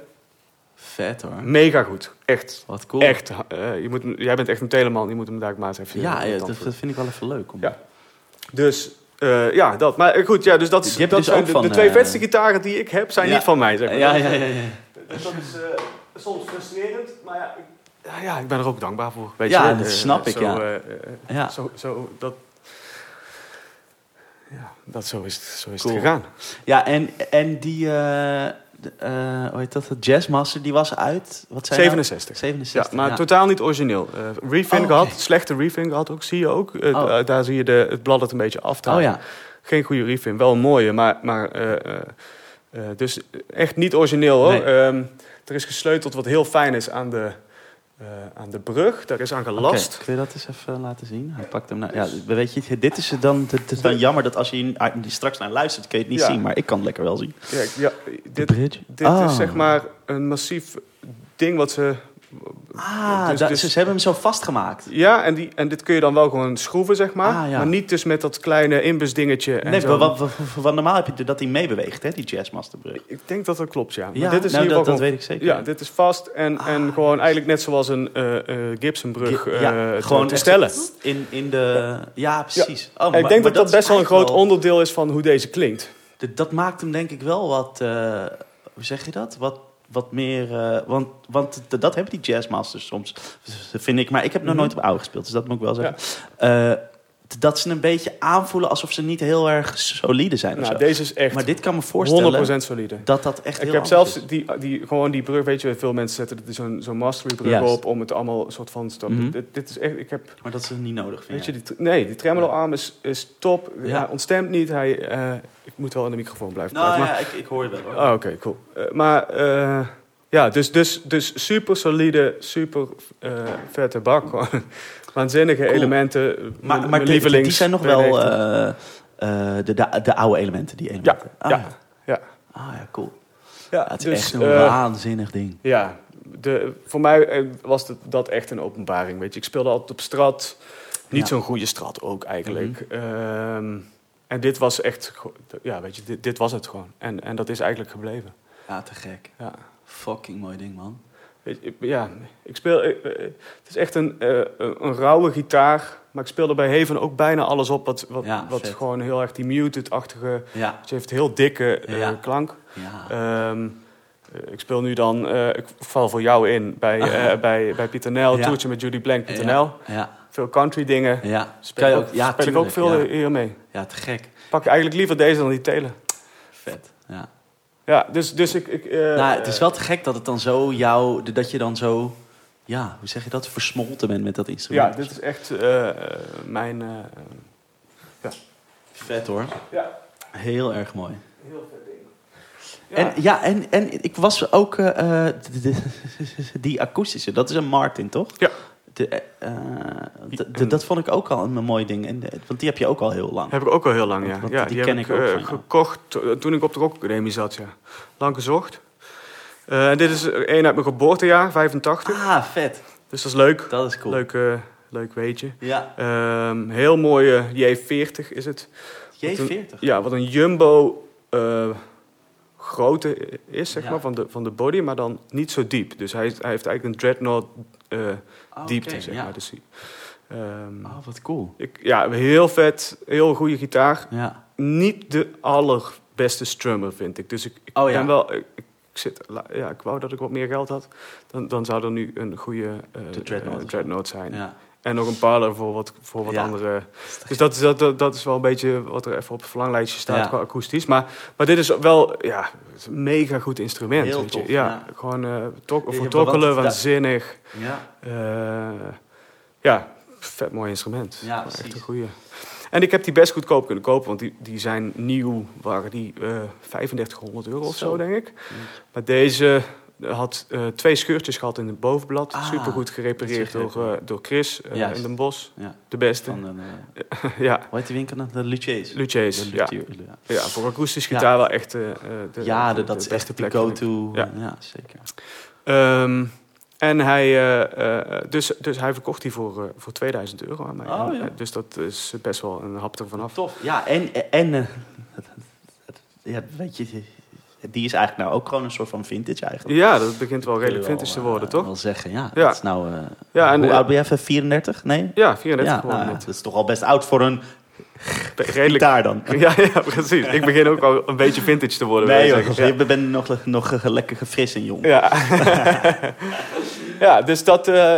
vet hoor. mega goed. Echt. Wat cool. Echt. Uh, je moet, jij bent echt een teleman, je moet hem daar maar eens even... Ja, ja, uh, dat, dat vind ik wel even leuk. Om... Ja. Dus uh, ja, dat. Maar goed, ja, dus dat, Je hebt dat dus zijn ook de, van, de twee uh, vetste gitaren die ik heb, zijn ja. niet van mij, zeg maar. Ja, ja, ja, ja. Dus dat is uh, soms frustrerend, maar ja ik, ja, ja, ik ben er ook dankbaar voor. Weet Ja, je? dat Uh, snap ik, zo, ja. uh, uh, Ja. Zo, zo, dat, ja, dat zo is het, zo is Cool. het gegaan. Ja, en, en die, uh, de, uh, hoe heet dat, de Jazzmaster, die was uit, wat zei je nou? zevenenzestig. zevenenzestig, Ja, maar ja. totaal niet origineel. Uh, refin Oh, oké. gehad, slechte refin gehad ook, zie je ook. Uh, Oh. uh, daar zie je de, het blad het een beetje afdraaien. Oh ja. Geen goede refin, wel een mooie, maar, maar uh, uh, uh, dus echt niet origineel hoor. Nee. Um, er is gesleuteld wat heel fijn is aan de, uh, aan de brug. Daar is aan gelast. Oké, kun je dat eens even laten zien? Hij pakt hem naar, ja, weet je, dit is dan, het is dan jammer dat als je hier straks naar luistert, kun je het niet Ja. zien, maar ik kan het lekker wel zien. Ja, ja, dit Bridge? dit Oh. is zeg maar een massief ding wat ze... Ah, dus- da- dus- ze, ze hebben hem zo vastgemaakt. Ja, en, die, en dit kun je dan wel gewoon schroeven, zeg maar. Ah, ja. Maar niet dus met dat kleine inbusdingetje. En Nee, zo. want, want, want normaal heb je dat hij meebeweegt, hè, die Jazzmasterbrug. Ik denk dat dat klopt, ja. Maar Ja, dit is nou, in ieder dat, geval dat gewoon- weet ik zeker. Ja, dit is vast en, Ah, en gewoon eigenlijk net zoals een uh, uh, Gibsonbrug uh, ja, te- gewoon te echt stellen. In, in de... Ja, precies. Oh, En maar- ik denk maar dat dat is best wel een groot eigenlijk wel- onderdeel is van hoe deze klinkt. Dat, dat maakt hem denk ik wel wat... uh, hoe zeg je dat? Wat, wat meer... Uh, want want d- dat hebben die Jazzmasters soms, vind ik. Maar ik heb nog Mhm. nooit op oude gespeeld, dus dat moet ik wel zeggen. Uh, t- dat ze een beetje aanvoelen alsof ze niet heel erg solide zijn. Of Nou, zo. deze is echt Maar dit kan me voorstellen honderd procent solide. dat dat echt Ik heel heb anders zelfs is. die, die, gewoon die brug, weet je, veel mensen zetten er zo'n zo'n mastery-brug Juist. op om het allemaal een soort van te stappen. Mhm. Dit, dit is echt, ik heb, Maar dat is niet nodig, vind weet je, jij? die, tre- nee, die tremolo-arm is, is top. Ja. Hij ontstemt niet, hij, uh, ik moet wel in de microfoon blijven Nou praten. ja, maar, ik, ik hoor je wel hoor. oh, oké, okay, cool. Uh, maar uh, ja, dus, dus, dus super solide, super uh, vette bak. Gewoon. Waanzinnige Cool. elementen. Maar, mijn maar die, lievelings. die zijn nog wel uh, uh, de, de, de oude elementen, die elementen. Ja, ah, ja, ja. Ah ja, cool. Ja, Ja, het is dus, echt een uh, waanzinnig ding. Ja, de, voor mij uh, was het, dat echt een openbaring. Weet je. Ik speelde altijd op strat. Niet Ja. zo'n goede strat ook eigenlijk. Mm-hmm. Um, en dit was echt... Ja, weet je, dit, dit was het gewoon. En, en dat is eigenlijk gebleven. Ja, te gek. Ja. Fucking mooi ding, man. Weet je, ja, ik speel... Uh, het is echt een, uh, een rauwe gitaar. Maar ik speelde bij Heaven ook bijna alles op. Wat, wat, Ja, wat vet. gewoon heel erg die muted-achtige... Ja. Het heeft heel dikke uh, Ja. klank. Ja. Um, uh, ik speel nu dan... Uh, ik val voor jou in bij, uh, bij, bij Pieter Nel. Ja. Toertje met Judy Blank, Pieter Nel. Ja. Ja. Veel country dingen. Ja. Speel, Kan je ook, ook, ja, speel ik ook tuurlijk, veel ja. hier mee. Ja, te gek. Pak eigenlijk liever deze dan die telen. Vet. Ja. Ja, dus, dus ik... ik uh, Nou, het is wel te gek dat het dan zo jou... Dat je dan zo ja, hoe zeg je dat, versmolten bent met dat instrument. Ja, dit is echt uh, mijn... Uh, ja. Vet hoor. Ja. Heel erg mooi. Heel vet ding. Ja. En, ja, en, en ik was ook... Uh, de, de, die akoestische, dat is een Martin, toch? Ja. De, uh, de, de, dat vond ik ook al een mooi ding. En de, want die heb je ook al heel lang. Heb ik ook al heel lang, ja. Want, ja die, die ken heb ik ook uh, van jou. gekocht toen ik op de Rock Academie zat, ja. Lang gezocht. Uh, en dit is één uit mijn geboortejaar, vijfentachtig. Ah, vet. Dus dat is leuk. Dat is cool. Leuk, uh, leuk weetje. Ja. Um, heel mooie J veertig is het. J veertig? Een, ja, wat een jumbo uh, grootte is, zeg ja. maar, van de, van de body, maar dan niet zo diep. Dus hij, hij heeft eigenlijk een dreadnought uh, oh, diepte, okay, zeg ja. maar. Dus, um, oh, wat cool. Ik, ja, heel vet, heel goede gitaar. Ja. Niet de allerbeste strummer, vind ik. Dus ik, ik oh, ja. ben wel... Ik, ik, zit, ja, ik wou dat ik wat meer geld had. Dan, dan zou er nu een goede uh, de dreadnought, uh, dreadnought zijn. Ja. En nog een parlor voor wat, voor wat ja. andere... Dus dat, dat, dat, dat is wel een beetje wat er even op het verlanglijstje staat ja. qua akoestisch. Maar, maar dit is wel ja, een mega goed instrument. Heel weet tof, je. Ja, ja. Gewoon uh, to- Ja, voor tokkelen, wat, waanzinnig. Ja. Uh, ja, vet mooi instrument. Ja, echt een goeie. En ik heb die best goedkoop kunnen kopen, want die, die zijn nieuw, waren die uh, vijfendertighonderd euro of zo, zo denk ik. Ja. Maar deze had uh, twee scheurtjes gehad in het bovenblad. Ah, supergoed gerepareerd door, uh, door Chris uh, ja. in Den Bosch. Ja. De beste. Van een, uh, ja. Hoe heet die winkel dan? De Lucchese. Lucchese, ja. ja. Ja, voor akoestisch gitaar ja. wel echt uh, de, ja, de, de, dat de is beste echt plek. De go-to. Ja. ja, zeker. Um, en hij, uh, uh, dus, dus hij verkocht die voor, uh, voor tweeduizend euro aan mij. Oh, ja. Dus dat is best wel een hap ervan af. Tof. Ja, en, en uh, ja, weet je, die is eigenlijk nou ook gewoon een soort van vintage eigenlijk. Ja, dat begint wel redelijk vintage wel, te worden, uh, toch? Ik wil zeggen, ja. ja. Dat is nou, uh, ja, en, hoe uh, oud ben je even? vierendertig? Nee? Ja, vierendertig ja, geworden. Nou, dat is toch al best oud voor een redelijk gitaar dan. Ja, ja, precies. Ik begin ook al een beetje vintage te worden. Nee joh, ja. je bent nog, nog lekker gefris en jong. Ja, ja dus dat, uh,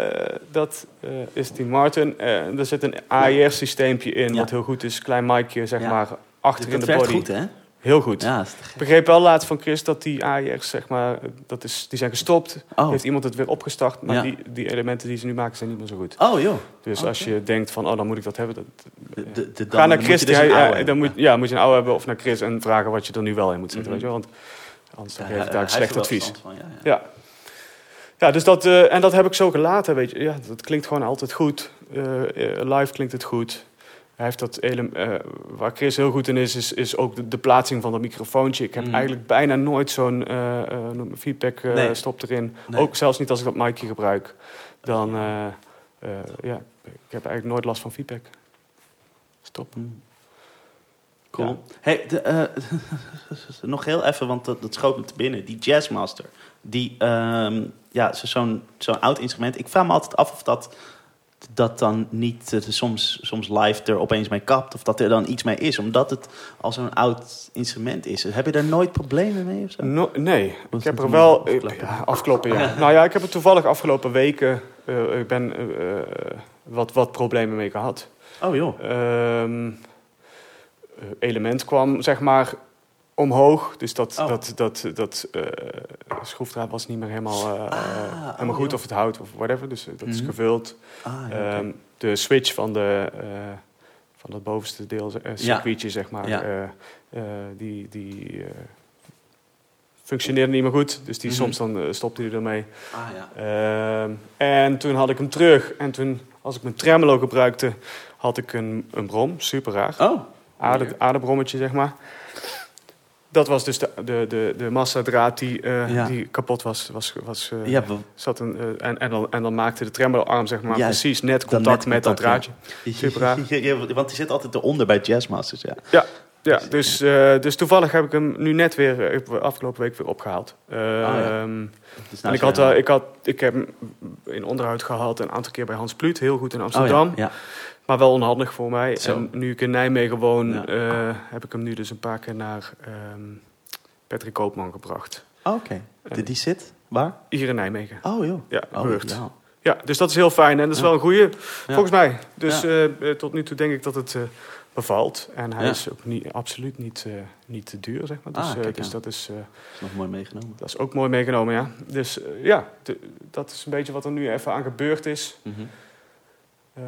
dat uh, is die Martin. Uh, er zit een A I R-systeempje in, ja. wat heel goed is. Klein micje, zeg ja. maar, achter dat in de body. goed, hè? Heel goed. Ja, ik begreep wel laatst van Chris dat die A I R's, zeg maar, dat is, die zijn gestopt. Oh. Heeft iemand het weer opgestart, maar ja. die, die elementen die ze nu maken zijn niet meer zo goed. Oh joh. Dus okay. als je denkt van, oh, dan moet ik dat hebben. Dat, de, de, de, ga naar Chris, dus hij, ja, dan ja, moet, ja, moet je een oude hebben of naar Chris en vragen wat je er nu wel in moet zetten. Mm-hmm. Weet je wel? Want anders ja, geef ik daar uh, slecht advies. Van, ja, ja. Ja. Ja, dus dat, uh, en dat heb ik zo gelaten, weet je. Ja, dat klinkt gewoon altijd goed. Uh, live klinkt het goed. Hij heeft dat ele- uh, waar Chris heel goed in is, is, is ook de, de plaatsing van dat microfoontje. Ik heb mm. eigenlijk bijna nooit zo'n uh, uh, feedback uh, nee. stop erin. Nee. Ook zelfs niet als ik dat micje gebruik. Dan, uh, uh, ja, ik heb eigenlijk nooit last van feedback. Stop. Mm. Cool. Ja. Hey, de, uh, nog heel even, want dat, dat schoot me te binnen. Die Jazzmaster, die, um, ja, zo'n, zo'n oud instrument. Ik vraag me altijd af of dat... dat dan niet uh, soms, soms live er opeens mee kapt... of dat er dan iets mee is, omdat het al zo'n oud instrument is. Heb je daar nooit problemen mee of zo? No, nee, ik heb er wel... Afkloppen, ja, afkloppen ja. Nou ja, ik heb er toevallig afgelopen weken... Uh, ik ben uh, wat, wat problemen mee gehad. Oh joh. Um, element kwam, zeg maar... omhoog, dus dat, oh. dat, dat, dat uh, schroefdraad was niet meer helemaal, uh, ah, helemaal oh, goed, joh. of het hout of whatever, dus uh, dat mm-hmm. is gevuld. Ah, ja, okay. um, de switch van, de, uh, van dat bovenste deel, uh, circuitje, ja. zeg maar, ja. uh, uh, die, die uh, functioneerde niet meer goed, dus die mm-hmm. soms dan uh, stopte hij ermee. Ah, ja. uh, en toen had ik hem terug, en toen, als ik mijn tremolo gebruikte, had ik een, een brom, super raar. Oh. Aarde, aardebrommetje, zeg maar. Dat was dus de, de, de, de massadraad die, uh, ja. die kapot was. was, was uh, ja, we... zat een, uh, en, en, dan, en dan maakte de tremolo-arm zeg maar, ja, precies net contact, net contact met dat draadje. Ja. Super raar. Ja, ja, want die zit altijd eronder bij Jazzmasters. Ja, ja, ja dus, uh, dus toevallig heb ik hem nu net weer, uh, afgelopen week weer opgehaald. Uh, oh, ja. um, dus nou en ik, had, uh, ik, had, ik heb hem in onderhoud gehad een aantal keer bij Hans Pluut. Heel goed in Amsterdam. Oh, ja. Ja. Maar wel onhandig voor mij. Zo. En nu ik in Nijmegen woon, ja. uh, heb ik hem nu dus een paar keer naar um, Patrick Koopman gebracht. Oh, oké. Okay. Die zit waar? Hier in Nijmegen. Oh joh. Ja, oh, Beurt. Ja. ja, dus dat is heel fijn. En dat is ja. wel een goeie, volgens ja. mij. Dus ja. uh, tot nu toe denk ik dat het uh, bevalt. En hij Ja. is ook niet, absoluut niet, uh, niet te duur, zeg maar. Dus, Ah, uh, kijk, dus ja. dat is... Uh, Dat is nog mooi meegenomen. Dat is ook mooi meegenomen, ja. Dus uh, ja, de, dat is een beetje wat er nu even aan gebeurd is. Mm-hmm. Uh,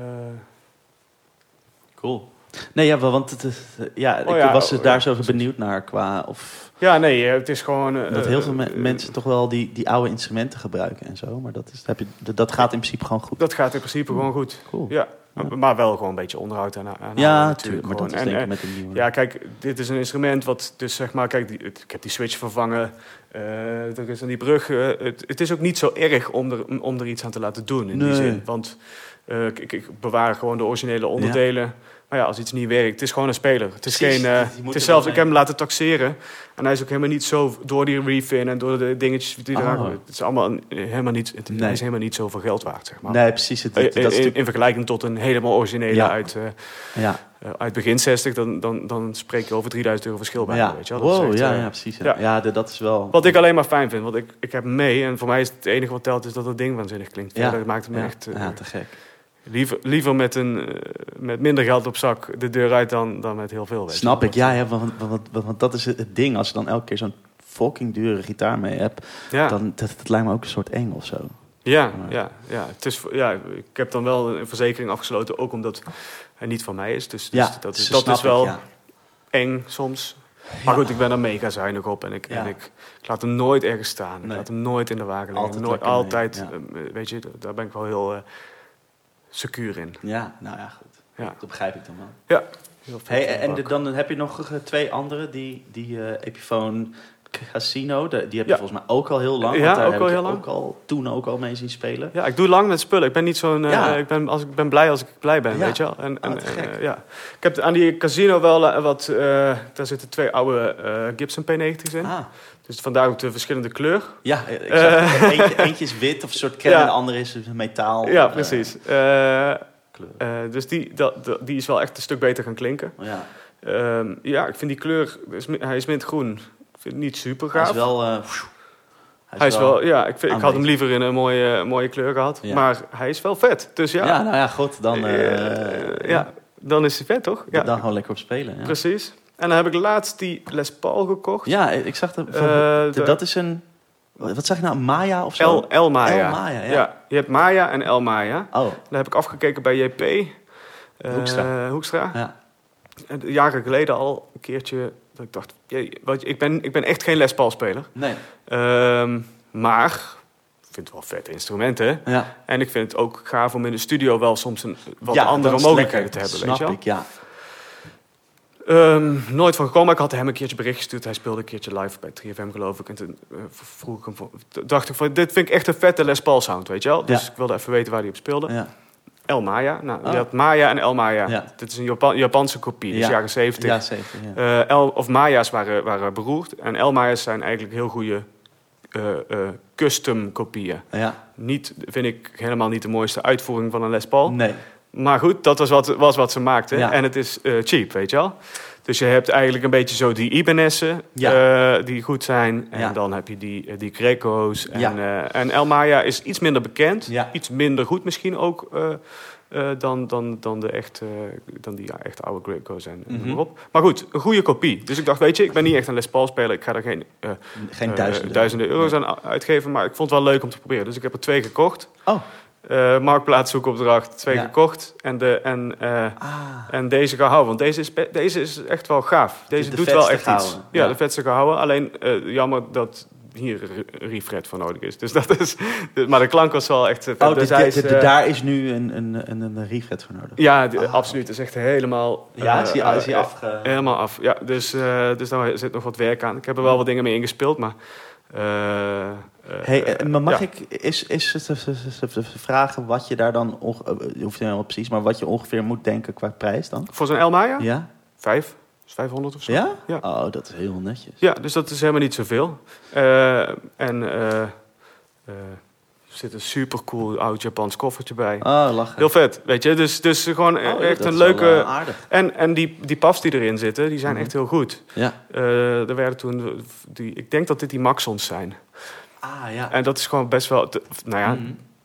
cool. Nee, ja, want het, is, ja, oh, ik ja, was oh, daar ja, zo precies. benieuwd naar qua... Of ja, nee, het is gewoon... Uh, dat heel veel me- uh, mensen toch wel die, die oude instrumenten gebruiken en zo. Maar dat, is, heb je, dat gaat in principe gewoon goed. Dat gaat in principe gewoon goed. Cool. Ja. Ja. Maar wel gewoon een beetje onderhoud aan, aan Ja, natuurlijk. maar dat is en, denk ik en, met een nieuwe... Ja, kijk, dit is een instrument wat dus zeg maar... Kijk, die, het, ik heb die switch vervangen. Uh, er is aan die brug. Uh, het, het is ook niet zo erg om er, om er iets aan te laten doen in Nee. die zin. Want uh, ik, ik bewaar gewoon de originele onderdelen. Ja. Maar ja, als iets niet werkt, het is gewoon een speler. Het is Precies, geen... Uh, het is zelfs, ik heb hem laten taxeren. En hij is ook helemaal niet zo... Door die refin en door de dingetjes die oh. eraan... Het is allemaal helemaal niet... Het nee. is helemaal niet zoveel geld waard, zeg maar. Nee, precies. Het, het, in, dat is in, in vergelijking tot een helemaal originele ja. uit, uh, ja. uh, uit begin zestig... Dan, dan, dan spreek je over drieduizend euro verschil bij. Ja. Weet je wel? Dat Wow, is echt, ja, uh, ja, precies. Ja, ja. ja de, dat is wel... Wat ik alleen maar fijn vind, want ik, ik heb hem mee... en voor mij is het enige wat telt is dat het ding waanzinnig klinkt. Ja. Dat maakt het me ja. echt... Uh, ja, te gek. Liever, liever met, een, uh, met minder geld op zak de deur uit dan, dan met heel veel. Weet Snap je. ik, ja, ja want, want, want, want dat is het ding. Als je dan elke keer zo'n fucking dure gitaar mee hebt... Ja. dan dat, dat lijkt me ook een soort eng of zo. Ja, ja, ja. Het is, ja, ik heb dan wel een verzekering afgesloten... ook omdat hij niet van mij is. Dus, dus Ja, dat is, dat dat is wel ik, ja. eng soms. Maar Ja. goed, ik ben er mega zuinig op. En ik, Ja. en ik, ik laat hem nooit ergens staan. Nee. Ik laat hem nooit in de wagen liggen. Altijd Nooit, lekker mee, altijd, ja. uh, weet je, daar ben ik wel heel uh, secuur in. Ja, nou ja, goed. Ja. Dat begrijp ik dan wel. Ja. Heel vet Hey, van de en de, bak. dan heb je nog uh, twee andere, die, die uh, Epiphone Casino. De, die heb je Ja. volgens mij ook al heel lang. Ja, want daar ook heb al ik je heel lang. ook al toen ook al mee zien spelen. Ja, ik doe lang met spullen. Ik ben niet zo'n... Uh, Ja. ik, ben, als, ik ben blij als ik blij ben, Ja. weet je wel. En, en, Oh, te gek. uh, ja. Ik heb aan die casino wel uh, wat... Uh, daar zitten twee oude uh, Gibson P negentig's in. Ah. Dus vandaar ook de verschillende kleur. Ja, ik zag, uh, eentje, eentje is wit of een soort kern Ja. en de andere is metaal. Ja, uh, precies. Uh, kleur. uh, dus die, dat, dat- die is wel echt een stuk beter gaan klinken. Ja. Um, ja, ik vind die kleur... is mi- Hij is mintgroen. Ik vind het niet super Hij gaaf. is wel... Uh, Hij is wel, ja, ik, vind, ik had hem aanwezig. liever in een mooie, mooie kleur gehad. Ja. Maar hij is wel vet. Dus ja, Ja, nou ja, goed. Dan, uh, uh, ja, dan is hij vet, toch? Ja, dan gewoon lekker op spelen. Ja, precies. En dan heb ik laatst die Les Paul gekocht. ja ik zag dat. Uh, de, de- dat is een... Wat zeg je nou? Maya of zo? El, El Maya. El Maya, ja. ja. Je hebt Maya en El Maya. Oh, Daar heb ik afgekeken bij J P. Uh, Hoekstra. Hoekstra. ja. En jaren geleden al een keertje dat ik dacht... Jee, wat, ik, ben, ik ben echt geen Les Paul speler. Nee. Um, maar ik vind het wel vet instrumenten. Ja. En ik vind het ook gaaf om in de studio wel soms een wat Ja, andere dat is mogelijkheden lekker. te hebben. Snap Weet je wel? ik, ja. Um, nooit van gekomen. Ik had hem een keertje bericht gestuurd. Hij speelde een keertje live bij drie F M, geloof ik. En toen uh, vroeg ik hem van, dacht ik van, dit vind ik echt een vette Les Paul sound, weet je wel? Dus Ja. ik wilde even weten waar hij op speelde. Ja. El Maya. Nou, Oh. je had Maya en El Maya. Ja. Dit is een Japan, Japanse kopie, dus Ja. jaren zeventig. Ja, zeker. Ja. Uh, El, of Maya's waren, waren beroerd. En El Maya's zijn eigenlijk heel goede uh, uh, custom kopieën. ja. Niet, vind ik helemaal niet de mooiste uitvoering van een Les Paul. Nee. Maar goed, dat was wat, was wat ze maakten. Ja. En het is uh, cheap, weet je wel. Dus je hebt eigenlijk een beetje zo die Ibanessen Ja. uh, die goed zijn. En Ja. dan heb je die, uh, die Greco's. En, Ja. uh, en El Maya is iets minder bekend. Ja. Iets minder goed misschien ook uh, uh, dan, dan, dan, de echt, uh, dan die ja, echt oude Greco's en, en Mhm. noem maar op. Maar goed, een goede kopie. Dus ik dacht, weet je, ik ben niet echt een Les Paul speler. Ik ga er geen, uh, Geen uh, duizenden. duizenden euro's aan uitgeven. Maar ik vond het wel leuk om te proberen. Dus ik heb er twee gekocht. Oh. Uh, Marktplaats zoekopdracht, twee Ja. gekocht. En, de, en, uh, Ah. en deze gehouden. Want deze is, be- deze is echt wel gaaf. Deze de doet wel vetste echt iets. gehouden. Ja, Ja. de vetste gehouden. Alleen uh, jammer dat hier een refret voor nodig is. Dus dat is dus, maar de klank was wel echt uh, vet. Oh, Dus de, hij de, is, de- de- uh, daar is nu een, een, een, een refret voor nodig. ja, de- Ah. absoluut. Het is echt helemaal... Ja, uh, is hij, is hij uh, afge... Helemaal af. Ja, dus, uh, dus daar zit nog wat werk aan. Ik heb er wel wat dingen mee ingespeeld, maar... Uh, uh, Hey, eh, maar mag ja. ik is, is het te- te- te vragen wat je daar dan... onge- eh, Je hoeft niet helemaal precies, maar wat je ongeveer moet denken qua prijs dan? Voor zo'n El Maya? Ja? Vijf. Is vijfhonderd of zo. Ja? Ja. Oh, dat is heel netjes. Ja, dus dat is helemaal niet zoveel. Uh, en uh, uh, er zit een supercool oud Japans koffertje bij. Oh, lachen. Heel vet, weet je. Dus, dus gewoon Oh, echt dat een is wel, leuke... eh, aardig. En, en die, die pafs die erin zitten, die zijn Mhm. echt heel goed. Ja. Uh, er werden toen... Die, ik denk dat dit die Maxons zijn. Ah, ja. En dat is gewoon best wel... te- nou ja, Mhm.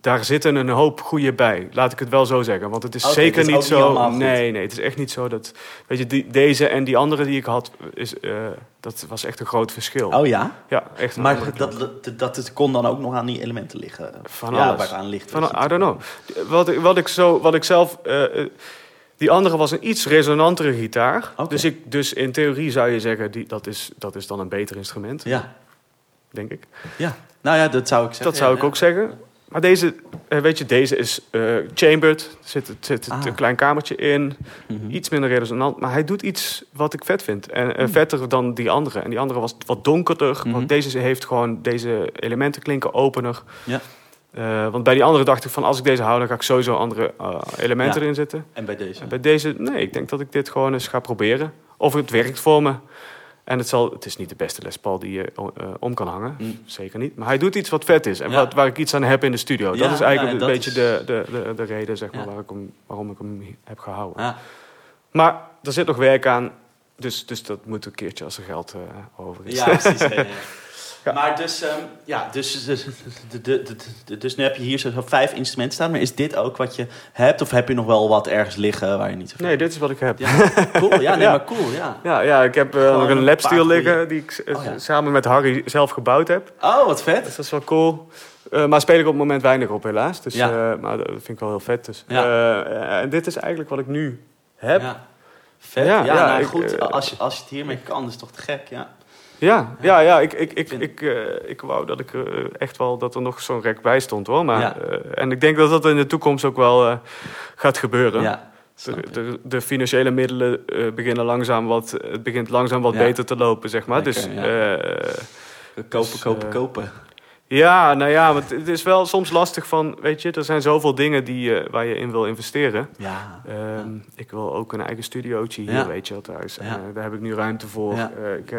daar zitten een hoop goede bij. Laat ik het wel zo zeggen. Want het is Okay, zeker het is niet zo... Niet nee, nee, het is echt niet zo dat... Weet je, die, deze en die andere die ik had... Is, uh, dat was echt een groot verschil. Oh ja? Ja, echt. Maar dat, dat, dat het kon dan ook nog aan die elementen liggen? Van ja, alles. waar het aan ligt. Van, I don't know. Wat, wat, ik, zo, wat ik zelf... Uh, die andere was een iets resonantere gitaar. Okay. Dus, ik, dus in theorie zou je zeggen... Die, dat, is, dat is dan een beter instrument. Ja. Denk ik. Ja. Nou ja, dat zou ik zeggen. Dat zou ja, ik ja. ook zeggen. Maar deze, weet je, deze is uh, chambered. Er zit, zit ah. een klein kamertje in. Mm-hmm. Iets minder resonant. Maar hij doet iets wat ik vet vind. En uh, vetter dan die andere. En die andere was wat donkerder. Mm-hmm. Want deze heeft gewoon... Deze elementen klinken opener. Ja. Uh, want bij die andere dacht ik van... Als ik deze hou, dan ga ik sowieso andere uh, elementen ja. erin zetten. En bij deze? En bij deze, nee. Ik denk dat ik dit gewoon eens ga proberen. Of het werkt voor me. En het, zal, het is niet de beste Les Paul die je uh, om kan hangen. Mm. Zeker niet. Maar hij doet iets wat vet is. En ja. wat, waar ik iets aan heb in de studio. Ja, dat is eigenlijk ja, een dat beetje is... de, de, de, de reden zeg maar, ja. waar ik hem, waarom ik hem heb gehouden. Ja. Maar er zit nog werk aan. Dus, dus dat moet een keertje als er geld uh, over is. Ja, precies. Ja, ja. Ja. Maar dus, um, ja, dus, dus, de, de, de, de, dus nu heb je hier zo vijf instrumenten staan. Maar is dit ook wat je hebt? Of heb je nog wel wat ergens liggen waar je niet zoveel... Nee, dit is wat ik heb. Ja, cool. Ja, nee, ja. maar cool, ja. Ja, ja ik heb uh, nog een lapsteel liggen die ik uh, oh, ja. samen met Harry zelf gebouwd heb. Oh, wat vet. Dus dat is wel cool. Uh, maar speel ik op het moment weinig op, helaas. Dus, ja. uh, maar dat vind ik wel heel vet. Dus. Ja. Uh, en dit is eigenlijk wat ik nu heb. Ja. Vet. Ja, Ja, ja, nou, ik, goed. uh, als, je, als je het hiermee kan, is het toch te gek, ja. Ja, ja, ja ik, ik, ik, ik, uh, ik wou dat ik uh, echt wel dat er nog zo'n rek bij stond, hoor. Maar, ja. uh, en ik denk dat dat in de toekomst ook wel uh, gaat gebeuren. Ja, de, de, de financiële middelen uh, beginnen langzaam wat, het begint langzaam wat ja. beter te lopen, zeg maar. Lekker, dus, ja. uh, kopen, dus, kopen, uh, kopen. Ja, nou ja, maar het is wel soms lastig van, weet je, er zijn zoveel dingen die, uh, waar je in wil investeren. Ja. Um, ja. Ik wil ook een eigen studiootje hier, ja. weet je wel, thuis. Ja. Uh, daar heb ik nu ruimte voor. Ja. Uh, ik, uh,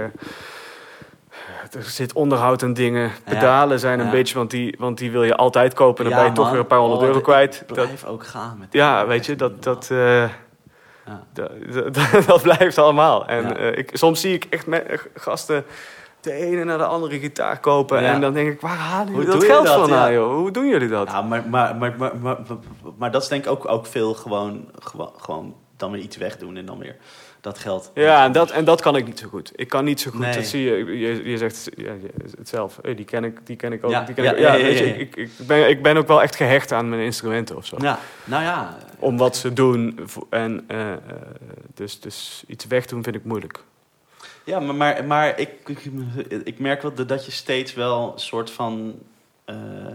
er zit onderhoud en dingen. Pedalen ja. zijn een ja. beetje, want die, want die wil je altijd kopen. Dan ja, ben je man. toch weer een paar honderd oh, euro kwijt. Blijf dat, ook gaan. Met ja, weet je, dat... dat uh, ja. dat, dat, dat blijft allemaal. En ja. uh, ik, soms zie ik echt me, gasten de ene naar de andere gitaar kopen. Ja. En dan denk ik, waar halen jullie dat geld dat, van? Ja. Joh? Hoe doen jullie dat? Ja, maar, maar, maar, maar, maar, maar, maar dat is denk ik ook, ook veel gewoon, gewoon, gewoon dan weer iets wegdoen en dan weer dat geld. Ja, en dat, en dat kan ik niet zo goed. Ik kan niet zo goed, nee. dat zie je. Je, je zegt ja, het zelf, hey, die ken ik, die ken ik ook. Ja, die ken ja, ik, ja, ja, ja, weet ja, ja. je, ik, ik, ben, ik ben ook wel echt gehecht aan mijn instrumenten of zo. Ja, nou ja. Om wat ze doen. En, uh, uh, dus, dus iets wegdoen vind ik moeilijk. Ja, maar, maar, maar ik, ik, ik merk wel dat je steeds wel een soort van... Uh,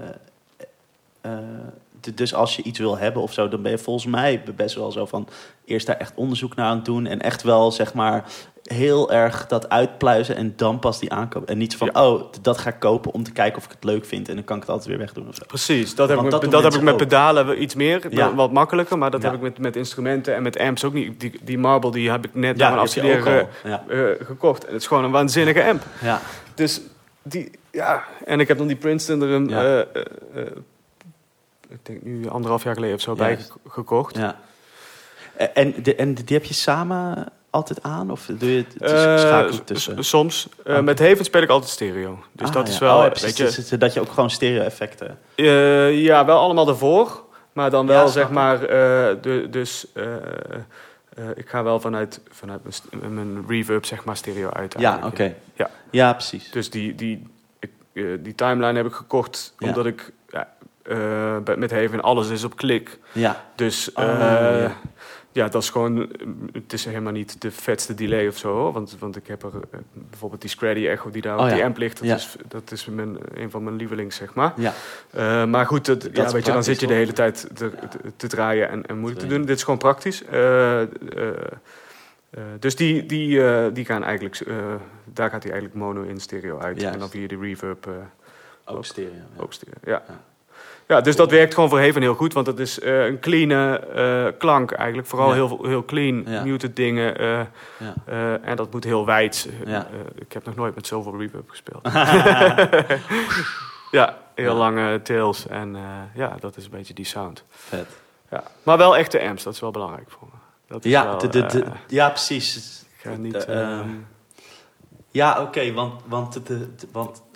uh, dus als je iets wil hebben of zo, dan ben je volgens mij best wel zo van... eerst daar echt onderzoek naar aan het doen... en echt wel, zeg maar, heel erg dat uitpluizen en dan pas die aankopen. En niet zo van, ja. oh, dat ga ik kopen om te kijken of ik het leuk vind... en dan kan ik het altijd weer wegdoen of zo. Precies, dat heb ik, dat dat heb ik met ook. pedalen iets meer, ja. wat makkelijker... maar dat ja. heb ik met, met instrumenten en met amps ook niet. Die, die Marble die heb ik net ja, na mijn afstuderen ja. uh, gekocht. En het is gewoon een waanzinnige amp. Ja. Dus die, ja... En ik heb dan die Princeton er een... Ja. Uh, uh, uh, ik denk nu anderhalf jaar geleden of zo bij ge- gekocht. Ja. En, de, en die heb je samen altijd aan? Of doe je het, het uh, schakelen tussen? Soms. Uh, okay. Met Haven speel ik altijd stereo. Dus ah, dat ja. is wel... Oh, ja, weet je, dus, dat je ook gewoon stereo-effecten... Uh, ja, wel allemaal ervoor. Maar dan wel, ja, zeg maar... Uh, de, dus... Uh, uh, ik ga wel vanuit, vanuit mijn, mijn reverb, zeg maar, stereo uit. Ja, oké. Okay. Ja. ja, precies. Dus die, die, ik, uh, die timeline heb ik gekocht... Ja. omdat ik... Ja, Uh, met Haven alles is op klik. Ja. Dus uh, oh, ja. ja, dat is gewoon... Het is helemaal niet de vetste delay of zo. Hoor. Want, want ik heb er uh, bijvoorbeeld die Scrady Echo die daar op oh, die ja. amp ligt. Dat ja. is, dat is mijn, een van mijn lievelings, zeg maar. Ja. Uh, maar goed, dat, dat ja, weet je, dan zit je de hele tijd te, te, te draaien en, en moeilijk te doen. Dit is gewoon praktisch. Uh, uh, uh, dus die, die, uh, die gaan eigenlijk... Uh, daar gaat hij eigenlijk mono in stereo uit. Juist. En dan via de reverb... Uh, ook, ook stereo. Ja. Ook stereo, ja. ja. Ja, dus dat werkt gewoon voor Haven heel goed. Want het is uh, een clean uh, klank eigenlijk. Vooral ja. heel, heel clean, ja. muted dingen. Uh, ja. uh, en dat moet heel wijd. Ja. Uh, ik heb nog nooit met zoveel reverb gespeeld. ja, heel ja. lange tails. En uh, ja, dat is een beetje die sound. Vet. Ja. Maar wel echte amps, dat is wel belangrijk voor me. Dat is ja, wel, de, de, de, uh, ja, precies. Ik ga niet... De, uh, uh, ja, oké, okay, want... want, de, de, want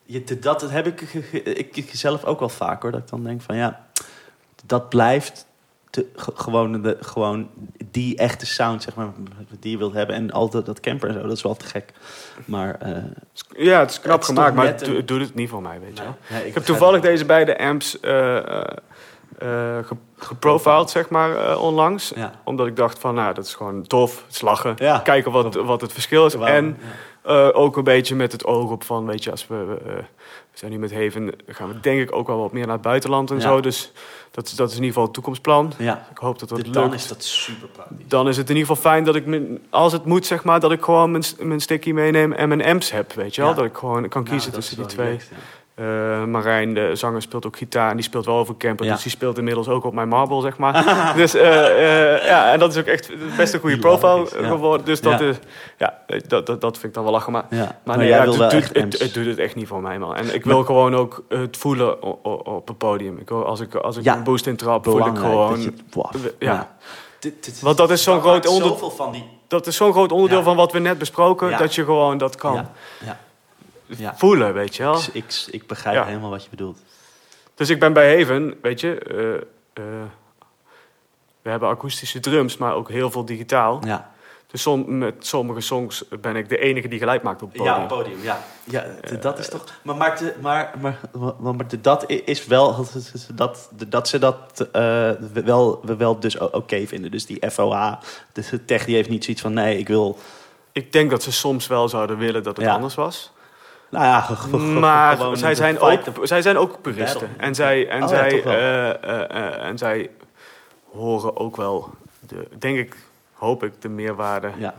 Je, dat, dat heb ik, ik, ik zelf ook wel vaak hoor. Dat ik dan denk van ja, dat blijft te, gewoon, de, gewoon die echte sound, zeg maar, die je wilt hebben. En altijd dat camper en zo, dat is wel te gek. Maar uh, ja, het is knap het gemaakt, is maar het, een... het doet het niet voor mij, weet je nee, wel. nee, ik, ik heb toevallig het. deze beide amps uh, uh, uh, geprofiled, zeg maar, uh, onlangs. Ja. Omdat ik dacht van, nou, dat is gewoon tof, het is lachen. Ja. Kijken wat, wat het verschil is. Wow. En ja. uh, ook een beetje met het oog op van, weet je, als we... Uh, we zijn nu met Haven, gaan we denk ik ook wel wat meer naar het buitenland en ja. zo. Dus dat, dat is in ieder geval het toekomstplan. Ja. Ik hoop dat dat lukt. Dan is dat super praktisch. Dan is het in ieder geval fijn dat ik, mijn, als het moet, zeg maar, dat ik gewoon mijn, mijn sticky meeneem en mijn amps heb, weet je wel. Ja. Dat ik gewoon kan kiezen nou, tussen die twee. Direct, ja. Uh, Marijn, de zanger, speelt ook gitaar en die speelt wel over camper. Ja. Dus die speelt inmiddels ook op mijn Marble, zeg maar. dus uh, uh, ja, en dat is ook echt best een goede profile ja. geworden. Dus dat, ja. is, ja, dat, dat, dat vind ik dan wel lachen. Maar, ja. maar, maar nee, ja, het, het, het, het doet het echt niet voor mij, man. En ik wil ja. gewoon ook het voelen op, op het podium. Ik wil, als ik, als ik ja. een boost intrap, voel ik gewoon... Je, wow. ja. ja. Dit, dit, Want dat is zo'n groot onderdeel van die... Dat is zo'n groot onderdeel ja. van wat we net besproken, ja. dat je gewoon dat kan. Ja. Ja. Ja. Voelen, weet je wel. Ik, ik, ik begrijp ja. helemaal wat je bedoelt. Dus ik ben bij Haven, weet je... Uh, uh, we hebben akoestische drums, maar ook heel veel digitaal. Ja. Dus som, met sommige songs ben ik de enige die geluid maakt op het podium. Ja, op het podium, ja. ja de, dat is toch... Maar, maar, de, maar, maar, maar, maar de, dat is wel... Dat, dat ze dat uh, wel, wel dus oké okay vinden. Dus die F O H, de tech, die heeft niet zoiets van... Nee, ik wil... Ik denk dat ze soms wel zouden willen dat het ja. anders was. Nou ja, ge- ge- maar ge- zij, zijn ook, zij zijn ook puristen. En zij, en, oh, zij, ja, uh, uh, uh, en zij horen ook wel, de, denk ik, hoop ik, de meerwaarde. Ja.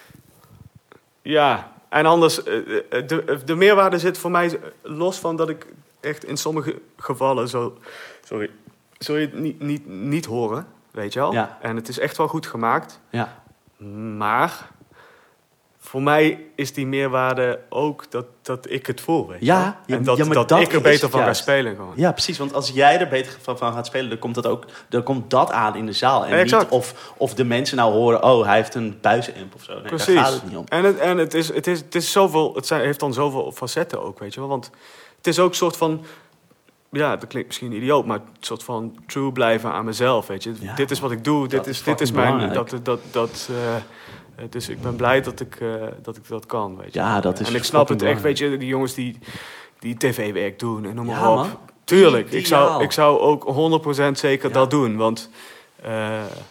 Ja, en anders, uh, de, de meerwaarde zit voor mij los van dat ik echt in sommige gevallen zo... Sorry, zul je het niet, niet, niet horen, weet je wel? Ja. En het is echt wel goed gemaakt. Ja. Maar... Voor mij is die meerwaarde ook dat, dat ik het voel, weet je. Ja, en dat, ja, dat, dat ik er beter van ga spelen gewoon. Ja, precies. Want als jij er beter van, van gaat spelen, dan komt dat ook dan komt dat aan in de zaal. En ja, niet of, of de mensen nou horen, oh, hij heeft een buizenamp of zo. Nee, precies. Daar gaat het niet om. En het, en het, is, het, is, het, is zoveel, het zijn, heeft dan zoveel facetten ook, weet je wel. Want het is ook een soort van... Ja, dat klinkt misschien idioot, maar een soort van true blijven aan mezelf, weet je. Ja, dit is wat ik doe, dit is, dit is mijn... Dat, dat, dat, uh, dus ik ben blij dat ik, uh, dat, ik dat kan, weet je. Ja, dat is en ik snap het echt, weet je, die jongens die, die tv-werk doen en noem maar ja, op. Man. Tuurlijk, ik zou, ik zou ook honderd procent zeker ja. dat doen, want... Uh,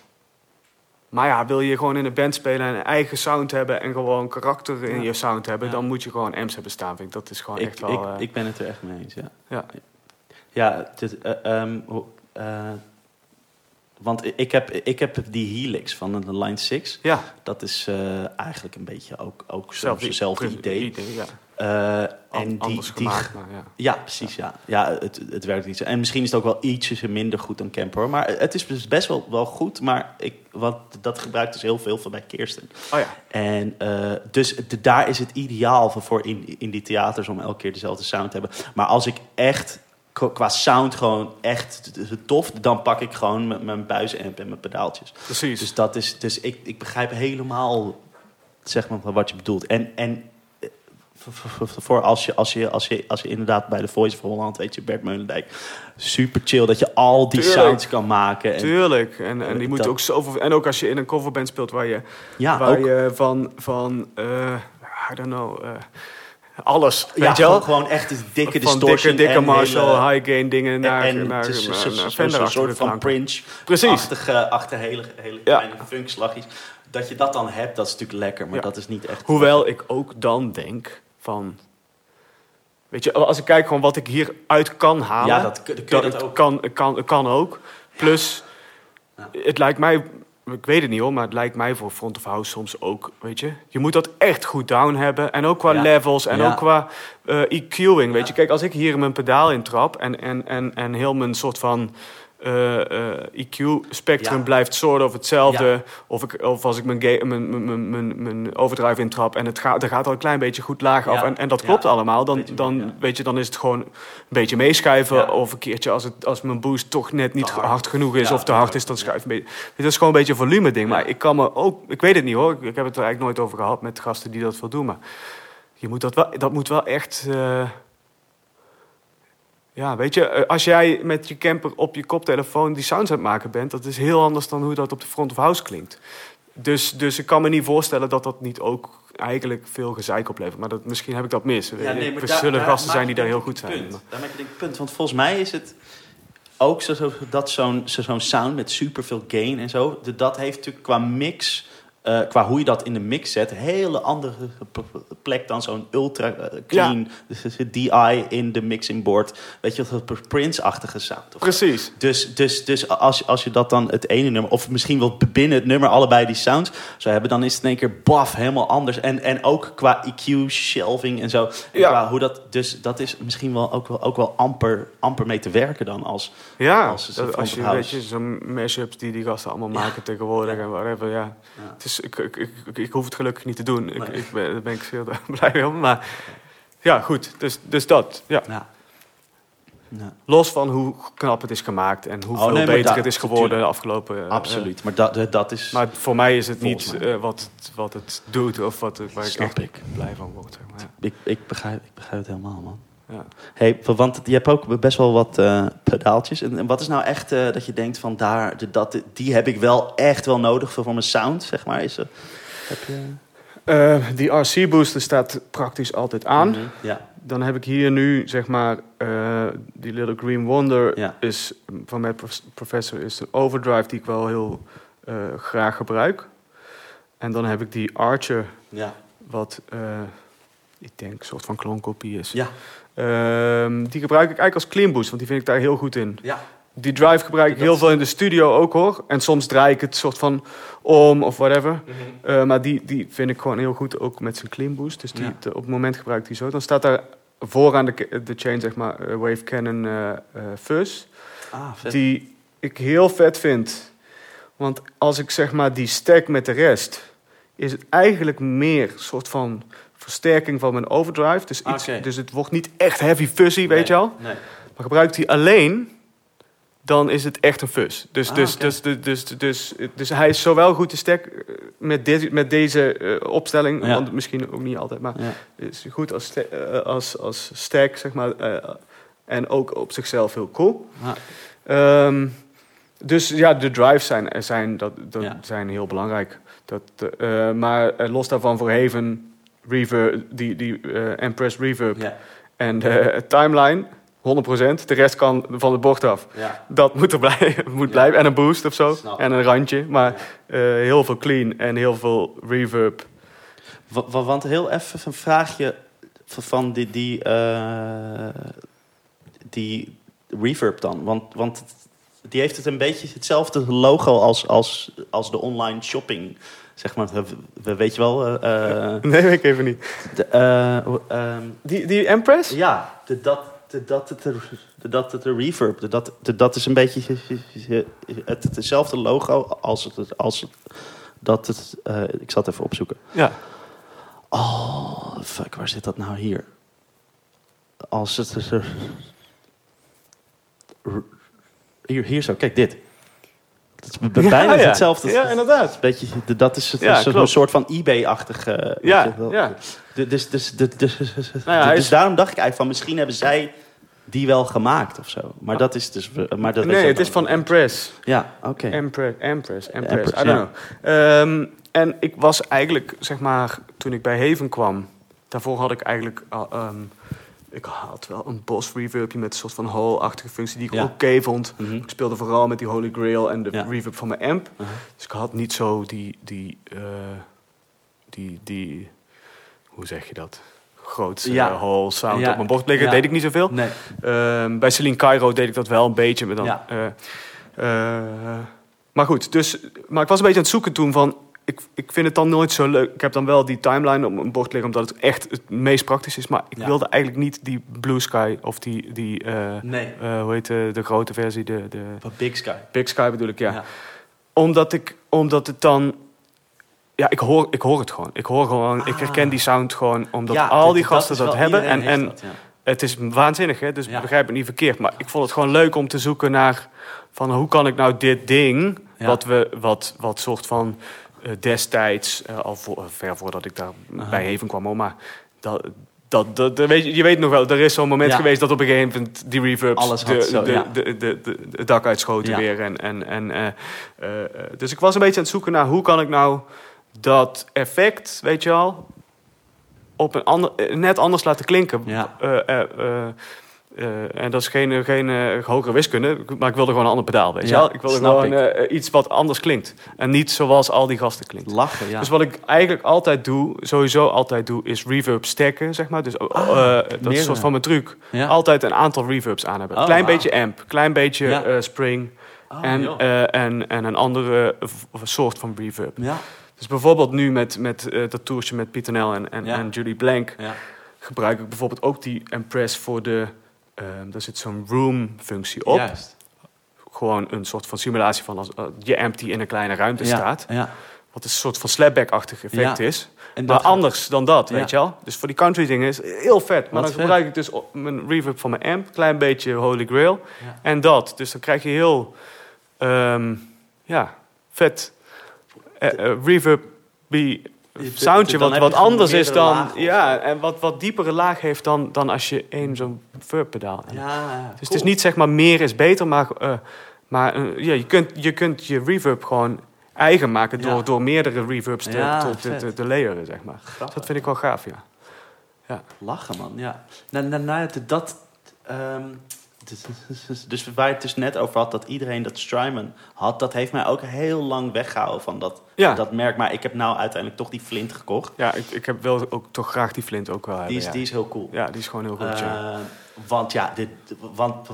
maar ja, wil je gewoon in een band spelen en een eigen sound hebben... en gewoon karakter in ja. je sound hebben... Ja. dan moet je gewoon amps hebben staan, vind ik. Dat is gewoon ik, echt wel... Ik, uh, ik ben het er echt mee eens, ja. Ja, ja dit, uh, um, uh, want ik heb, ik heb die Helix van de Line zes. Ja. Dat is uh, eigenlijk een beetje ook, ook hetzelfde idee. idee ja. uh, en Anders die, gemaakt, die, maar ja. Ja, precies, ja. ja. ja het, het werkt niet zo. En misschien is het ook wel ietsje minder goed dan Camper, hoor. Maar het is best wel, wel goed, maar ik, wat, dat gebruikt dus heel veel van bij Kirsten. Oh ja. En uh, dus de, daar is het ideaal voor in, in die theaters om elke keer dezelfde sound te hebben. Maar als ik echt... qua sound gewoon echt tof, dan pak ik gewoon met mijn buizenamp en mijn pedaaltjes. Precies. Dus dat is, dus ik, ik begrijp helemaal, zeg maar, wat je bedoelt. En, en voor als je, als je, als je, als je inderdaad bij de Voice of Holland, weet je, Bert Meulendijk, super chill dat je al die Tuurlijk. sounds kan maken. En, Tuurlijk. En, en die moeten ook zoveel. En ook als je in een coverband speelt waar je, ja, waar ook. je van, van uh, I don't know. Uh, Alles, ja, weet je wel? Gewoon echt dikke van distortion. Dikke, dikke Marshall, high gain dingen naar, en, en naar, dus, naar, naar, naar Fender. Een soort van Prince. Precies. Achter hele, hele ja. kleine funkslagjes. Dat je dat dan hebt, dat is natuurlijk lekker. Maar ja. dat is niet echt... Hoewel ik ook dan denk van... Weet je, als ik kijk gewoon wat ik hieruit kan halen... Ja, dat, dat, kun je dat ook. Kan, kan, kan ook. Plus, ja. Ja. het lijkt mij... Ik weet het niet hoor, maar het lijkt mij voor front of house soms ook, weet je. Je moet dat echt goed down hebben. En ook qua ja. levels en ja. ook qua uh, E Q'ing, weet ja. je. Kijk, als ik hier mijn pedaal in trap en, en, en, en heel mijn soort van uh, uh, E Q-spectrum ja. blijft soort of hetzelfde. Ja. Of, ik, of als ik mijn, ga- mijn, mijn, mijn, mijn overdrive intrap en het gaat, er gaat al een klein beetje goed laag af. Ja. En, en dat klopt ja. allemaal. Dan, dan, ja. weet je, dan is het gewoon een beetje meeschuiven. Ja. Of een keertje als, het, als mijn boost toch net niet hard. hard genoeg is ja. of te hard is, dan schuif een beetje. Dat is gewoon een beetje een volume ding. Ja. Maar ik kan me ook, ik weet het niet hoor. Ik, ik heb het er eigenlijk nooit over gehad met gasten die dat veel doen. Maar je moet dat wel, dat moet wel echt... Uh, Ja, weet je, als jij met je camper op je koptelefoon die sounds aan het maken bent, dat is heel anders dan hoe dat op de front of house klinkt. Dus, dus ik kan me niet voorstellen dat dat niet ook eigenlijk veel gezeik oplevert. Maar dat, misschien heb ik dat mis. Ja, nee, er maar zullen daar, gasten daar zijn die daar heel ik goed zijn. Punt. Daar maak ik denk ik punt. Want volgens mij is het ook zo, zo, dat zo'n, zo, zo'n sound met superveel gain en zo, de, dat heeft natuurlijk qua mix, uh, qua hoe je dat in de mix zet, een hele andere plek dan zo'n ultra uh, clean ja. D I in de mixing board. Weet je, dat Prince-achtige sound. Of Precies. Dus, dus, dus als, als je dat dan het ene nummer, of misschien wel binnen het nummer allebei die sounds zou hebben, dan is het in één keer baf, helemaal anders. En, en ook qua E Q, shelving en zo. En ja. qua hoe dat, dus dat is misschien wel ook wel, ook wel amper, amper mee te werken dan als ja, als, dat, als je weet je, zo'n mashups die die gasten allemaal ja. maken tegenwoordig ja. en whatever, ja. ja. Het is, ik, ik, ik, ik hoef het gelukkig niet te doen. Nee. Ik, ik ben, daar ben ik zeer blij om. Maar ja, goed. Dus, dus dat. Ja. Ja. Ja. Los van hoe knap het is gemaakt en hoeveel oh, nee, beter dat, het is geworden natuurlijk. De afgelopen... Uh, Absoluut, maar dat, dat is... Maar voor mij is het niet uh, wat, het, wat het doet of wat, waar Snap ik echt ik. blij van word. Zeg maar, ja. ik, ik, begrijp, ik begrijp het helemaal, man. Ja. Hey, want je hebt ook best wel wat uh, pedaaltjes. En, en wat is nou echt uh, dat je denkt van daar, de, dat, die heb ik wel echt wel nodig voor, voor mijn sound, zeg maar. Is er, heb je... Uh, die R C booster staat praktisch altijd aan. Mm-hmm. Ja. Dan heb ik hier nu, zeg maar, uh, die Little Green Wonder ja. is van mijn prof- professor is een overdrive die ik wel heel uh, graag gebruik. En dan heb ik die Archer, ja. wat uh, ik denk een soort van kloonkopie is. Ja. Uh, die gebruik ik eigenlijk als clean boost, want die vind ik daar heel goed in. Ja. Die drive gebruik ik heel veel in de studio ook, hoor. En soms draai ik het soort van om of whatever. Mm-hmm. Uh, maar die, die vind ik gewoon heel goed, ook met zijn clean boost. Dus die, ja. de, op het moment gebruik ik die zo. Dan staat daar vooraan de, de chain, zeg maar, uh, Wave Cannon uh, uh, Fuzz. Ah, vet. Die ik heel vet vind. Want als ik, zeg maar, die stack met de rest, is het eigenlijk meer een soort van versterking van mijn overdrive. Dus, iets, okay. dus het wordt niet echt heavy fuzzy, nee, weet je al. Nee. Maar gebruik ik die alleen, dan is het echt een fuzz. Dus, ah, dus, okay. dus, dus, dus, dus, dus hij is zowel goed te stack met, de, met deze uh, opstelling, ja. want misschien ook niet altijd, maar ja. is goed als, uh, als, als stack, zeg maar. Uh, en ook op zichzelf heel cool. Ja. Um, dus ja, de drives zijn, zijn, dat, dat ja. zijn heel belangrijk. Dat, uh, maar uh, los daarvan voor Haven, Reverb, die, die uh, Empress Reverb ja. en de Timeline, honderd procent. De rest kan van het bord af. Ja. Dat moet er blijven. Moet ja. blijven. En een boost of zo. Snap. En een randje. Maar ja. uh, heel veel clean en heel veel reverb. W- want heel even een vraagje van die, die, uh, die reverb dan. Want, want die heeft het een beetje hetzelfde logo als, als, als de online shopping. Zeg maar, weet je wel? Uh, nee, weet ik even niet. De, uh, um, die, die Empress? Ja, de, dat... De, dat, het, de, dat het de reverb, de, dat, de, dat is een beetje het, het, hetzelfde logo als het, als het, dat het, uh, ik zal het even opzoeken. Ja. Oh, fuck, waar zit dat nou hier? Als het, hier, hier zo, kijk dit. Het is bijna ja, ja. hetzelfde. Ja, inderdaad. Een beetje, dat is, het ja, is een soort van eBay-achtig. Uh, ja, ja. Dus, dus, dus, dus, dus, nou ja, dus is... daarom dacht ik eigenlijk van misschien hebben zij die wel gemaakt of zo. Maar dat is dus... Maar dat nee, het is van Empress. Ja, oké. Okay. Empress, Empress, Empress, Empress, I don't ja. know. Um, en ik was eigenlijk, zeg maar, toen ik bij Haven kwam, daarvoor had ik eigenlijk... Uh, um, ik had wel een Boss reverbje met een soort van hall-achtige functie die ik ja. oké okay vond. Mm-hmm. Ik speelde vooral met die Holy Grail en de ja. reverb van mijn amp. Uh-huh. Dus ik had niet zo die... die, uh, die, die hoe zeg je dat? Grootste ja. uh, hall sound ja. op mijn bord liggen. Ja. Deed ik niet zoveel. Nee. Uh, bij Celine Cairo deed ik dat wel een beetje. Maar, dan, ja. uh, uh, maar goed, dus, maar ik was een beetje aan het zoeken toen van... Ik, ik vind het dan nooit zo leuk. Ik heb dan wel die timeline op mijn bord liggen... omdat het echt het meest praktisch is. Maar ik ja. wilde eigenlijk niet die Blue Sky... of die, die uh, nee. uh, hoe heet de, de grote versie? De, de Van Big Sky. Big Sky bedoel ik, ja. ja. Omdat, ik, omdat het dan... Ja, ik hoor, ik hoor het gewoon. Ik hoor gewoon, ah. ik herken die sound gewoon... omdat ja, al die gasten dat, dat hebben. En, en dat, ja. het is waanzinnig, hè? Dus ja. begrijp het niet verkeerd. Maar ik vond het gewoon leuk om te zoeken naar... van hoe kan ik nou dit ding... Ja. wat we wat, wat soort van... Uh, destijds, uh, al voor, uh, ver voordat ik daar Aha. bij Haven kwam, maar dat, Dat, dat, dat weet je, je weet nog wel, er is zo'n moment Ja. geweest dat op een gegeven moment die reverbs Alles had de, zo, de, ja. de, de, de, de, het dak uitschoten Ja. weer. En, en, en, uh, uh, uh, dus ik was een beetje aan het zoeken naar hoe kan ik nou dat effect, weet je al, op een ander, net anders laten klinken. Ja. Uh, uh, uh, uh, en dat is geen, geen uh, hogere wiskunde, maar ik wilde gewoon een ander pedaal, weet je Ja, wel. Ik wilde snap gewoon uh, iets wat anders klinkt. En niet zoals al die gasten klinkt. Lachen, ja. Dus wat ik eigenlijk altijd doe, sowieso altijd doe, is reverb stacken, zeg maar. Dus uh, Ah, uh, dat is meerdere. een soort van mijn truc. Ja. Altijd een aantal reverbs aan hebben. Oh, Klein wauw. beetje amp, klein beetje Ja. uh, spring Oh, en, joh. uh, en, en een andere uh, v- soort van reverb. Ja. Dus bijvoorbeeld nu met, met uh, dat toertje met Pieter Nel en, en, Ja. en Julie Blank Ja. gebruik ik bijvoorbeeld ook die Empress voor de... Uh, daar zit zo'n room-functie op. Juist. Gewoon een soort van simulatie van als uh, je amp die in een kleine ruimte Ja. staat. Ja. Wat een soort van slapback-achtig effect Ja. is. En Maar dat- anders dan dat, Ja. weet je wel. Dus voor die country dingen is het heel vet. Maar Wat dan vet. gebruik ik dus op mijn reverb van mijn amp. Klein beetje Holy Grail. Ja. En dat. Dus dan krijg je heel... Um, ja, vet. Uh, uh, reverb soundje Dan wat, heb wat je gewoon anders is meerdere dan... lagen of Ja, en wat, wat diepere laag heeft dan, dan als je één zo'n verb pedaal hebt. Ja, ja, Dus het is niet zeg maar meer is beter, maar, uh, maar uh, ja, je, kunt, je kunt je reverb gewoon eigen maken door, Ja. door meerdere reverbs te, Ja, te, te, vet. te, te layeren, zeg maar. Grappig. Dat vind ik wel gaaf, ja. ja. Lachen, man. Ja. Nou, nou, nou, dat... ehm, dus, dus, dus waar je het dus net over had, dat iedereen dat Strymon had, dat heeft mij ook heel lang weggehouden van dat, Ja. dat merk. Maar ik heb nou uiteindelijk toch die Flint gekocht. Ja, ik, ik heb wel ook toch graag die Flint ook wel hebben. Die is, ja. die is heel cool. ja, die is gewoon heel goed, ja. Eh, want ja, dit, want,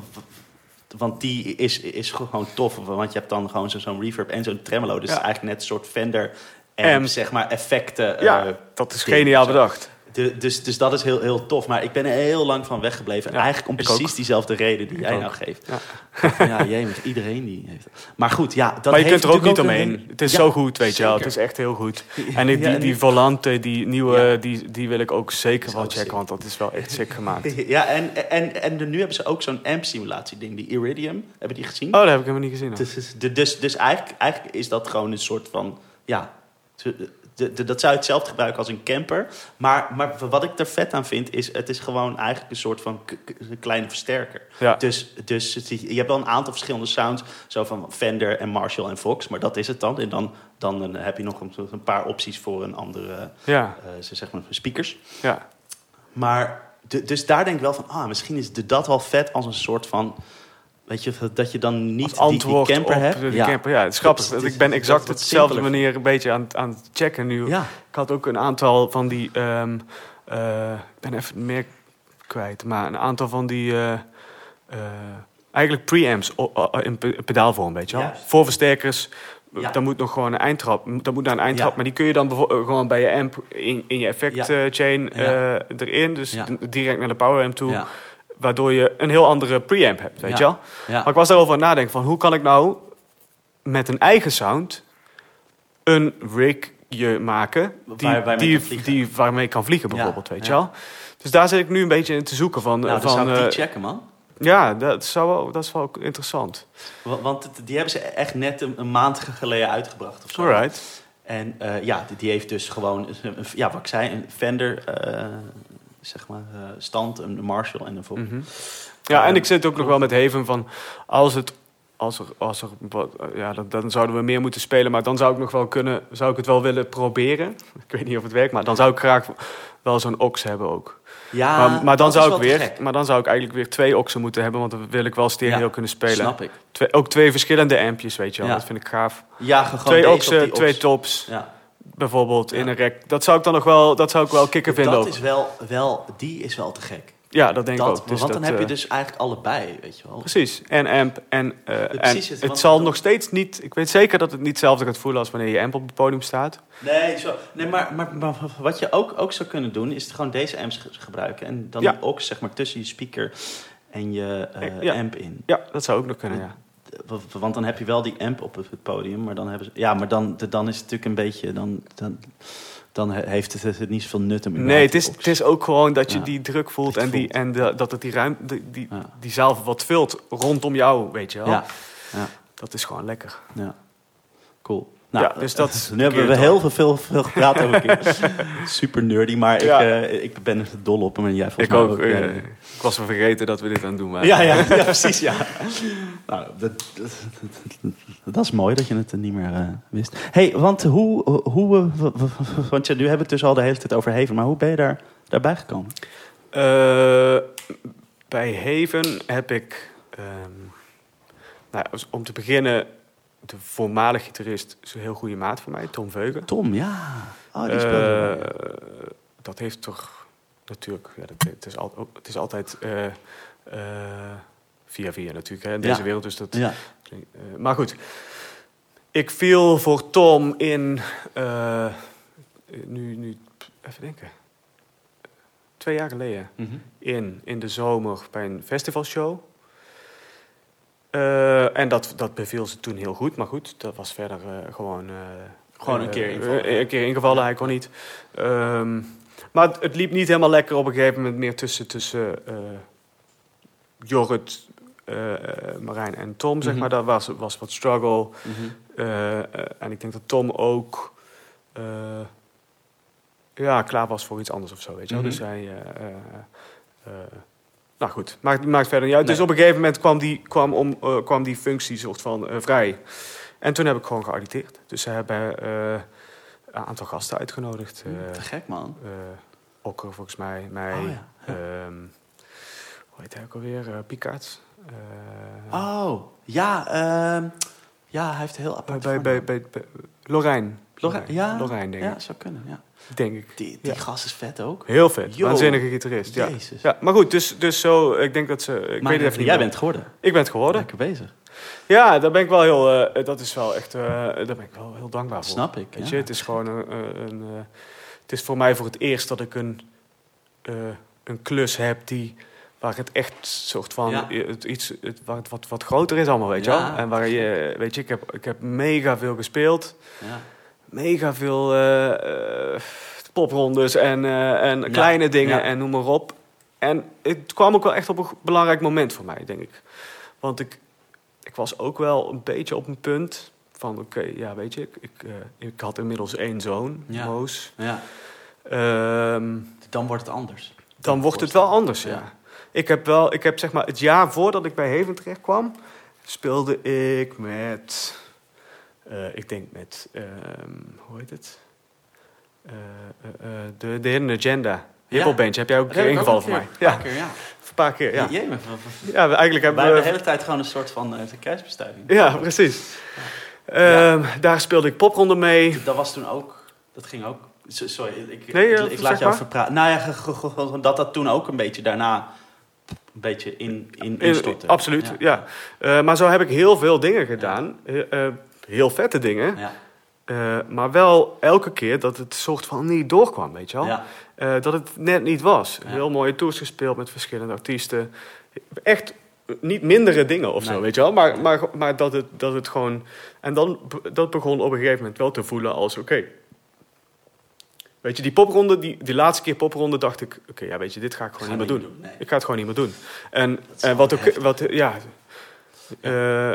want die is, is gewoon tof. Want je hebt dan gewoon zo, zo'n reverb en zo'n tremolo. Dus Ja. het is eigenlijk net een soort Fender en Amp. zeg maar effecten. Ja, eh, dat is ding, geniaal zo. bedacht. De, dus, dus dat is heel, heel tof. Maar ik ben er heel lang van weggebleven. Ja, Eigenlijk om ik precies ook. diezelfde reden die Ik jij ook. nou geeft. Ja. Ja, jij met iedereen die heeft. Maar goed, ja. Dat Maar je heeft kunt er ook niet natuurlijk omheen. een- Het is Ja, zo goed, weet je wel. Het zeker. is echt heel goed. En die, Ja, die, en die die- volante, die nieuwe, Ja. die, die wil ik ook zeker Is wel ook checken. sick. Want dat is wel echt sick gemaakt. Ja, en, en, en nu hebben ze ook zo'n amp-simulatie-ding, die Iridium. Hebben die gezien? Oh, dat heb ik helemaal niet gezien. hoor. Dus, dus, dus, dus eigenlijk, eigenlijk is dat gewoon een soort van... Ja, de, de, de- dat zou je hetzelfde gebruiken als een camper. Maar, maar wat ik er vet aan vind, is... Het is gewoon eigenlijk een soort van k- k- een kleine versterker. Ja. Dus, dus het- je hebt wel een aantal verschillende sounds. Zo van Fender en Marshall en Vox. Maar dat is het dan. En dan, dan heb je nog een, een paar opties voor een andere... Ja, eh, zeg maar speakers. ja. Maar de, dus daar denk ik wel van, ah, misschien is de, dat wel vet als een soort van, weet je, dat je dan niet Als die, die antwoord camper op hebt. de ja. camper. Ja, het is grappig. Het is- want ik ben het is exact wat dezelfde simpeler. manier een beetje aan, aan het checken nu. Ja, Ik had ook een aantal van die... ehm, eh, ik ben even meer kwijt. Maar een aantal van die... eh, eh, eigenlijk preamps o- o- in pe- pedaalvorm, weet je wel. Juist. Voorversterkers. Ja. Dan moet nog gewoon een eindtrap. Dat moet naar een eindtrap. Ja. Maar die kun je dan bevo- eh, gewoon bij je amp in, in je effect Ja. eh, chain Ja. eh, erin. Dus Ja. d- direct naar de power amp toe. ja, Waardoor je een heel andere preamp hebt, weet Ja. je wel. ja. Maar ik was daarover aan het nadenken van hoe kan ik nou met een eigen sound een rigje maken die, Waar- waarmee die, kan vliegen. die, waarmee ik kan vliegen bijvoorbeeld, Ja, weet ja. je wel. Dus daar zit ik nu een beetje in te zoeken van. Nou, dan van zou ik die eh, checken, man. ja, dat, zou wel, dat is wel ook interessant. Wa- Want het- die hebben ze echt net een, een maand geleden uitgebracht of zo. Alright. En eh, ja, die, die heeft dus gewoon, een- een- ja, wat ik zei, een Fender, eh, zeg maar, eh, stand, een Marshall en een Vox. Mhm. Ja, en Ehm, ik zit ook nog wel met Haven van als het als er, als er wat, ja, dan, dan zouden we meer moeten spelen, maar dan zou ik nog wel kunnen, zou ik het wel willen proberen. Ik weet niet of het werkt, maar dan zou ik graag wel zo'n ox hebben ook. Ja, maar, maar dan dat is zou ik wel te weer, gek. maar dan zou ik eigenlijk weer twee oxen moeten hebben, want dan wil ik wel stereo Ja, kunnen spelen. Snap ik. Twee, ook twee verschillende ampjes, weet je wel. Ja. Dat vind ik gaaf. Ja, gewoon Twee deze op oxen, die twee ox. tops, Ja. bijvoorbeeld in Ja. een rek. Dat zou ik dan nog wel, dat zou ik wel kicken vinden Dat ook. is wel, wel, die is wel te gek. Ja, dat denk Dat, ik ook. Dus want dat, dan heb je eh, dus eigenlijk allebei, weet je wel. Precies, en amp. En, eh, en precies, het- het want- zal nog steeds niet... Ik weet zeker dat het niet hetzelfde gaat voelen als wanneer je amp op het podium staat. Nee, zo, nee maar, maar, maar wat je ook, ook zou kunnen doen, is gewoon deze amps ge- gebruiken. En dan Ja. ook zeg maar tussen je speaker en je eh, Ja. amp in. Ja, dat zou ook nog kunnen, ja. W- Want dan heb je wel die amp op het het podium, maar dan hebben ze... Ja, maar dan, dan is het natuurlijk een beetje... Dan, dan, dan he- heeft het, het niet zoveel nut om... Nee, het is, het is ook gewoon dat je Ja. die druk voelt Dat en, je die, voelt. en de, dat het die ruimte, die, die, Ja. die zaal wat vult rondom jou, weet je wel. Ja, ja, Dat is gewoon lekker. ja. Cool. Nou, ja, dus dat nu hebben we heel veel, veel, veel gepraat over kinderen. Super nerdy, maar ja. ik, uh, ik ben er dol op hem en jij volgens ik mij ook. ook. Uh, uh, ik was er vergeten dat we dit aan het doen waren. Ja, ja, ja, precies, ja. Nou, dat, dat, dat, dat is mooi dat je het niet meer uh, wist. Hey, want hoe... hoe uh, want ja, nu hebben we het dus al de hele tijd over Haven, maar hoe ben je daar, daarbij gekomen? Uh, bij Haven heb ik... Um, nou, om te beginnen... De voormalige gitarist is een heel goede maat van mij, Tom Veugen. Tom, ja. Oh, die speelde uh, Dat heeft toch natuurlijk... Ja, dat, het, is al, het is altijd uh, uh, via via natuurlijk hè, in deze ja. wereld. Dus dat, ja. uh, maar goed. Ik viel voor Tom in... Uh, nu, nu, even denken. Twee jaar geleden. Mm-hmm. In, in de zomer bij een festivalshow. Uh, en dat, dat beviel ze toen heel goed. Maar goed, dat was verder uh, gewoon... Uh, gewoon een uh, keer ingevallen. Uh, een keer ingevallen, hij kon niet. Um, maar het, het liep niet helemaal lekker op een gegeven moment meer tussen... tussen uh, Jorrit, uh, Marijn en Tom, mm-hmm. zeg maar. Daar was, was wat struggle. Mm-hmm. Uh, uh, en ik denk dat Tom ook... Uh, ja, klaar was voor iets anders of zo, weet je wel. Mm-hmm. Dus hij... Uh, uh, Nou goed, maakt, maakt verder niet uit. Nee. Dus op een gegeven moment kwam die, kwam om, uh, kwam die functie soort van uh, vrij. En toen heb ik gewoon geauditeerd. Dus ze hebben uh, een aantal gasten uitgenodigd. Uh, Te gek, man. Uh, Okker, volgens mij. mij oh, ja. Ja. Um, hoe heet hij ook alweer? Uh, Pikaerts. Uh, oh, ja. Uh, ja, hij heeft heel apart. Bij, bij, bij, bij Lorijn. Lorijn, ja. Lorijn, denk ik. Ja, zou kunnen, ja. Denk ik. Die, die ja. gast is vet ook. Heel vet. Yo. Waanzinnige gitarist. Ja. Jezus. Ja, maar goed, dus, dus zo... Ik denk dat ze... Ik maar weet het even niet jij meer. bent geworden. Ik ben het geworden. Lekker bezig. Ja, daar ben ik wel heel... Uh, dat is wel echt... Uh, daar ben ik wel heel dankbaar voor. Snap ik, Weet ja. je, het is gewoon een... een, een uh, het is voor mij voor het eerst dat ik een... Uh, een klus heb die... Waar het echt soort van... Ja. Het, iets, het, waar het wat, wat groter is allemaal, weet je ja. wel. En waar je... Weet je, ik heb, ik heb mega veel gespeeld. Ja. Mega veel... Uh, uh, poprondes en, uh, en ja, kleine dingen ja. en noem maar op. En het kwam ook wel echt op een belangrijk moment voor mij, denk ik. Want ik, ik was ook wel een beetje op een punt van... Oké, okay, ja, weet je, ik, ik, uh, ik had inmiddels één zoon, ja. Moos. Ja. Um, dan wordt het anders. Dan wordt het wel anders, ja. ja. Ik heb wel, ik heb zeg maar, het jaar voordat ik bij Haven terecht kwam... speelde ik met... Uh, ik denk met... Um, hoe heet het? Uh, uh, uh, de, de Hidden Agenda. Hippelbandje, heb jij ook een keer ingevallen voor mij? Ja, een paar keer, ja. Een paar keer, ja. Jee, ja, we eigenlijk hebben we... we de hele tijd gewoon een soort van uh, kerstbestuiving. Ja, precies. Ja. Um, daar speelde ik popronde mee. Dat was toen ook... Dat ging ook... Sorry, ik, nee, ik, ja, ik laat jou verpraten. Nou ja, dat dat toen ook een beetje daarna... een beetje in, in, instortte. Absoluut, ja. ja. Uh, maar zo heb ik heel veel dingen gedaan. Ja. Uh, heel vette dingen. Ja. Uh, maar wel elke keer dat het soort van niet doorkwam, weet je wel. Ja. Uh, dat het net niet was. Ja. Heel mooie tours gespeeld met verschillende artiesten. Echt niet mindere dingen of nee. zo, weet je wel. Maar, maar, maar dat, het, dat het gewoon... En dan dat begon op een gegeven moment wel te voelen als... oké. Okay, weet je, die popronde, die, die laatste keer popronde dacht ik... Oké, okay, ja, weet je, dit ga ik gewoon ga niet meer doen. doen. Nee. Ik ga het gewoon niet meer doen. En, en wat ook... Wat, ja... Uh,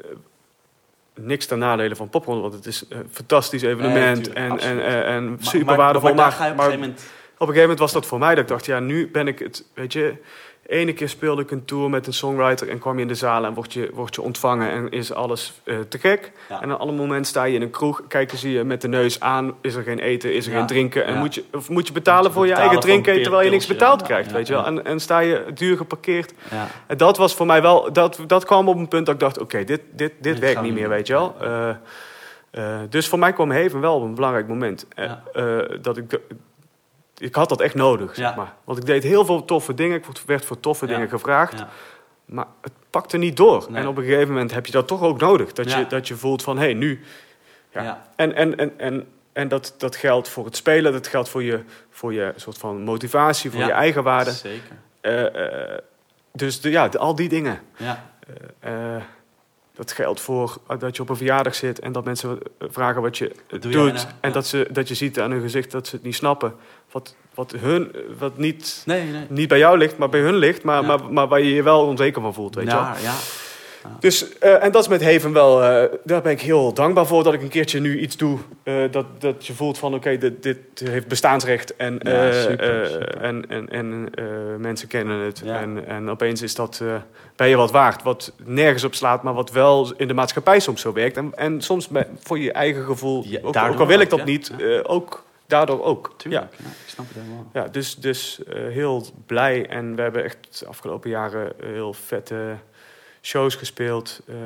niks ten nadele van popronde, want het is een fantastisch evenement. Nee, en, en, en, en maar, super maar, waardevol. Maar, maar, maar op, een moment... op een gegeven moment was dat voor mij dat ik dacht... ja, nu ben ik het... Weet je... Ene keer speelde ik een tour met een songwriter... en kwam je in de zaal en word je, word je ontvangen... en is alles uh, te gek. Ja. En op een ander moment sta je in een kroeg... kijken zie je met de neus aan... is er geen eten, is er ja. geen drinken... en ja. moet, je, of moet je betalen moet je voor je eigen drinken... terwijl je niks betaald ja. krijgt, ja. weet je wel. En, en sta je duur geparkeerd. Ja. En dat was voor mij wel... Dat, dat kwam op een punt dat ik dacht... oké, okay, dit, dit, dit, dit werkt niet meer, weet je wel. Uh, uh, dus voor mij kwam Haven wel op een belangrijk moment. Ja. Uh, dat ik... De, Ik had dat echt nodig, zeg ja. maar. Want ik deed heel veel toffe dingen. Ik werd voor toffe ja. dingen gevraagd. Ja. Maar het pakte niet door. Nee. En op een gegeven moment heb je dat toch ook nodig. Dat, ja. je, dat je voelt van, hé, hey, nu... Ja. Ja. En, en, en, en, en dat, dat geldt voor het spelen. Dat geldt voor je, voor je soort van motivatie. Voor ja. je eigen waarde. Zeker. Uh, uh, dus de, ja, de, al die dingen. Ja. Uh, uh, dat geldt voor dat je op een verjaardag zit... en dat mensen vragen wat je wat doet. doet en ja. dat, ze, dat je ziet aan hun gezicht dat ze het niet snappen... Wat, wat, hun, wat niet, nee, nee. niet bij jou ligt, maar bij hun ligt... maar, ja. maar, maar waar je je wel onzeker van voelt, weet ja, je wel. Ja. Dus, uh, en dat is met Haven wel, uh, daar ben ik heel dankbaar voor dat ik een keertje nu iets doe. Uh, dat, dat je voelt van oké, okay, dit, dit heeft bestaansrecht en, uh, ja, super, uh, super. en, en, en uh, mensen kennen het. Ja. En, en opeens is dat, uh, ben je wat waard, wat nergens op slaat, maar wat wel in de maatschappij soms zo werkt. En, en soms met, voor je eigen gevoel, ja, ook, ook al wil ik dat ja. niet, ja. Uh, ook daardoor ook. Tuurlijk, ja. Ja, ik snap het helemaal. Ja, dus dus uh, heel blij en we hebben echt de afgelopen jaren heel vette shows gespeeld. Uh,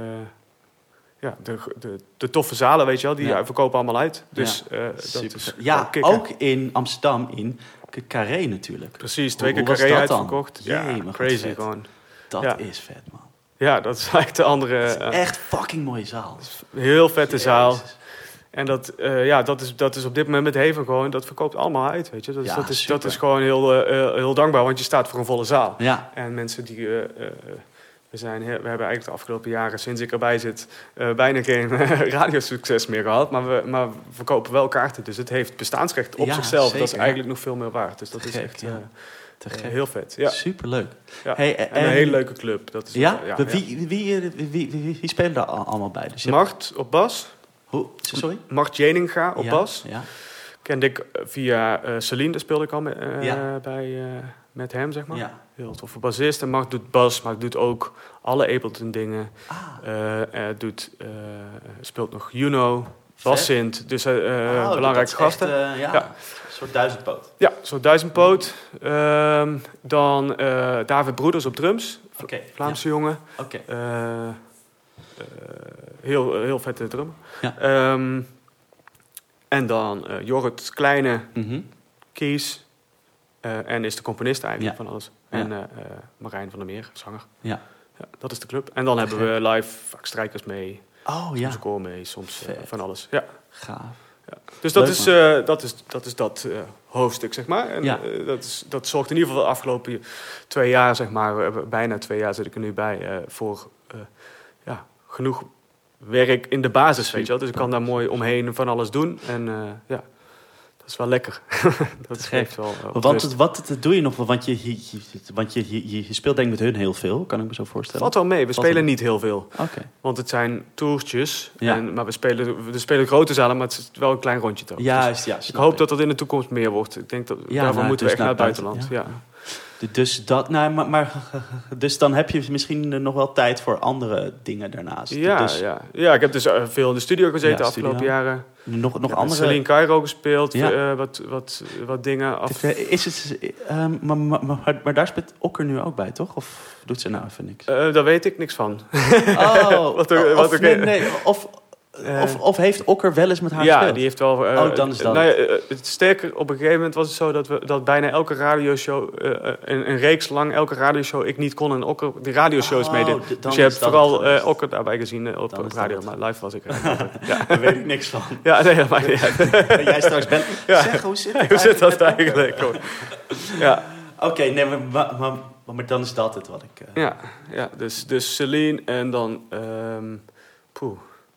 ja, de, de, de toffe zalen, weet je wel, die ja. verkopen allemaal uit. Dus ja, uh, dat is ja ook in Amsterdam, in Carré natuurlijk. Precies, twee keer Carré uitverkocht. Ja, Jee, crazy gewoon. Dat ja. is vet, man. Ja, dat is echt de andere... Dat is echt fucking mooie zaal. Heel vette Jezus. zaal. En dat, uh, ja, dat, is, dat is op dit moment met Haven gewoon... dat verkoopt allemaal uit, weet je. Dat, ja, dat, is, dat is gewoon heel, uh, heel dankbaar, want je staat voor een volle zaal. Ja. En mensen die... Uh, uh, we, zijn, we hebben eigenlijk de afgelopen jaren, sinds ik erbij zit... Uh, bijna geen radiosucces meer gehad. Maar we, maar we verkopen wel kaarten. Dus het heeft bestaansrecht op ja, zichzelf. Zeker, dat is eigenlijk ja. nog veel meer waard. Dus dat is Gek, echt ja. uh, Te gek. Uh, heel vet. Ja. Superleuk. Ja. Hey, en, en een hele leuke club. Dat is ja? Wel, ja, wie, ja. Wie, wie, wie, wie, wie, wie spelen daar allemaal bij? Dus Mart op bas. Hoe? Sorry? Mart Jeninga op ja, bas. Ja. Kende ik via uh, Celine, daar speelde ik al met, uh, ja. bij, uh, met hem, zeg maar. Ja. Heel toffe bassist. En Mart doet bas, maar doet ook alle Ableton dingen. Ah. Uh, uh, doet, uh, speelt nog Juno, bassint. Dus uh, oh, belangrijke gasten. Echt, uh, ja. ja. Een soort duizendpoot. Ja, een soort duizendpoot. Um, dan uh, David Broeders op drums. Okay. Vlaamse ja. jongen. Okay. Uh, uh, heel, heel vette drum. Ja. Um, en dan uh, Jorrit Kleine, mm-hmm. keys. Uh, en is de componist eigenlijk ja. van alles. Ja. En uh, uh, Marijn van der Meer, zanger. Ja. Ja, dat is de club. En dan hebben we live vaak strijkers mee. Oh soms ja. Soms koor mee, soms uh, van alles. Ja. Gaaf. Ja. Dus dat, Leuk, is, uh, dat is dat, is dat uh, hoofdstuk, zeg maar. En ja. uh, dat, is, dat zorgt in ieder geval de afgelopen twee jaar, zeg maar... Uh, bijna twee jaar zit ik er nu bij... Uh, voor uh, ja, genoeg werk in de basis, weet je wel. Dus ik kan daar mooi omheen van alles doen. En uh, ja... Dat is wel lekker. dat is geeft wel. Want wat, wat doe je nog? Want je, je, je, want je, je, je speelt denk ik met hun heel veel, kan ik me zo voorstellen. Valt wel mee. We Valt spelen wel. niet heel veel. Okay. Want het zijn toertjes. Ja. En, maar we spelen, we spelen grote zalen, maar het is wel een klein rondje toch. Juist, ja. Dus ik hoop ik. dat dat in de toekomst meer wordt. Ik denk dat ja, daarvoor nou, moeten dus we echt naar het buitenland. Ja. Ja. Dus, dat, nou, maar, maar, dus dan heb je misschien nog wel tijd voor andere dingen daarnaast. Ja, dus, ja. ja ik heb dus uh, veel in de studio gezeten ja, de afgelopen studio. jaren. Nog, nog ja, andere... Celine Cairo gespeeld, ja. uh, wat, wat, wat dingen af. Is het, um, maar, maar, maar, maar daar speelt Okker nu ook bij, toch? Of doet ze nou even niks? Uh, daar weet ik niks van. Oh, wat er, wat of, nee, nee, of... Uh, of, of heeft Okker wel eens met haar ja, gespeeld? Ja, die heeft wel... Uh, oh, dan is dat... Nou ja, uh, sterker, op een gegeven moment was het zo dat, we, dat bijna elke radioshow... Uh, een, een reeks lang, elke radioshow, ik niet kon en Okker die radioshows oh, meedeed. D- dus je hebt vooral uh, Okker daarbij gezien uh, op, op radio, maar live was ik... Uh, ja. Daar weet ik niks van. Ja, nee, dat maakt niet uit. En jij straks bent... Ja. Zeg, hoe zit, hoe zit dat eigenlijk? Ja. Oké, okay, nee, maar, maar, maar, maar dan is dat het wat ik... Uh... Ja, ja dus, dus Celine en dan... Um, poeh.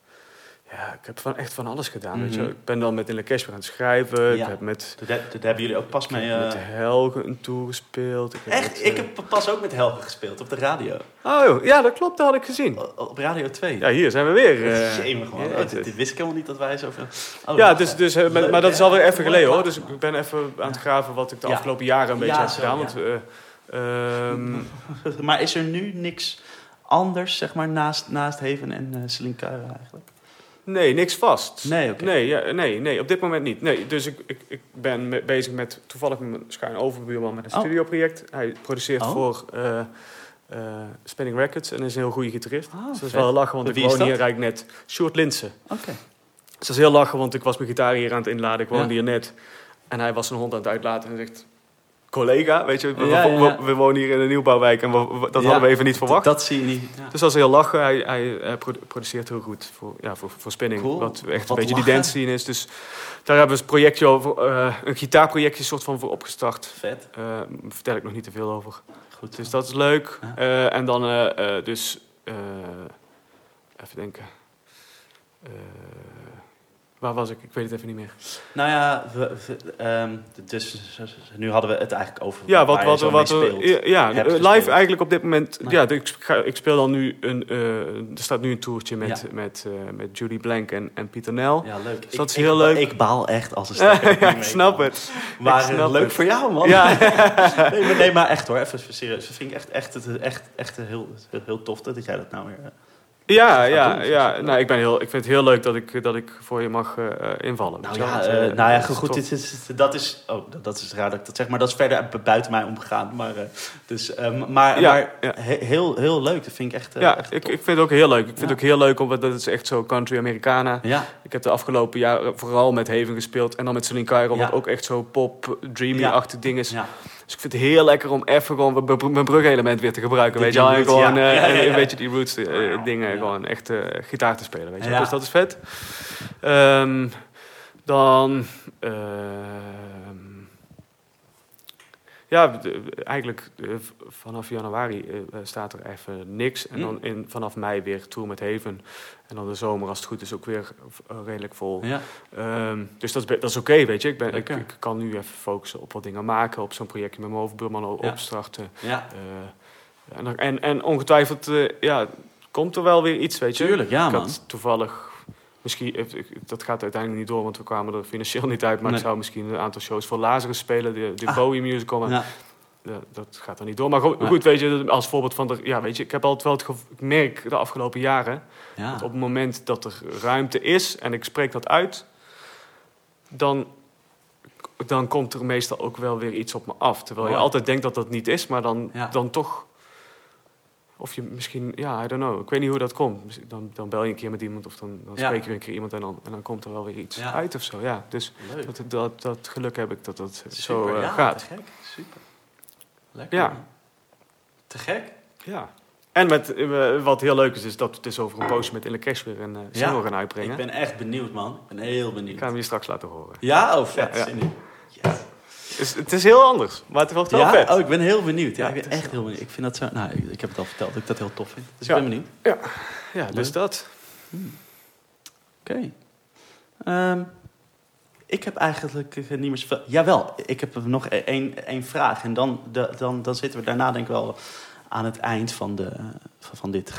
Ja, ik heb van, echt van alles gedaan. Mm-hmm. Weet je. Ik ben dan met In La Cash gaan schrijven. Ja. Ik heb met, dat, dat hebben jullie ook pas mee... Uh... met Helge een tour gespeeld. Ik heb echt? met, uh... Ik heb pas ook met Helge gespeeld op de radio. Oh ja, dat klopt. Dat had ik gezien. O, op Radio twee. Ja, hier zijn we weer. Uh... Jemig, man. Oh, dit, dit wist ik helemaal niet dat wij zoveel... Oh, ja, dus, dus, uh, maar, maar dat is alweer even geleden hoor. Dus ik ben even aan het graven wat ik de ja. afgelopen jaren een beetje ja, heb zo, gedaan. Ja. Want, uh, um... maar is er nu niks anders, zeg maar, naast, naast Haven en uh, Celine Cairo eigenlijk? Nee, niks vast. Nee, oké. Okay. Nee, ja, nee, nee, op dit moment niet. Nee, dus ik, ik, ik ben me, bezig met, toevallig met mijn schuin overbuurman met een oh. studioproject. Hij produceert oh. voor uh, uh, Spinning Records en is een heel goede gitarist. Oh, dus dat is wel lachen, want Wie ik woon hier eigenlijk net. Sjoerd Linsen. Oké. Okay. Dus dat is heel lachen, want ik was mijn gitaar hier aan het inladen. Ik woonde ja. hier net. En hij was zijn hond aan het uitlaten en zegt... Collega, weet je, we, ja, ja. we, we wonen hier in een nieuwbouwwijk en we, we, dat ja, hadden we even niet verwacht. Dat zie je niet. Ja. Dus dat is heel lachen. Hij, hij, hij produceert heel goed voor, ja, voor, voor spinning. Cool. Wat echt wat een beetje lachen. die dance scene is. Dus daar hebben we een projectje over, uh, een gitaarprojectje soort van voor opgestart. Vet. Uh, daar vertel ik nog niet te veel over. Goed. Dus dat is leuk. Ja. Uh, en dan uh, uh, dus, uh, even denken. Uh, Waar was ik? Ik weet het even niet meer. Nou ja, we, we, um, dus nu hadden we het eigenlijk over ja, wat, waar wat, je zo wat, mee wat speelt. Ja, ja live gespeeld. Eigenlijk op dit moment... Nee. Ja, ik, ga, ik speel dan nu een... Uh, er staat nu een toertje met, ja. met, uh, met Judy Blank en, en Pieter Nel. Ja, leuk. Dus dat ik, is heel ik, leuk. Ik baal echt als een stekker. Ja, ik snap het. Maar ik snap leuk het. voor jou, man. Ja. nee, maar, nee, maar echt hoor. Even serieus. Dat vind ik echt, echt, echt, echt, echt heel, heel, heel tof dat jij dat nou weer... Uh, Ja, ja, ja. Nou, ik, ben heel, ik vind het heel leuk dat ik, dat ik voor je mag uh, invallen. Nou ja, uh, nou ja goed, dit is, dat is... Oh, dat is raar dat ik dat zeg, maar dat is verder buiten mij omgegaan. Maar, uh, dus, uh, maar, ja, maar ja. He, heel, heel leuk, dat vind ik echt uh, Ja, echt ik, ik vind het ook heel leuk. Ik vind ja. het ook heel leuk, omdat dat is echt zo country Americana. Ja. Ik heb de afgelopen jaren vooral met Haven gespeeld. En dan met Celine Cairo, wat ja. ook echt zo pop, dreamy-achtig ja. ding is. Ja. Dus ik vind het heel lekker om even gewoon mijn brugelement weer te gebruiken. De weet je wel, gewoon ja. uh, ja, ja, ja. een beetje die roots uh, dingen, ja. gewoon echt uh, gitaar te spelen. Weet je ja. Dus dat is vet. Um, dan... Uh, ja, de, eigenlijk uh, vanaf januari uh, staat er even niks. En dan in, vanaf mei weer tour met Haven. En dan de zomer, als het goed is, ook weer uh, redelijk vol. Ja. Um, dus dat is, dat is oké, okay, weet je. Ik, ben, ik, ik kan nu even focussen op wat dingen maken. Op zo'n projectje met mijn overbuurman ja. opstarten. Ja. Uh, en, en, en ongetwijfeld, uh, ja, komt er wel weer iets, weet je. Tuurlijk, ja, ik man. had toevallig... Misschien, dat gaat uiteindelijk niet door, want we kwamen er financieel niet uit. Maar nee. ik zou misschien een aantal shows voor Lazarus spelen. De, de ah. Bowie musical. Maar ja. dat, dat gaat er niet door. Maar goed, ja. goed, weet je, als voorbeeld van... De, ja, weet je, ik heb altijd wel het gevoel... Ik merk de afgelopen jaren... Ja. dat op het moment dat er ruimte is... en ik spreek dat uit... dan, dan komt er meestal ook wel weer iets op me af. Terwijl oh. je altijd denkt dat dat niet is, maar dan, ja. dan toch... Of je misschien, ja, I don't know. Ik weet niet hoe dat komt. Dan, dan bel je een keer met iemand of dan, dan ja. spreek je een keer iemand en dan, en dan komt er wel weer iets ja. uit of zo. Ja, dus dat, dat, dat geluk heb ik dat dat Super, zo uh, ja, gaat. Te gek, super. Lekker. Ja. Te gek. Ja. En met, uh, wat heel leuk is, is dat we dus over een poosje met Ille Cash weer een uh, single ja. gaan uitbrengen. Ik ben echt benieuwd, man. Ik ben heel benieuwd. Ik ga hem je straks laten horen. Ja, oh vet. Ja, ja. Yes. Dus het is heel anders, maar het wordt wel ja? vet. Oh, ik ben heel benieuwd. Ja, ja ik ben echt heel benieuwd. Ik vind dat zo... Nou, ik, ik heb het al verteld dat ik dat heel tof vind. Dus ja. ik ben benieuwd. Ja, ja dus dat. Hmm. Oké. Okay. Um, ik heb eigenlijk niet meer zoveel... Jawel, ik heb nog één, één vraag. En dan, de, dan, dan zitten we daarna denk ik wel aan het eind van, de, van, van dit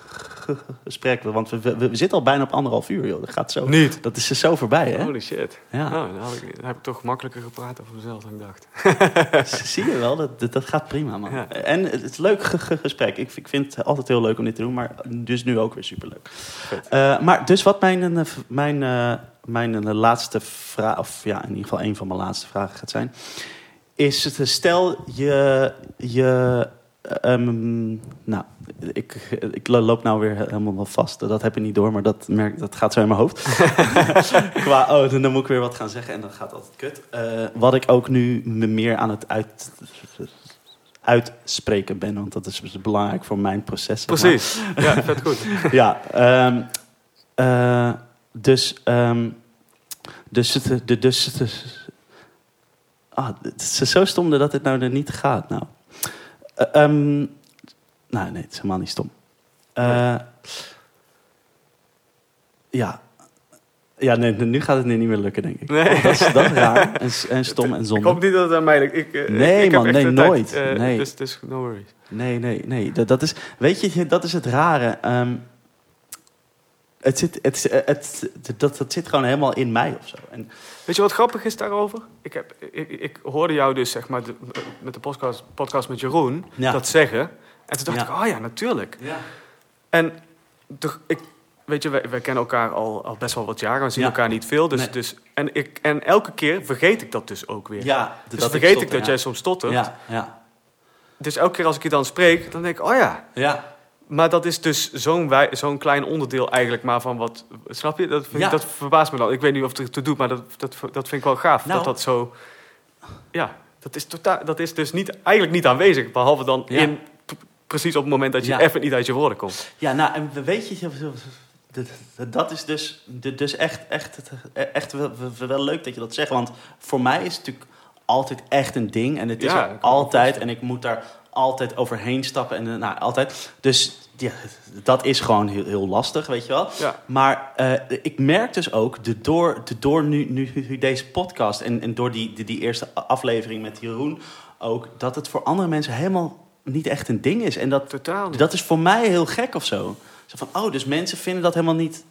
gesprek. Want we, we, we zitten al bijna op anderhalf uur, joh. Dat gaat zo... Niet. Dat is zo voorbij, hè? Holy shit. Ja. Oh, dan, heb ik, dan heb ik toch makkelijker gepraat over mezelf dan ik dacht. Zie je wel, dat, dat, dat gaat prima, man. Ja. En het is een leuk gesprek. Ik, ik vind het altijd heel leuk om dit te doen, maar dus nu ook weer superleuk. Uh, maar dus wat mijn, mijn, uh, mijn laatste vraag, of ja, in ieder geval een van mijn laatste vragen gaat zijn, is het, stel je... je Um, nou, ik, ik loop nou weer helemaal vast. Dat heb je niet door, maar dat, merk, dat gaat zo in mijn hoofd. Qua, oh, dan moet ik weer wat gaan zeggen en dat gaat altijd kut. Uh, wat ik ook nu me meer aan het uit, uitspreken ben, want dat is belangrijk voor mijn proces. Precies, maar. Ja, vet goed. ja, um, uh, dus... Um, dus het... De, dus het ah, het is zo stom dat het nou er niet gaat, nou. Uh, um, nou, nee, het is helemaal niet stom. Uh, ja. Ja, nee, nu gaat het niet meer lukken, denk ik. Nee. Oh, dat, is, dat is raar en, en stom en zonde. Ik hoop niet dat het aan mij ligt. Ik, uh, nee, ik man, nee, nooit. Uh, nee. Dus, dus no worries. Nee, nee, nee. Dat, dat is, weet je, dat is het rare. Um, het zit, het, het, het, dat, dat zit gewoon helemaal in mij of zo. En, weet je wat grappig is daarover? Ik, heb, ik, ik hoorde jou dus, zeg maar, de, met de podcast, podcast met Jeroen ja. dat zeggen. En toen dacht ja. ik, oh ja, natuurlijk. Ja. En de, ik, weet je, wij, wij kennen elkaar al, al best wel wat jaren. We zien ja. elkaar niet veel. Dus, nee. dus, en, ik, en elke keer vergeet ik dat dus ook weer. Ja, dus dat vergeet ik, stotter, ik dat ja. jij soms stottert. Ja, ja. Dus elke keer als ik je dan spreek, dan denk ik, oh ja. Ja. Maar dat is dus zo'n, wij, zo'n klein onderdeel eigenlijk maar van wat... Snap je? Dat, vind, ja. dat verbaast me dan. Ik weet niet of het er toe doet, maar dat, dat, dat vind ik wel gaaf. Nou. Dat dat zo... Ja, dat is, totaal, dat is dus niet, eigenlijk niet aanwezig. Behalve dan ja. in, p- precies op het moment dat je ja. even niet uit je woorden komt. Ja, nou, en weet je... Dat is dus, dus echt, echt, echt wel, wel leuk dat je dat zegt. Want voor mij is het natuurlijk altijd echt een ding. En het is ja, er altijd. En ik moet daar... altijd overheen stappen en nou, altijd. Dus ja, dat is gewoon heel, heel lastig, weet je wel. Ja. Maar uh, ik merk dus ook, de door, de door nu, nu deze podcast... en, en door die, die, die eerste aflevering met Jeroen ook... dat het voor andere mensen helemaal niet echt een ding is. En dat, Totaal niet. dat is voor mij heel gek of zo. Zo van, oh, dus mensen vinden dat helemaal niet...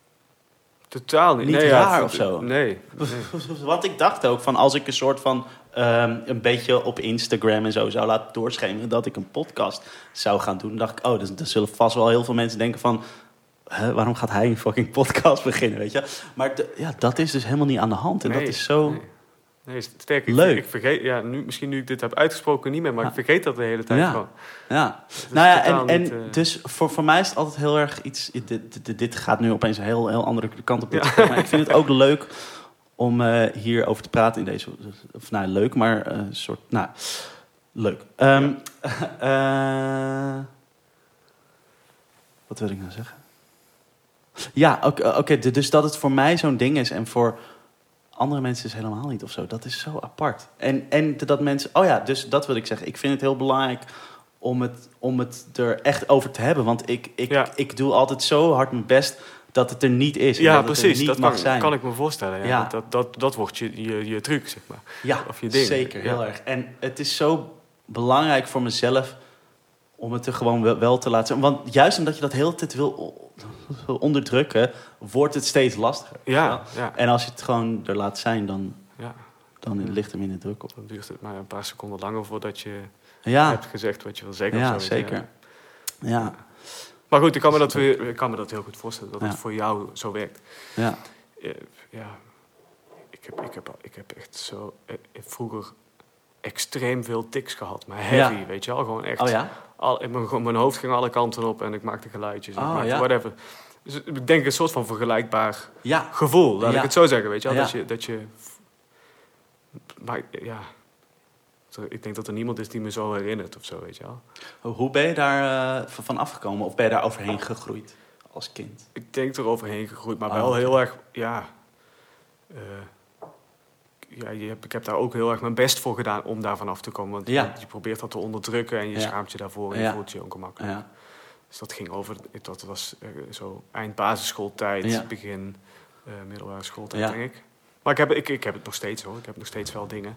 Totaal niet. Niet nee, raar ja, of zo. Nee. nee. Want ik dacht ook van als ik een soort van um, een beetje op Instagram en zo zou laten doorschemeren dat ik een podcast zou gaan doen, dacht ik, oh, dan, dan zullen vast wel heel veel mensen denken van, huh, waarom gaat hij een fucking podcast beginnen, weet je? Maar de, ja, dat is dus helemaal niet aan de hand en Nee, dat is zo nee. Nee, sterk, ik, leuk. Ik vergeet, ja, nu, misschien nu ik dit heb uitgesproken niet meer, maar Ja. ik vergeet dat de hele tijd Ja. gewoon. Ja, is nou ja, totaal en, niet, en uh... dus voor, voor mij is het altijd heel erg iets. Dit, dit, dit gaat nu opeens een heel, heel andere kant op. Ja. Maar ik vind het ook leuk om uh, hier over te praten in deze. Of nou, leuk, maar een uh, soort. Nou, leuk. Um, ja. uh, wat wil ik nou zeggen? Ja, oké, okay, okay, dus dat het voor mij zo'n ding is en voor andere mensen is helemaal niet of zo. Dat is zo apart. En, en dat mensen... Oh ja, dus dat wil ik zeggen. Ik vind het heel belangrijk om het, om het er echt over te hebben. Want ik, ik, ja. ik doe altijd zo hard mijn best dat het er niet is. En ja, dat precies. Het er niet dat mag kan, zijn. kan ik me voorstellen. Ja. Ja. Dat, dat, dat wordt je, je, je truc, zeg maar. Ja, of je ding. zeker. Heel ja. erg. En het is zo belangrijk voor mezelf om het er gewoon wel, wel te laten zijn. Want juist omdat je dat de hele tijd wil onderdrukken, wordt het steeds lastiger. Ja, ja. En als je het gewoon er laat zijn, dan, ja. dan ligt er minder druk op. Dan duurt het maar een paar seconden langer voordat je Ja. hebt gezegd wat je wil zeggen. Ja, of zo, zeker. Ja. Ja. Maar goed, ik kan me dat, weer, ik kan me dat heel goed voorstellen, dat Ja. het voor jou zo werkt. Ja. Ja, ja. Ik, heb, ik, heb, ik heb echt zo eh, vroeger extreem veel tics gehad. Maar heavy, Ja. weet je wel. Gewoon echt. Oh ja? Al, mijn, mijn hoofd ging alle kanten op en ik maakte geluidjes. En Oh, ik maakte ja. whatever. Dus ik denk een soort van vergelijkbaar Ja. gevoel, laat Ja. ik het zo zeggen, weet je wel. Ja. Dat je... Dat je maar ja... Ik denk dat er niemand is die me zo herinnert of zo, weet je wel. Hoe ben je daar uh, van afgekomen? Of ben je daar overheen gegroeid als kind? Ik denk er overheen gegroeid, maar Oh, wel okay. heel erg... Ja, uh, ja je hebt, ik heb daar ook heel erg mijn best voor gedaan om daarvan af te komen. Want Ja. je, je probeert dat te onderdrukken en je Ja. schaamt je daarvoor en Ja. je voelt je ongemakkelijk. Ja. Dus dat ging over... Dat was uh, zo eind basisschooltijd, Ja. begin uh, middelbare schooltijd, Ja. denk ik. Maar ik heb, ik, ik heb het nog steeds, hoor. Ik heb nog steeds wel dingen...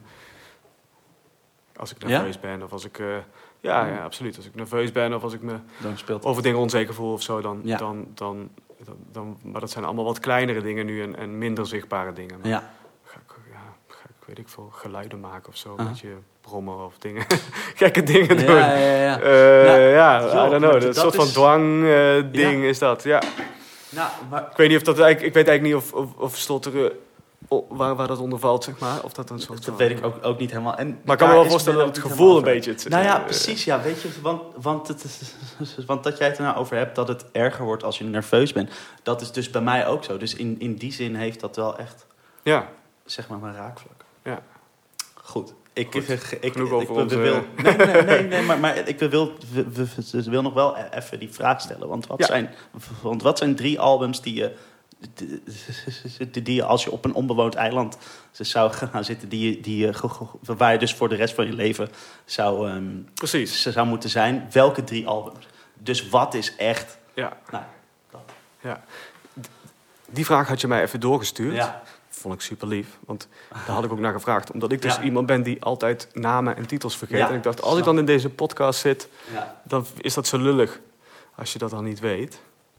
Als ik nerveus ja? ben of als ik... Uh, ja, ja, absoluut. Als ik nerveus ben of als ik me Dan speelt over dingen onzeker voel of zo, dan, ja. dan, dan, dan, dan... Maar dat zijn allemaal wat kleinere dingen nu en, en minder zichtbare dingen. Maar ja. Ga ik, ja, ga ik, weet ik veel, geluiden maken of zo. Uh-huh. Een beetje brommen of dingen. Gekke dingen doen. Ja, ja, ja. Uh, nou, ja, joh, I don't know. dat Dat soort van is... dwang-ding uh, ja. is dat, ja. Nou, maar... Ik weet niet of dat eigenlijk... Ik weet eigenlijk niet of, of, of Slotteren... Waar, waar dat onder valt, zeg maar. Of dat een soort Dat van, weet ik ook, ook niet helemaal. En maar ik kan me wel is voorstellen men dat het ook gevoel niet een helemaal beetje... Het, Nou ja, uh, precies. Ja, weet je, want, want, het is, want dat jij het er nou over hebt, dat het erger wordt als je nerveus bent. Dat is dus bij mij ook zo. Dus in, in die zin heeft dat wel echt, Ja. zeg maar, mijn raakvlak. Ja. Goed. Ik, Goed. ik, ik, Genoeg ik, over ik wil, onze- wil, nee, nee, nee, nee, maar, maar ik wil, wil, wil, wil nog wel even die vraag stellen. Want wat, Ja. zijn, want wat zijn drie albums die je, die, die je als je op een onbewoond eiland zou gaan zitten, die, je- die, je, waar je dus voor de rest van je leven zou, um, Precies. zou moeten zijn? Welke drie albums? Dus wat is echt... Ja. Nou, dat. Ja. Die vraag had je mij even doorgestuurd. Ja. Vond ik super lief, want daar had ik ook naar gevraagd. Omdat ik dus Ja. iemand ben die altijd namen en titels vergeet. Ja, En ik dacht, als ik snap. dan in deze podcast zit, Ja. dan is dat zo lullig. Als je dat dan niet weet.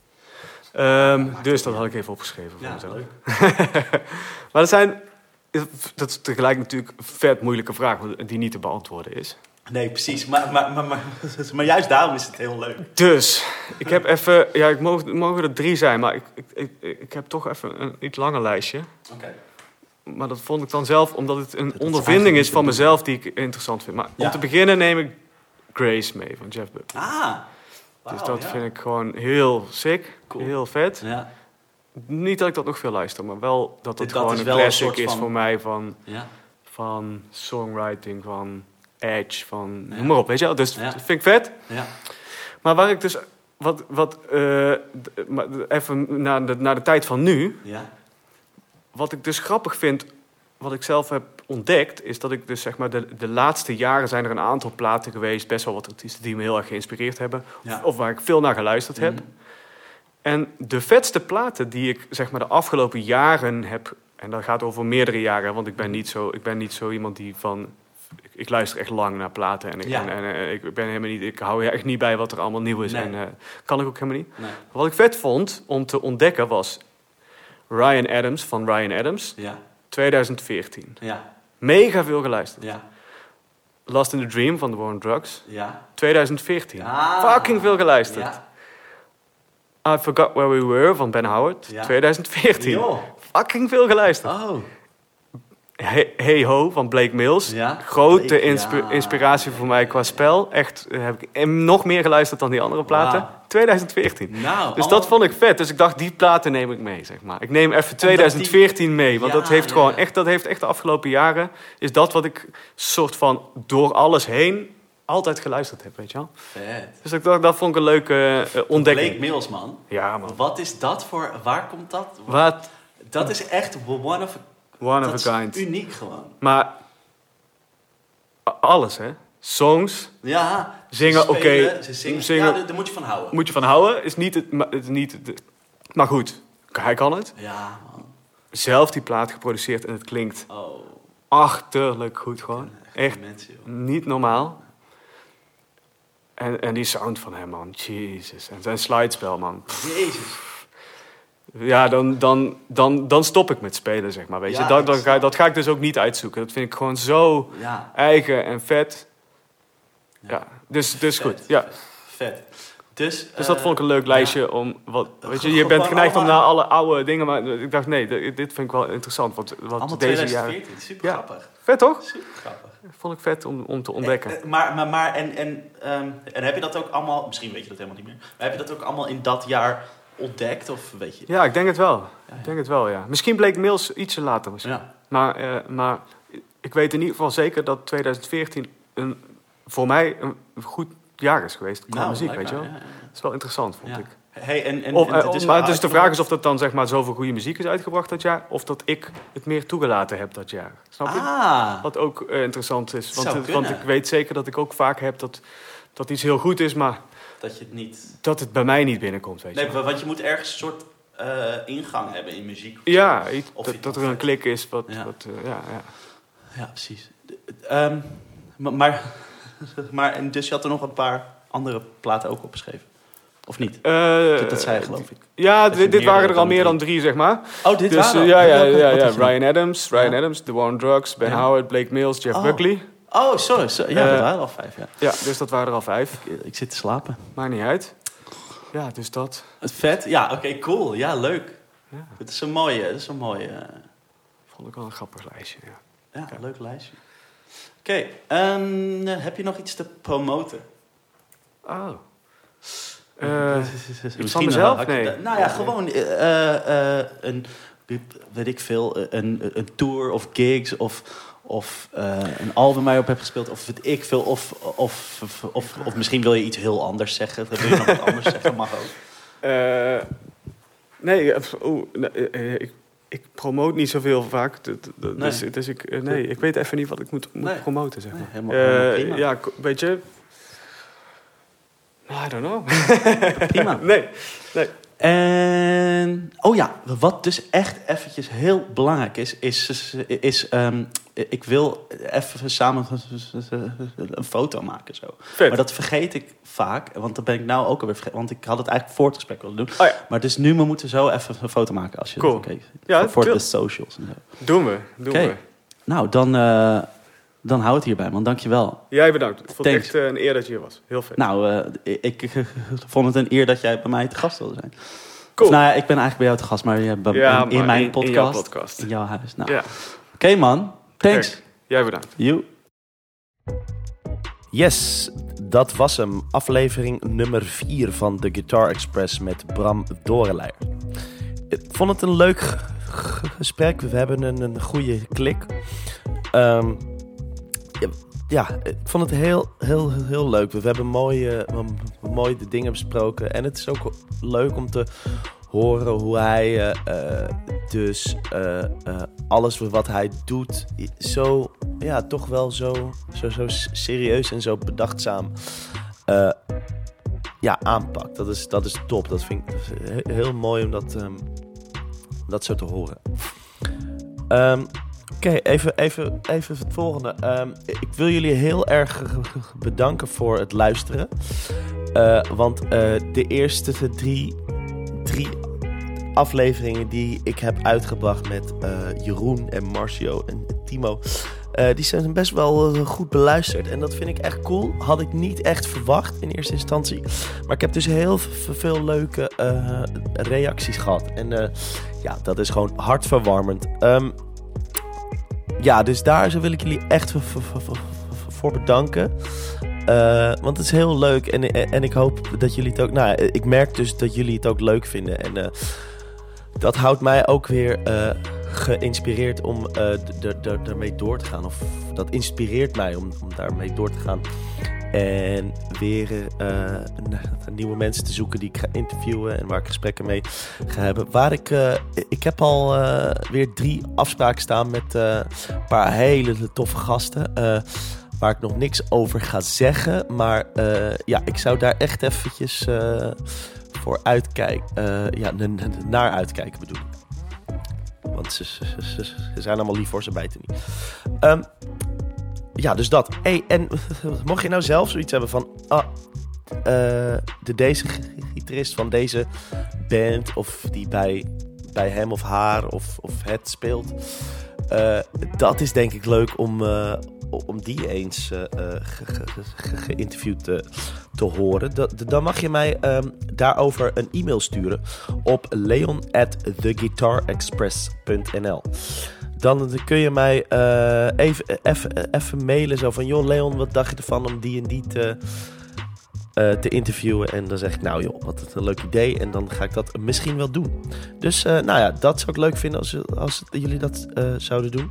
Um, dus dat had ik even opgeschreven voor Ja, mezelf. leuk. Maar dat zijn... Dat is tegelijk natuurlijk een vet moeilijke vraag, die niet te beantwoorden is. Nee, precies. Maar, maar, maar, maar, maar juist daarom is het heel leuk. Dus, ik heb even... Ja, ik mogen, mogen er drie zijn, maar ik, ik, ik, ik heb toch even een iets langer lijstje. Oké. Okay. Maar dat vond ik dan zelf, omdat het een Dat is ondervinding eigenlijk is van niet te mezelf die ik interessant vind. Maar Ja. om te beginnen neem ik Grace mee van Jeff Buckley. Ah. Wow, dus dat ja. vind ik gewoon heel sick, Cool. heel vet. Ja. Niet dat ik dat nog veel luister, maar wel dat het Dit- dat gewoon is een wel een classic soort is van- voor mij van, Ja. van songwriting, van edge, van Ja. noem maar op, weet je wel. Dus Ja. dat vind ik vet. Ja. Maar waar ik dus, wat, wat uh, d- maar even naar de, naar de tijd van nu, Ja. wat ik dus grappig vind wat ik zelf heb ontdekt, is dat ik dus zeg maar de, de laatste jaren zijn er een aantal platen geweest, best wel wat artiesten die me heel erg geïnspireerd hebben, Ja. of, of waar ik veel naar geluisterd heb. Mm. En de vetste platen die ik zeg maar de afgelopen jaren heb, en dat gaat over meerdere jaren, want ik ben niet zo, ik ben niet zo iemand die van, ik, ik luister echt lang naar platen en ik, Ja. en, en, en ik ben helemaal niet, ik hou echt niet bij wat er allemaal nieuw is Nee. en uh, kan ik ook helemaal niet. Nee. Wat ik vet vond om te ontdekken was Ryan Adams van Ryan Adams, Ja, twintig veertien. ja, Mega veel geluisterd. ja, Lost in the Dream van The War on Drugs, ja. twintig veertien. Ah. Fucking veel geluisterd. Ja. I Forgot Where We Were van Ben Howard, Ja. twintig veertien. Joh. Fucking veel geluisterd. Oh. Hey, hey Ho van Blake Mills. Ja. Grote Blake, inspi- ja. inspiratie voor mij qua spel. Echt, eh, heb ik hem nog meer geluisterd dan die andere platen. Wauw. twintig veertien. Nou, Dus allemaal- dat vond ik vet. Dus ik dacht, die platen neem ik mee, zeg maar. Ik neem even twintig veertien mee. Want Ja, dat heeft ja, gewoon ja. echt, dat heeft echt de afgelopen jaren, is dat wat ik soort van door alles heen altijd geluisterd heb, weet je wel. Vet. Dus ik dacht, dat vond ik een leuke uh, ontdekking. Blake Mills, man. Ja, man. Wat is dat voor... Waar komt dat? Wat? Dat is echt one of a, One dat of a kind. is uniek gewoon. Maar a- alles, hè. Songs, Ja. ze Zingen, spelen, oké. Ze zingen. Zingen. Ja, daar, daar moet je van houden. moet je van houden. Is niet het, maar, het is niet het, maar goed, hij kan het. Ja, man. Zelf die plaat geproduceerd en het klinkt Oh. achterlijk goed gewoon. Echt Mensen, joh. niet normaal. En, en die sound van hem, man. Jezus. En zijn slidespel, man. Jezus. Ja, dan, dan, dan, dan stop ik met spelen, zeg maar. Weet Ja, je? Dat, ik dat, ga, snap dat ga ik dus ook niet uitzoeken. Dat vind ik gewoon zo Ja. eigen en vet. Ja. Ja, dus, dus Vet. goed. Ja. Vet. Dus, Dus dat eh, vond ik een leuk lijstje ja. om... Wat, weet je, Gewoon je bent geneigd om allemaal- naar alle oude dingen... Maar ik dacht, nee, dit dit vind ik wel interessant. Want, wat Allemaal deze twintig jaren... veertien. Super Ja. grappig. Vet, toch? Super grappig. Vond ik vet om, om te ontdekken. Eh, eh, Maar, maar, maar en, en, ehm, en heb je dat ook allemaal... Misschien weet je dat helemaal niet meer. Maar heb je dat ook allemaal in dat jaar ontdekt? Of weet je... Ja, ik denk het wel. Ja, ja. Ik denk het wel, ja. Misschien bleek Mills ietsje later misschien. Ja. Maar, eh, maar ik weet in ieder geval zeker dat twintig veertien een, voor mij een goed jaar is geweest qua Nou, muziek, blijkbaar, weet je wel. ja, ja. Dat is wel interessant, vond Ja. ik. Hey, en, en, Of, en eh, het is maar wel dus de uit- vraag is of dat dan zeg maar zoveel goede muziek is uitgebracht dat jaar, of dat ik het meer toegelaten heb dat jaar. Snap je? Ah. Wat ook eh, interessant is. Want, Zou het- want kunnen. ik weet zeker dat ik ook vaak heb dat, dat iets heel goed is, maar Dat je het niet... dat het bij mij niet binnenkomt, weet je Nee, wel. want je moet ergens een soort eh, ingang hebben in muziek. Ja, iets- Of dat, iets dat er of- een klik is. Wat, Ja. wat, eh, ja, ja. Ja, precies. Ehm, maar, maar, maar en dus je had er nog een paar andere platen ook opgeschreven? Of niet? Eh, dat, dat zei je, geloof ik. Ja, Dat je dit, dit meer waren er dan al meer drie. dan drie, zeg maar. Oh, dit Dus waren eh, er? ja, ja, Welke- ja, wat ja. had je nog? Ryan Adams, Ryan Ja. Adams, The War on Drugs, Ben Ja. Howard, Blake Mills, Jeff Oh. Buckley. Oh, sorry. sorry. Ja, Eh, dat waren er al vijf, ja. Ja, dus dat waren er al vijf. Ik, ik zit te slapen. Maakt niet uit. Ja, dus dat. Het vet? Ja, oké, cool. Ja, leuk. Ja, Het is een mooie, het is een mooie... eh, vond ik wel een grappig lijstje. Ja. ja, leuk lijstje. Oké, en eh, heb je nog iets te promoten? Oh. Eh, Misschien van mezelf? had je Nee. dat- Nou ja, gewoon eh, eh, een, weet ik veel, een, een tour of gigs of, of eh, een album waar je op hebt gespeeld of weet ik veel. Of, of, of, of, of misschien wil je iets heel anders zeggen. Dan wil je nog wat anders zeggen, mag ook. Eh, nee, eh, oeh, nee, eh, ik, ik promoot niet zoveel vaak. d- d- d- Dus, Nee. dus ik, eh, nee, ik weet even niet wat ik moet, moet Nee. promoten, zeg maar. Nee, helemaal- Eh, helemaal prima. Ja, k- weet je... I don't know. Prima. Nee, nee. En, oh ja, wat dus echt eventjes heel belangrijk is, is, is, is ehm, ik wil even samen een foto maken zo. Vet. Maar dat vergeet ik vaak, want dat ben ik nou ook alweer vergeten, want ik had het eigenlijk voor het gesprek willen doen. Oh ja, Maar dus nu, we moeten zo even een foto maken als je Cool. dat oké vindt. Ja, voor, voor tuurlijk. de socials en zo. doen we. Doen Oké. we. Nou, dan, uh, dan hou het hierbij, man. Dankjewel. Jij bedankt. Ik vond het Thanks. echt uh, een eer dat je hier was. Heel vet. Nou, uh, ik, ik uh, vond het een eer dat jij bij mij te gast wilde zijn. Cool. Of, nou ja, ik ben eigenlijk bij jou te gast, maar ja, bij, Ja, in, in maar mijn in- podcast. in jouw podcast. In jouw huis. Nou, Ja. Oké, okay, man. Thanks. Perfect. Jij bedankt. You. Yes, dat was hem. Aflevering nummer vier van de Guitar Express met Bram Doornleijer. Ik vond het een leuk g- g- gesprek. We hebben een, een goede klik. Um, ja, ja, ik vond het heel, heel, heel leuk. We hebben mooie, mooie dingen besproken. En het is ook leuk om te horen hoe hij uh, uh, dus uh, uh, alles wat hij doet zo, ja, toch wel zo, zo, zo serieus en zo bedachtzaam uh, ja, aanpakt. Dat is, dat is top. Dat vind ik heel mooi om dat, um, dat zo te horen. Um, Oké, okay, even, even, even het volgende. Um, ik wil jullie heel erg bedanken voor het luisteren. Uh, want uh, de eerste drie, drie afleveringen die ik heb uitgebracht met uh, Jeroen en Marcio en Timo, Uh, die zijn best wel uh, goed beluisterd. En dat vind ik echt cool. Had ik niet echt verwacht in eerste instantie. Maar ik heb dus heel v- veel leuke uh, reacties gehad. En uh, ja, dat is gewoon hartverwarmend. Um, ja, dus daar wil ik jullie echt v- v- v- v- voor bedanken. Uh, want het is heel leuk. En, en ik hoop dat jullie het ook... Nou, ik merk dus dat jullie het ook leuk vinden. En uh, dat houdt mij ook weer... Uh, geïnspireerd om uh, daarmee door te gaan. Of dat inspireert mij om, om daarmee door te gaan. En weer uh, nieuwe mensen te zoeken die ik ga interviewen en waar ik gesprekken mee ga hebben. Waar ik, uh, ik heb al uh, weer drie afspraken staan met uh, een paar hele toffe gasten. Uh, waar ik nog niks over ga zeggen. Maar uh, ja, ik zou daar echt eventjes uh, voor uitkijken. Uh, ja, n- n- naar uitkijken bedoel ik. Want ze, ze, ze, ze zijn allemaal lief voor, ze bijten niet. Um, ja, dus dat. Hey, en mocht je nou zelf zoiets hebben van... Ah, uh, de, deze gitarist van deze band... of die bij, bij hem of haar of, of het speelt... Uh, dat is denk ik leuk om... Uh, om die eens uh, ge, ge, ge, geïnterviewd te, te horen. Da, dan mag je mij um, daarover een e-mail sturen op leon at the guitar express dot n l. Dan kun je mij uh, even, even, even mailen zo van... joh Leon, wat dacht je ervan om die en die te, uh, te interviewen? En dan zeg ik, nou joh, wat een leuk idee. En dan ga ik dat misschien wel doen. Dus uh, nou ja, dat zou ik leuk vinden als, als jullie dat uh, zouden doen.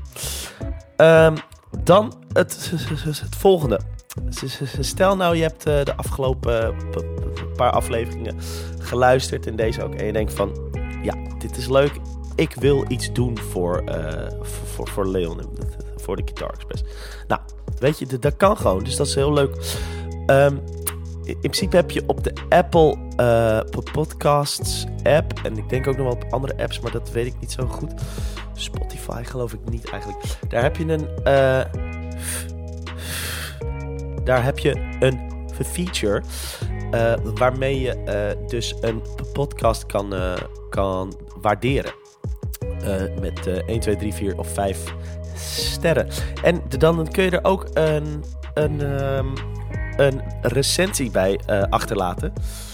Um, Dan het, het volgende. Stel nou, je hebt uh, de afgelopen p- p- paar afleveringen geluisterd en deze ook. En je denkt van, ja, dit is leuk. Ik wil iets doen voor, uh, voor, voor Leon en voor de Guitar Express. Nou, weet je, dat kan gewoon. Dus dat is heel leuk. Um, in principe heb je op de Apple uh, Podcasts app. En ik denk ook nog wel op andere apps, maar dat weet ik niet zo goed. Spotify geloof ik niet eigenlijk. Daar heb je een... Uh, daar heb je een feature... Uh, waarmee je uh, dus een podcast kan, uh, kan waarderen. Uh, met uh, één, twee, drie, vier of vijf sterren. En dan kun je er ook een... een um, een recensie bij uh, achterlaten.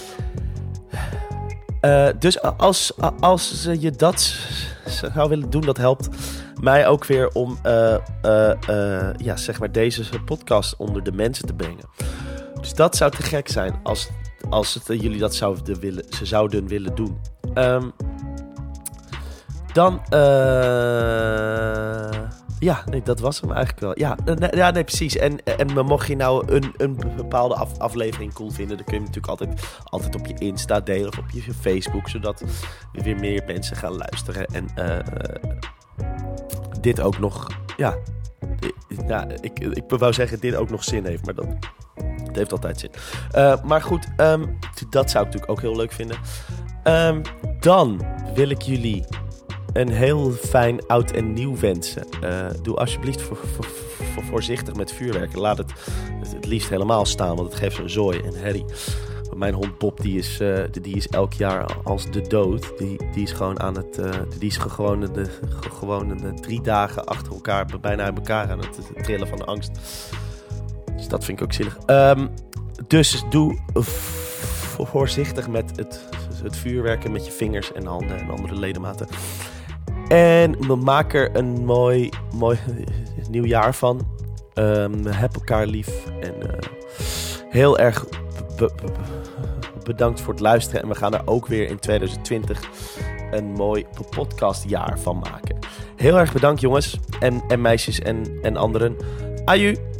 Uh, dus als, als je dat zou willen doen, dat helpt mij ook weer om uh, uh, uh, ja, zeg maar deze podcast onder de mensen te brengen. Dus dat zou te gek zijn als, als het, uh, jullie dat zouden willen, ze zouden willen doen. Um, dan... Uh, Ja, nee, dat was hem eigenlijk wel. Ja, nee, ja, nee precies. En, en mocht je nou een, een bepaalde af, aflevering cool vinden... dan kun je hem natuurlijk altijd, altijd op je Insta delen of op je Facebook... zodat weer meer mensen gaan luisteren. En uh, dit ook nog... Ja, ja ik, ik wou zeggen dit ook nog zin heeft, maar dat... Het heeft altijd zin. Uh, maar goed, um, dat zou ik natuurlijk ook heel leuk vinden. Um, dan wil ik jullie... een heel fijn oud en nieuw wensen. Uh, doe alsjeblieft voor, voor, voor, voorzichtig met vuurwerk. Laat het het liefst helemaal staan, want het geeft zo'n zooi en herrie. Mijn hond Bob, die is, uh, die is elk jaar als de dood. Die, die is gewoon aan het... Uh, die is gewoon, de, gewoon de drie dagen achter elkaar, bijna uit elkaar aan het trillen van de angst. Dus dat vind ik ook zielig. Um, dus doe voorzichtig met het, het vuurwerken met je vingers en handen en andere ledematen. En maak er een mooi, mooi nieuw jaar van. Um, heb elkaar lief. En uh, heel erg be- be- bedankt voor het luisteren. En we gaan er ook weer in twintig twintig een mooi podcastjaar van maken. Heel erg bedankt jongens en, en meisjes en, en anderen. Aju!